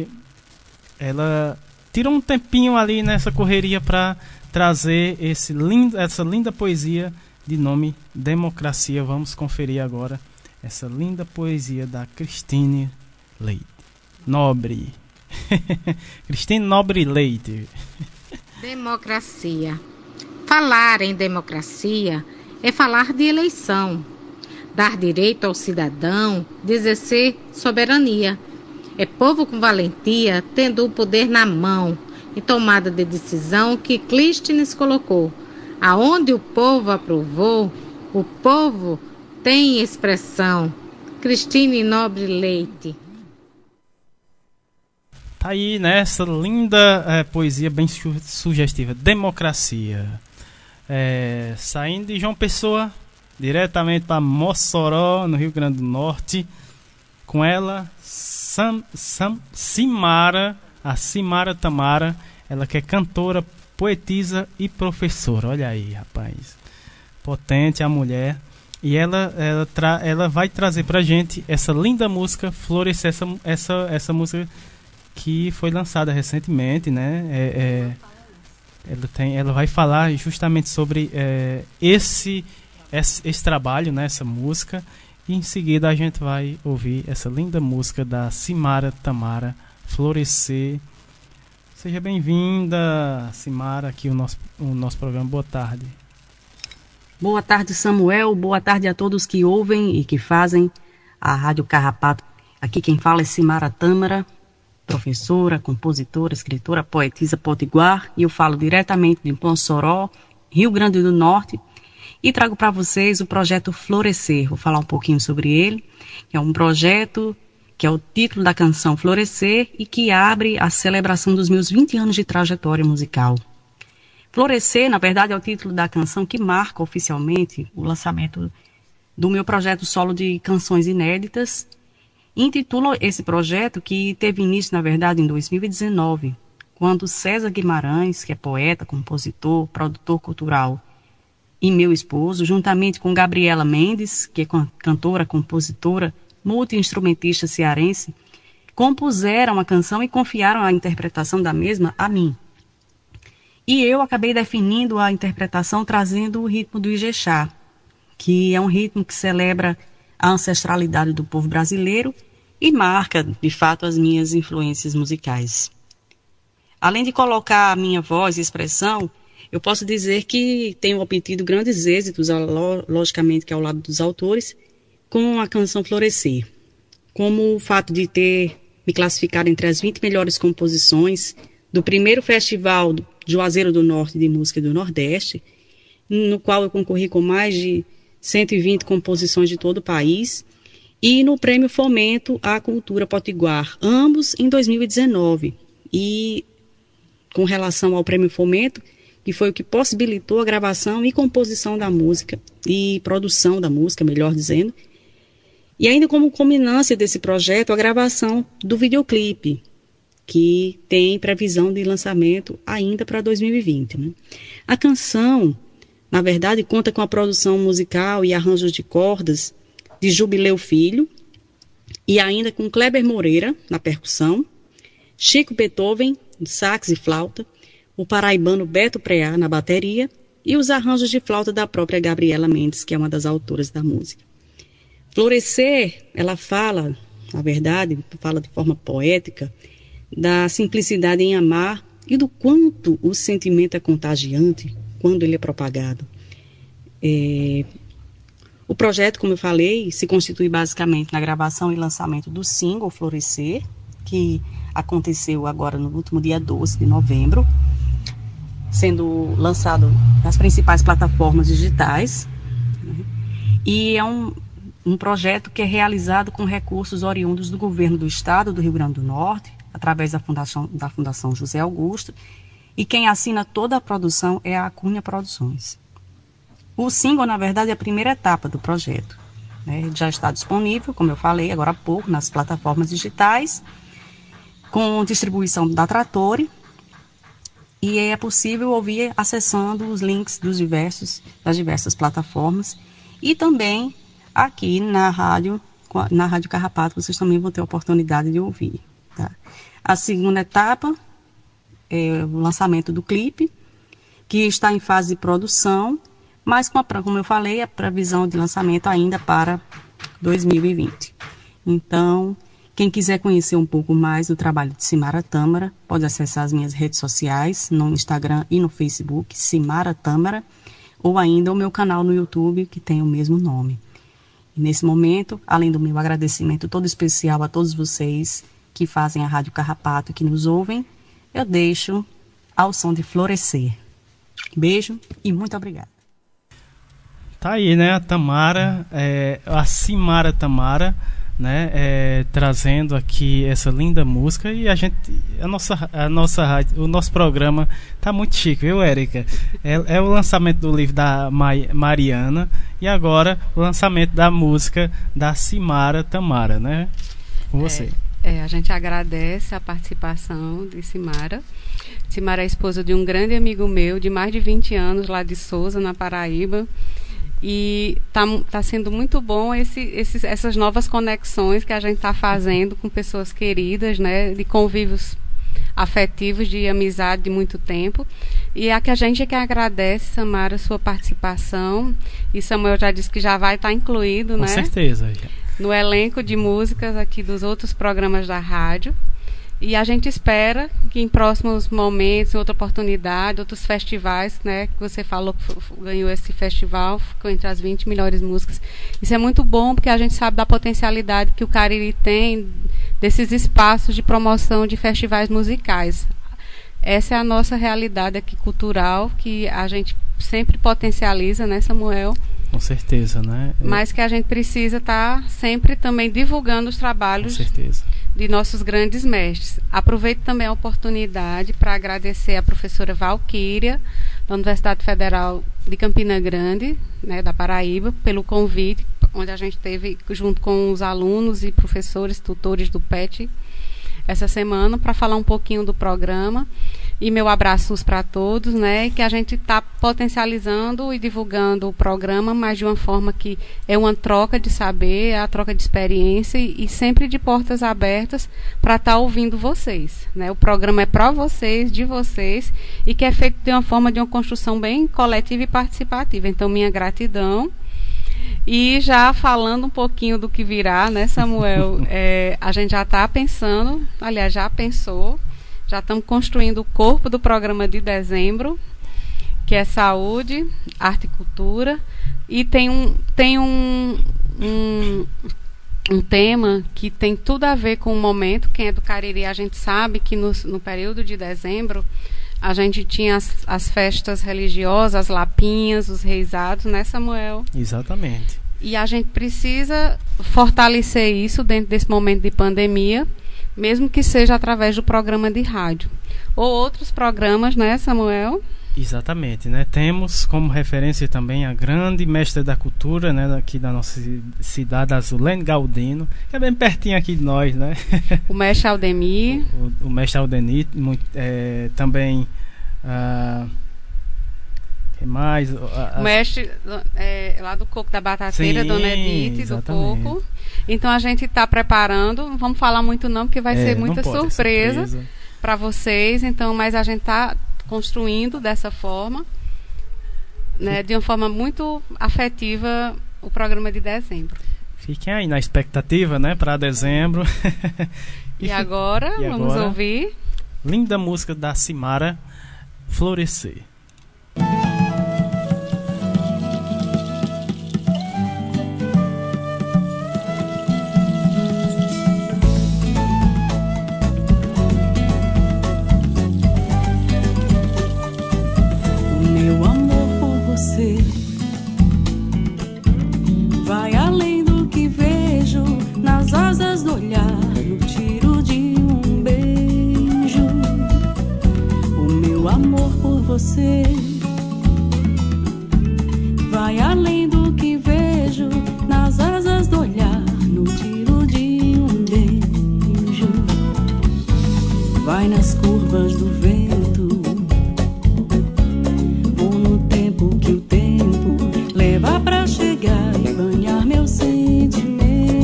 ela tirou um tempinho ali nessa correria para trazer essa linda poesia de nome Democracia. Vamos conferir agora essa linda poesia da Cristine Nobre. Cristine Nobre Leite. Democracia. Falar em democracia é falar de eleição, dar direito ao cidadão de exercer soberania. É povo com valentia, tendo o poder na mão, em tomada de decisão que Clístenes colocou. Aonde o povo aprovou, o povo tem expressão. Cristine Nobre Leite. Tá aí, né, essa linda poesia bem sugestiva. Democracia. Saindo de João Pessoa, diretamente para Mossoró, no Rio Grande do Norte, com ela, Simara, a Simara Tamara, ela que é cantora, poetisa e professora. Olha aí, rapaz, potente a mulher. E ela vai trazer pra gente essa linda música, Florescer, essa música que foi lançada recentemente, né? Ela vai falar justamente sobre esse trabalho, né? Essa música. E em seguida a gente vai ouvir essa linda música da Simara Tamara, Florescer. Seja bem-vinda, Simara, aqui o nosso programa. Boa tarde. Boa tarde, Samuel. Boa tarde a todos que ouvem e que fazem a Rádio Carrapato. Aqui quem fala é Simara Tâmara, professora, compositora, escritora, poetisa potiguar. E eu falo diretamente de Mossoró, Rio Grande do Norte. E trago para vocês o projeto Florescer. Vou falar um pouquinho sobre ele. É um projeto que é o título da canção Florescer e que abre a celebração dos meus 20 anos de trajetória musical. Florescer, na verdade, é o título da canção que marca oficialmente o lançamento do meu projeto solo de canções inéditas. Intitulo esse projeto que teve início, na verdade, em 2019, quando César Guimarães, que é poeta, compositor, produtor cultural, e meu esposo, juntamente com Gabriela Mendes, que é cantora, compositora, multi-instrumentista cearense, compuseram a canção e confiaram a interpretação da mesma a mim. E eu acabei definindo a interpretação trazendo o ritmo do Ijexá, que é um ritmo que celebra a ancestralidade do povo brasileiro e marca, de fato, as minhas influências musicais. Além de colocar a minha voz e expressão, eu posso dizer que tenho obtido grandes êxitos, logicamente que ao lado dos autores, com a canção Florescer, como o fato de ter me classificado entre as 20 melhores composições do primeiro Festival Juazeiro do Norte de Música do Nordeste, no qual eu concorri com mais de 120 composições de todo o país, e no Prêmio Fomento à Cultura Potiguar, ambos em 2019. E com relação ao Prêmio Fomento, que foi o que possibilitou a gravação e composição da música, e produção da música, melhor dizendo, e ainda como culminância desse projeto, a gravação do videoclipe, que tem previsão de lançamento ainda para 2020. Né? A canção, na verdade, conta com a produção musical e arranjos de cordas de Jubileu Filho, e ainda com Kleber Moreira, na percussão, Chico Beethoven, no sax e flauta, o paraibano Beto Preá, na bateria, e os arranjos de flauta da própria Gabriela Mendes, que é uma das autoras da música. Florescer, ela fala, na verdade, fala de forma poética, da simplicidade em amar e do quanto o sentimento é contagiante quando ele é propagado. O projeto, como eu falei, se constitui basicamente na gravação e lançamento do single Florescer, que aconteceu agora no último dia 12 de novembro, sendo lançado nas principais plataformas digitais. E é um projeto que é realizado com recursos oriundos do governo do estado do Rio Grande do Norte, através da Fundação José Augusto, e quem assina toda a produção é a Cunha Produções. O single, na verdade, é a primeira etapa do projeto. Né? Já está disponível, como eu falei agora há pouco, nas plataformas digitais, com distribuição da Trattori, e é possível ouvir acessando os links das diversas plataformas, e também aqui na Rádio Carrapato vocês também vão ter a oportunidade de ouvir. Tá? A segunda etapa é o lançamento do clipe, que está em fase de produção, mas como eu falei, a previsão de lançamento ainda para 2020. Então, quem quiser conhecer um pouco mais do trabalho de Simara Tâmara, pode acessar as minhas redes sociais, no Instagram e no Facebook, Simara Tâmara, ou ainda o meu canal no YouTube, que tem o mesmo nome. E nesse momento, além do meu agradecimento todo especial a todos vocês que fazem a Rádio Carrapato e que nos ouvem, eu deixo ao som de Florescer. Beijo e muito obrigada. Tá aí, né, a Tamara, a Simara Tâmara, né, trazendo aqui essa linda música, e o nosso programa tá muito chique, viu, Érica? É o lançamento do livro da Mariana e agora o lançamento da música da Simara Tâmara, né? Com você. A gente agradece a participação de Simara. Simara é esposa de um grande amigo meu de mais de 20 anos lá de Sousa, na Paraíba. E tá sendo muito bom essas novas conexões que a gente está fazendo com pessoas queridas, né, de convívios afetivos, de amizade de muito tempo. E a gente é que agradece, Samara, sua participação. E Samuel já disse que já vai estar incluído, com né? certeza. No elenco de músicas aqui dos outros programas da rádio. E a gente espera que em próximos momentos, em outra oportunidade, outros festivais, né, que você falou que ganhou esse festival, ficou entre as 20 melhores músicas. Isso é muito bom, porque a gente sabe da potencialidade que o Cariri tem desses espaços de promoção de festivais musicais. Essa é a nossa realidade aqui cultural, que a gente sempre potencializa, né, Samuel? Com certeza, né? Mas que a gente precisa estar sempre também divulgando os trabalhos de nossos grandes mestres. Aproveito também a oportunidade para agradecer a professora Valquíria, da Universidade Federal de Campina Grande, né, da Paraíba, pelo convite, onde a gente teve junto com os alunos e professores, tutores do PET, essa semana, para falar um pouquinho do programa. E meu abraço para todos, né? Que a gente está potencializando e divulgando o programa, mas de uma forma que é uma troca de saber, a troca de experiência e sempre de portas abertas para estar ouvindo vocês, né? O programa é para vocês, de vocês, e que é feito de uma forma de uma construção bem coletiva e participativa. Então, minha gratidão. E já falando um pouquinho do que virá, né, Samuel? A gente já está pensando, aliás, já pensou. Já estamos construindo o corpo do programa de dezembro, que é saúde, arte e cultura. E tem um tema que tem tudo a ver com o momento. Quem é do Cariri, a gente sabe que no período de dezembro a gente tinha as festas religiosas, as lapinhas, os reisados, né, Samuel? Exatamente. E a gente precisa fortalecer isso dentro desse momento de pandemia, mesmo que seja através do programa de rádio. Ou outros programas, né, Samuel? Exatamente, né? Temos como referência também a grande mestra da cultura, né, aqui da nossa cidade, Azulene Galdino, que é bem pertinho aqui de nós, né? O mestre Aldemir. O mestre Aldemir, também... Quem mais? O mestre lá do Coco da Batateira, sim, Dona Edith, exatamente. Do Coco. Então a gente está preparando, não vamos falar muito não, porque vai ser muita surpresa para vocês. Então, mas a gente está construindo dessa forma, né, de uma forma muito afetiva, o programa de dezembro. Fiquem aí na expectativa, né, para dezembro. E agora, vamos ouvir linda música da Simara, Florescer. Vai além do que vejo nas asas do olhar, no tiro de um beijo. O meu amor por você vai além do que vejo nas asas do olhar, no tiro de um beijo. Vai nas curvas do vento, vou no tempo que o tempo leva pra chegar e banhar meu sentimento.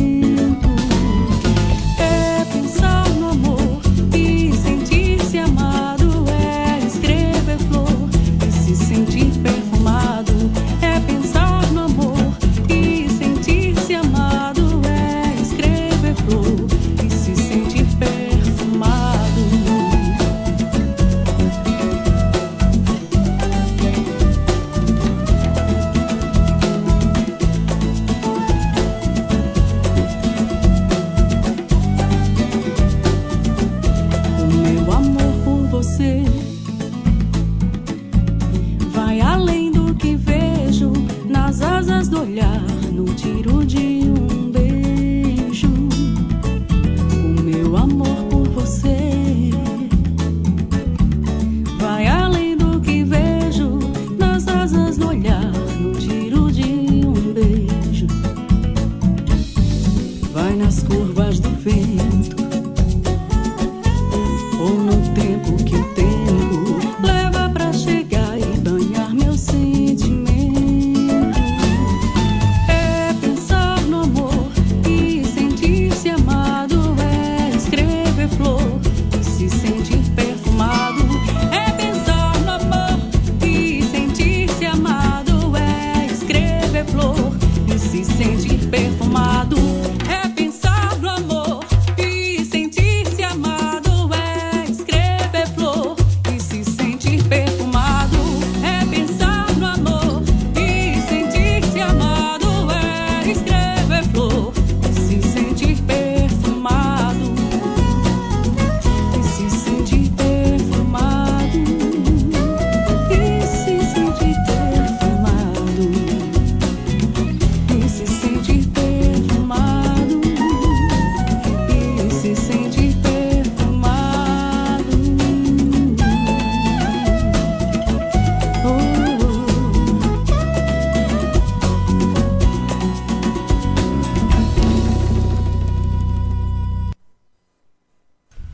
É pensar no amor e sentir-se amado, é escrever flor e se sentir perfumado. É pensar no amor e sentir-se amado, é escrever flor e se sentir perfumado.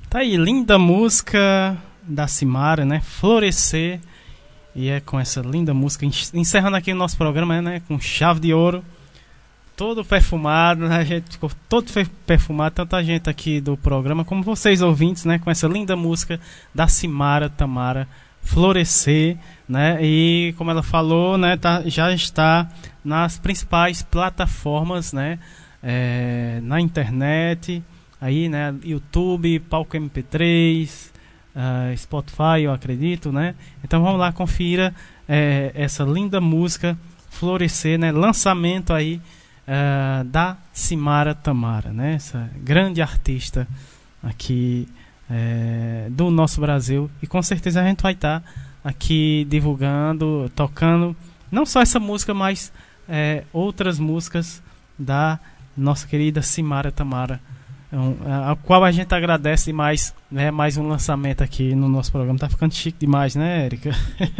Tá aí, linda música da Simara, né? Florescer. E é com essa linda música, encerrando aqui o nosso programa, né? Com chave de ouro. Todo perfumado, né? A gente ficou todo perfumado, tanta gente aqui do programa, como vocês ouvintes, né? Com essa linda música da Simara Tamara, Florescer, né? E como ela falou, né? Já está nas principais plataformas, né? Na internet, aí, né? YouTube, Palco MP3, Spotify, eu acredito, né? Então vamos lá, confira essa linda música Florescer, né? Lançamento aí da Simara Tamara, né? Essa grande artista aqui do nosso Brasil, e com certeza a gente vai estar aqui divulgando, tocando não só essa música, mas outras músicas da nossa querida Simara Tamara, a qual a gente agradece mais, né, mais um lançamento aqui no nosso programa. Tá ficando chique demais, né, Érica?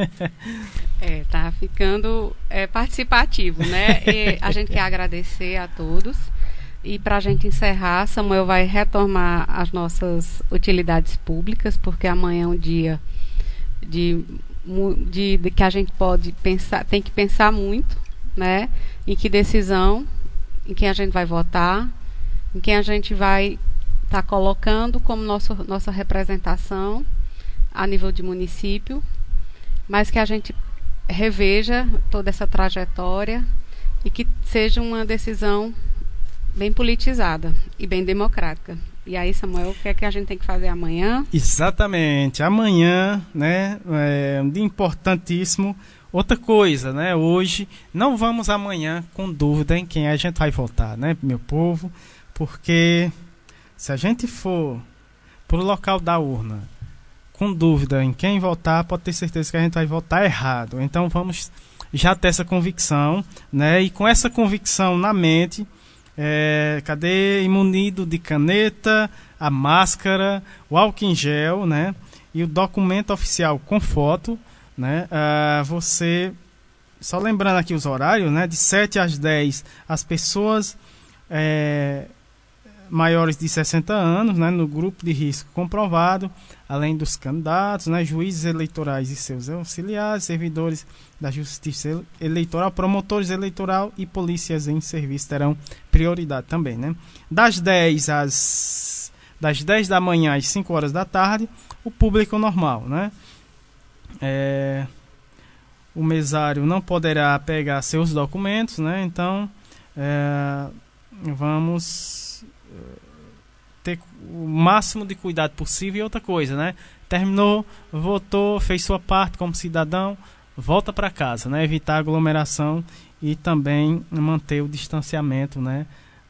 Tá ficando participativo, né? E a gente quer agradecer a todos. E para a gente encerrar, Samuel vai retomar as nossas utilidades públicas, porque amanhã é um dia de que a gente pode pensar, tem que pensar muito, né? Em que decisão, em quem a gente vai votar, em quem a gente vai estar colocando como nossa representação a nível de município, mas que a gente reveja toda essa trajetória e que seja uma decisão bem politizada e bem democrática. E aí, Samuel, o que é que a gente tem que fazer amanhã? Exatamente, amanhã, né, é um dia importantíssimo. Outra coisa, né, hoje não vamos amanhã com dúvida em quem a gente vai votar, né, meu povo, porque se a gente for pro local da urna com dúvida em quem votar, pode ter certeza que a gente vai votar errado. Então vamos já ter essa convicção, né, e com essa convicção na mente, cadê munido de caneta, a máscara, o álcool em gel, né, e o documento oficial com foto, né, você, só lembrando aqui os horários, né, de 7 às 10, as pessoas maiores de 60 anos, né, no grupo de risco comprovado, além dos candidatos, né, juízes eleitorais e seus auxiliares, servidores da Justiça Eleitoral, promotores eleitoral e polícias em serviço terão prioridade também, né? Das 10 da manhã às 5 horas da tarde, o público normal, né? O mesário não poderá pegar seus documentos, né? Então, vamos ter o máximo de cuidado possível. E outra coisa, né? Terminou, votou, fez sua parte como cidadão, volta para casa, né? Evitar aglomeração e também manter o distanciamento, né?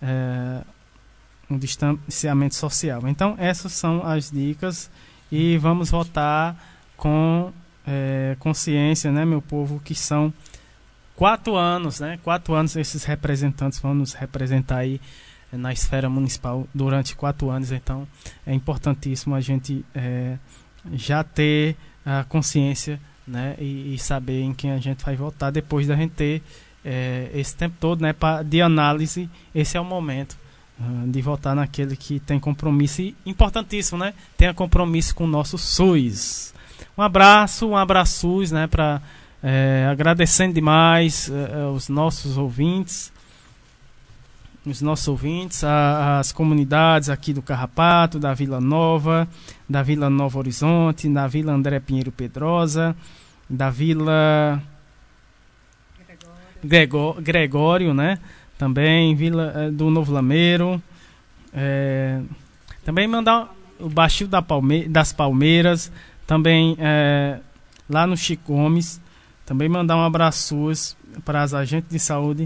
O distanciamento social. Então, essas são as dicas e vamos votar com consciência, né, meu povo, que são 4 anos, né? 4 anos esses representantes vão nos representar aí na esfera municipal durante 4 anos. Então é importantíssimo a gente já ter a consciência, né, e saber em quem a gente vai votar depois da gente ter esse tempo todo, né, de análise. Esse é o momento de votar naquele que tem compromisso, e importantíssimo, né, tenha compromisso com o nosso SUS. Um abraço, né, para agradecendo demais os nossos ouvintes, as comunidades aqui do Carrapato, da Vila Nova Horizonte, da Vila André Pinheiro Pedrosa, da Vila Gregório, né? Também Vila do Novo Lameiro, também mandar o Baixio das Palmeiras, também lá no Chico Gomes, também mandar um abraço para as agentes de saúde,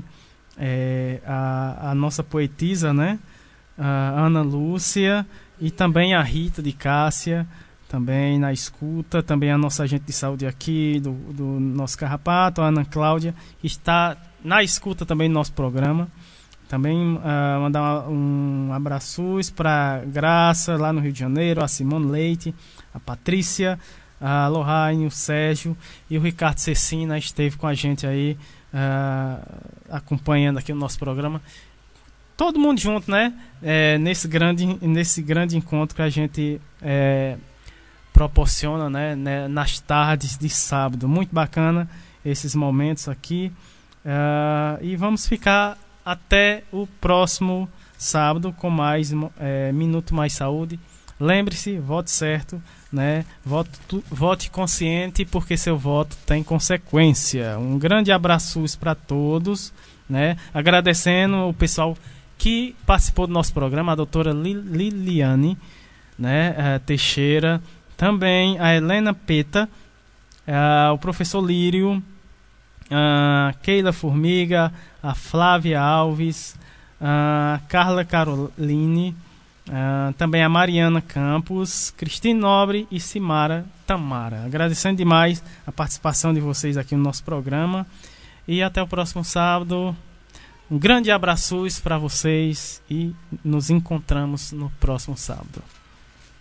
a nossa poetisa, né, a Ana Lúcia, e também a Rita de Cássia, também na escuta, também a nossa agente de saúde aqui do nosso Carrapato, a Ana Cláudia, está na escuta também do nosso programa. Também mandar um abraço para Graça, lá no Rio de Janeiro, a Simone Leite, a Patrícia, a Lohane, o Sérgio e o Ricardo Cecina esteve com a gente aí, acompanhando aqui o nosso programa. todo mundo junto, né? Nesse grande encontro que a gente proporciona, né? Nas tardes de sábado. Muito bacana esses momentos aqui. E vamos ficar até o próximo sábado com mais Minuto Mais Saúde. Lembre-se, vote certo, né? Vote consciente, porque seu voto tem consequência. Um grande abraço para todos, né? Agradecendo o pessoal que participou do nosso programa, a doutora Liliane, né? Teixeira, também a Helena Peta, o professor Lírio, a Keila Formiga, a Flávia Alves, a Carla Caroline, também a Mariana Campos, Cristine Nobre e Simara Tamara. Agradecendo demais a participação de vocês aqui no nosso programa. E até o próximo sábado. Um grande abraço para vocês e nos encontramos no próximo sábado.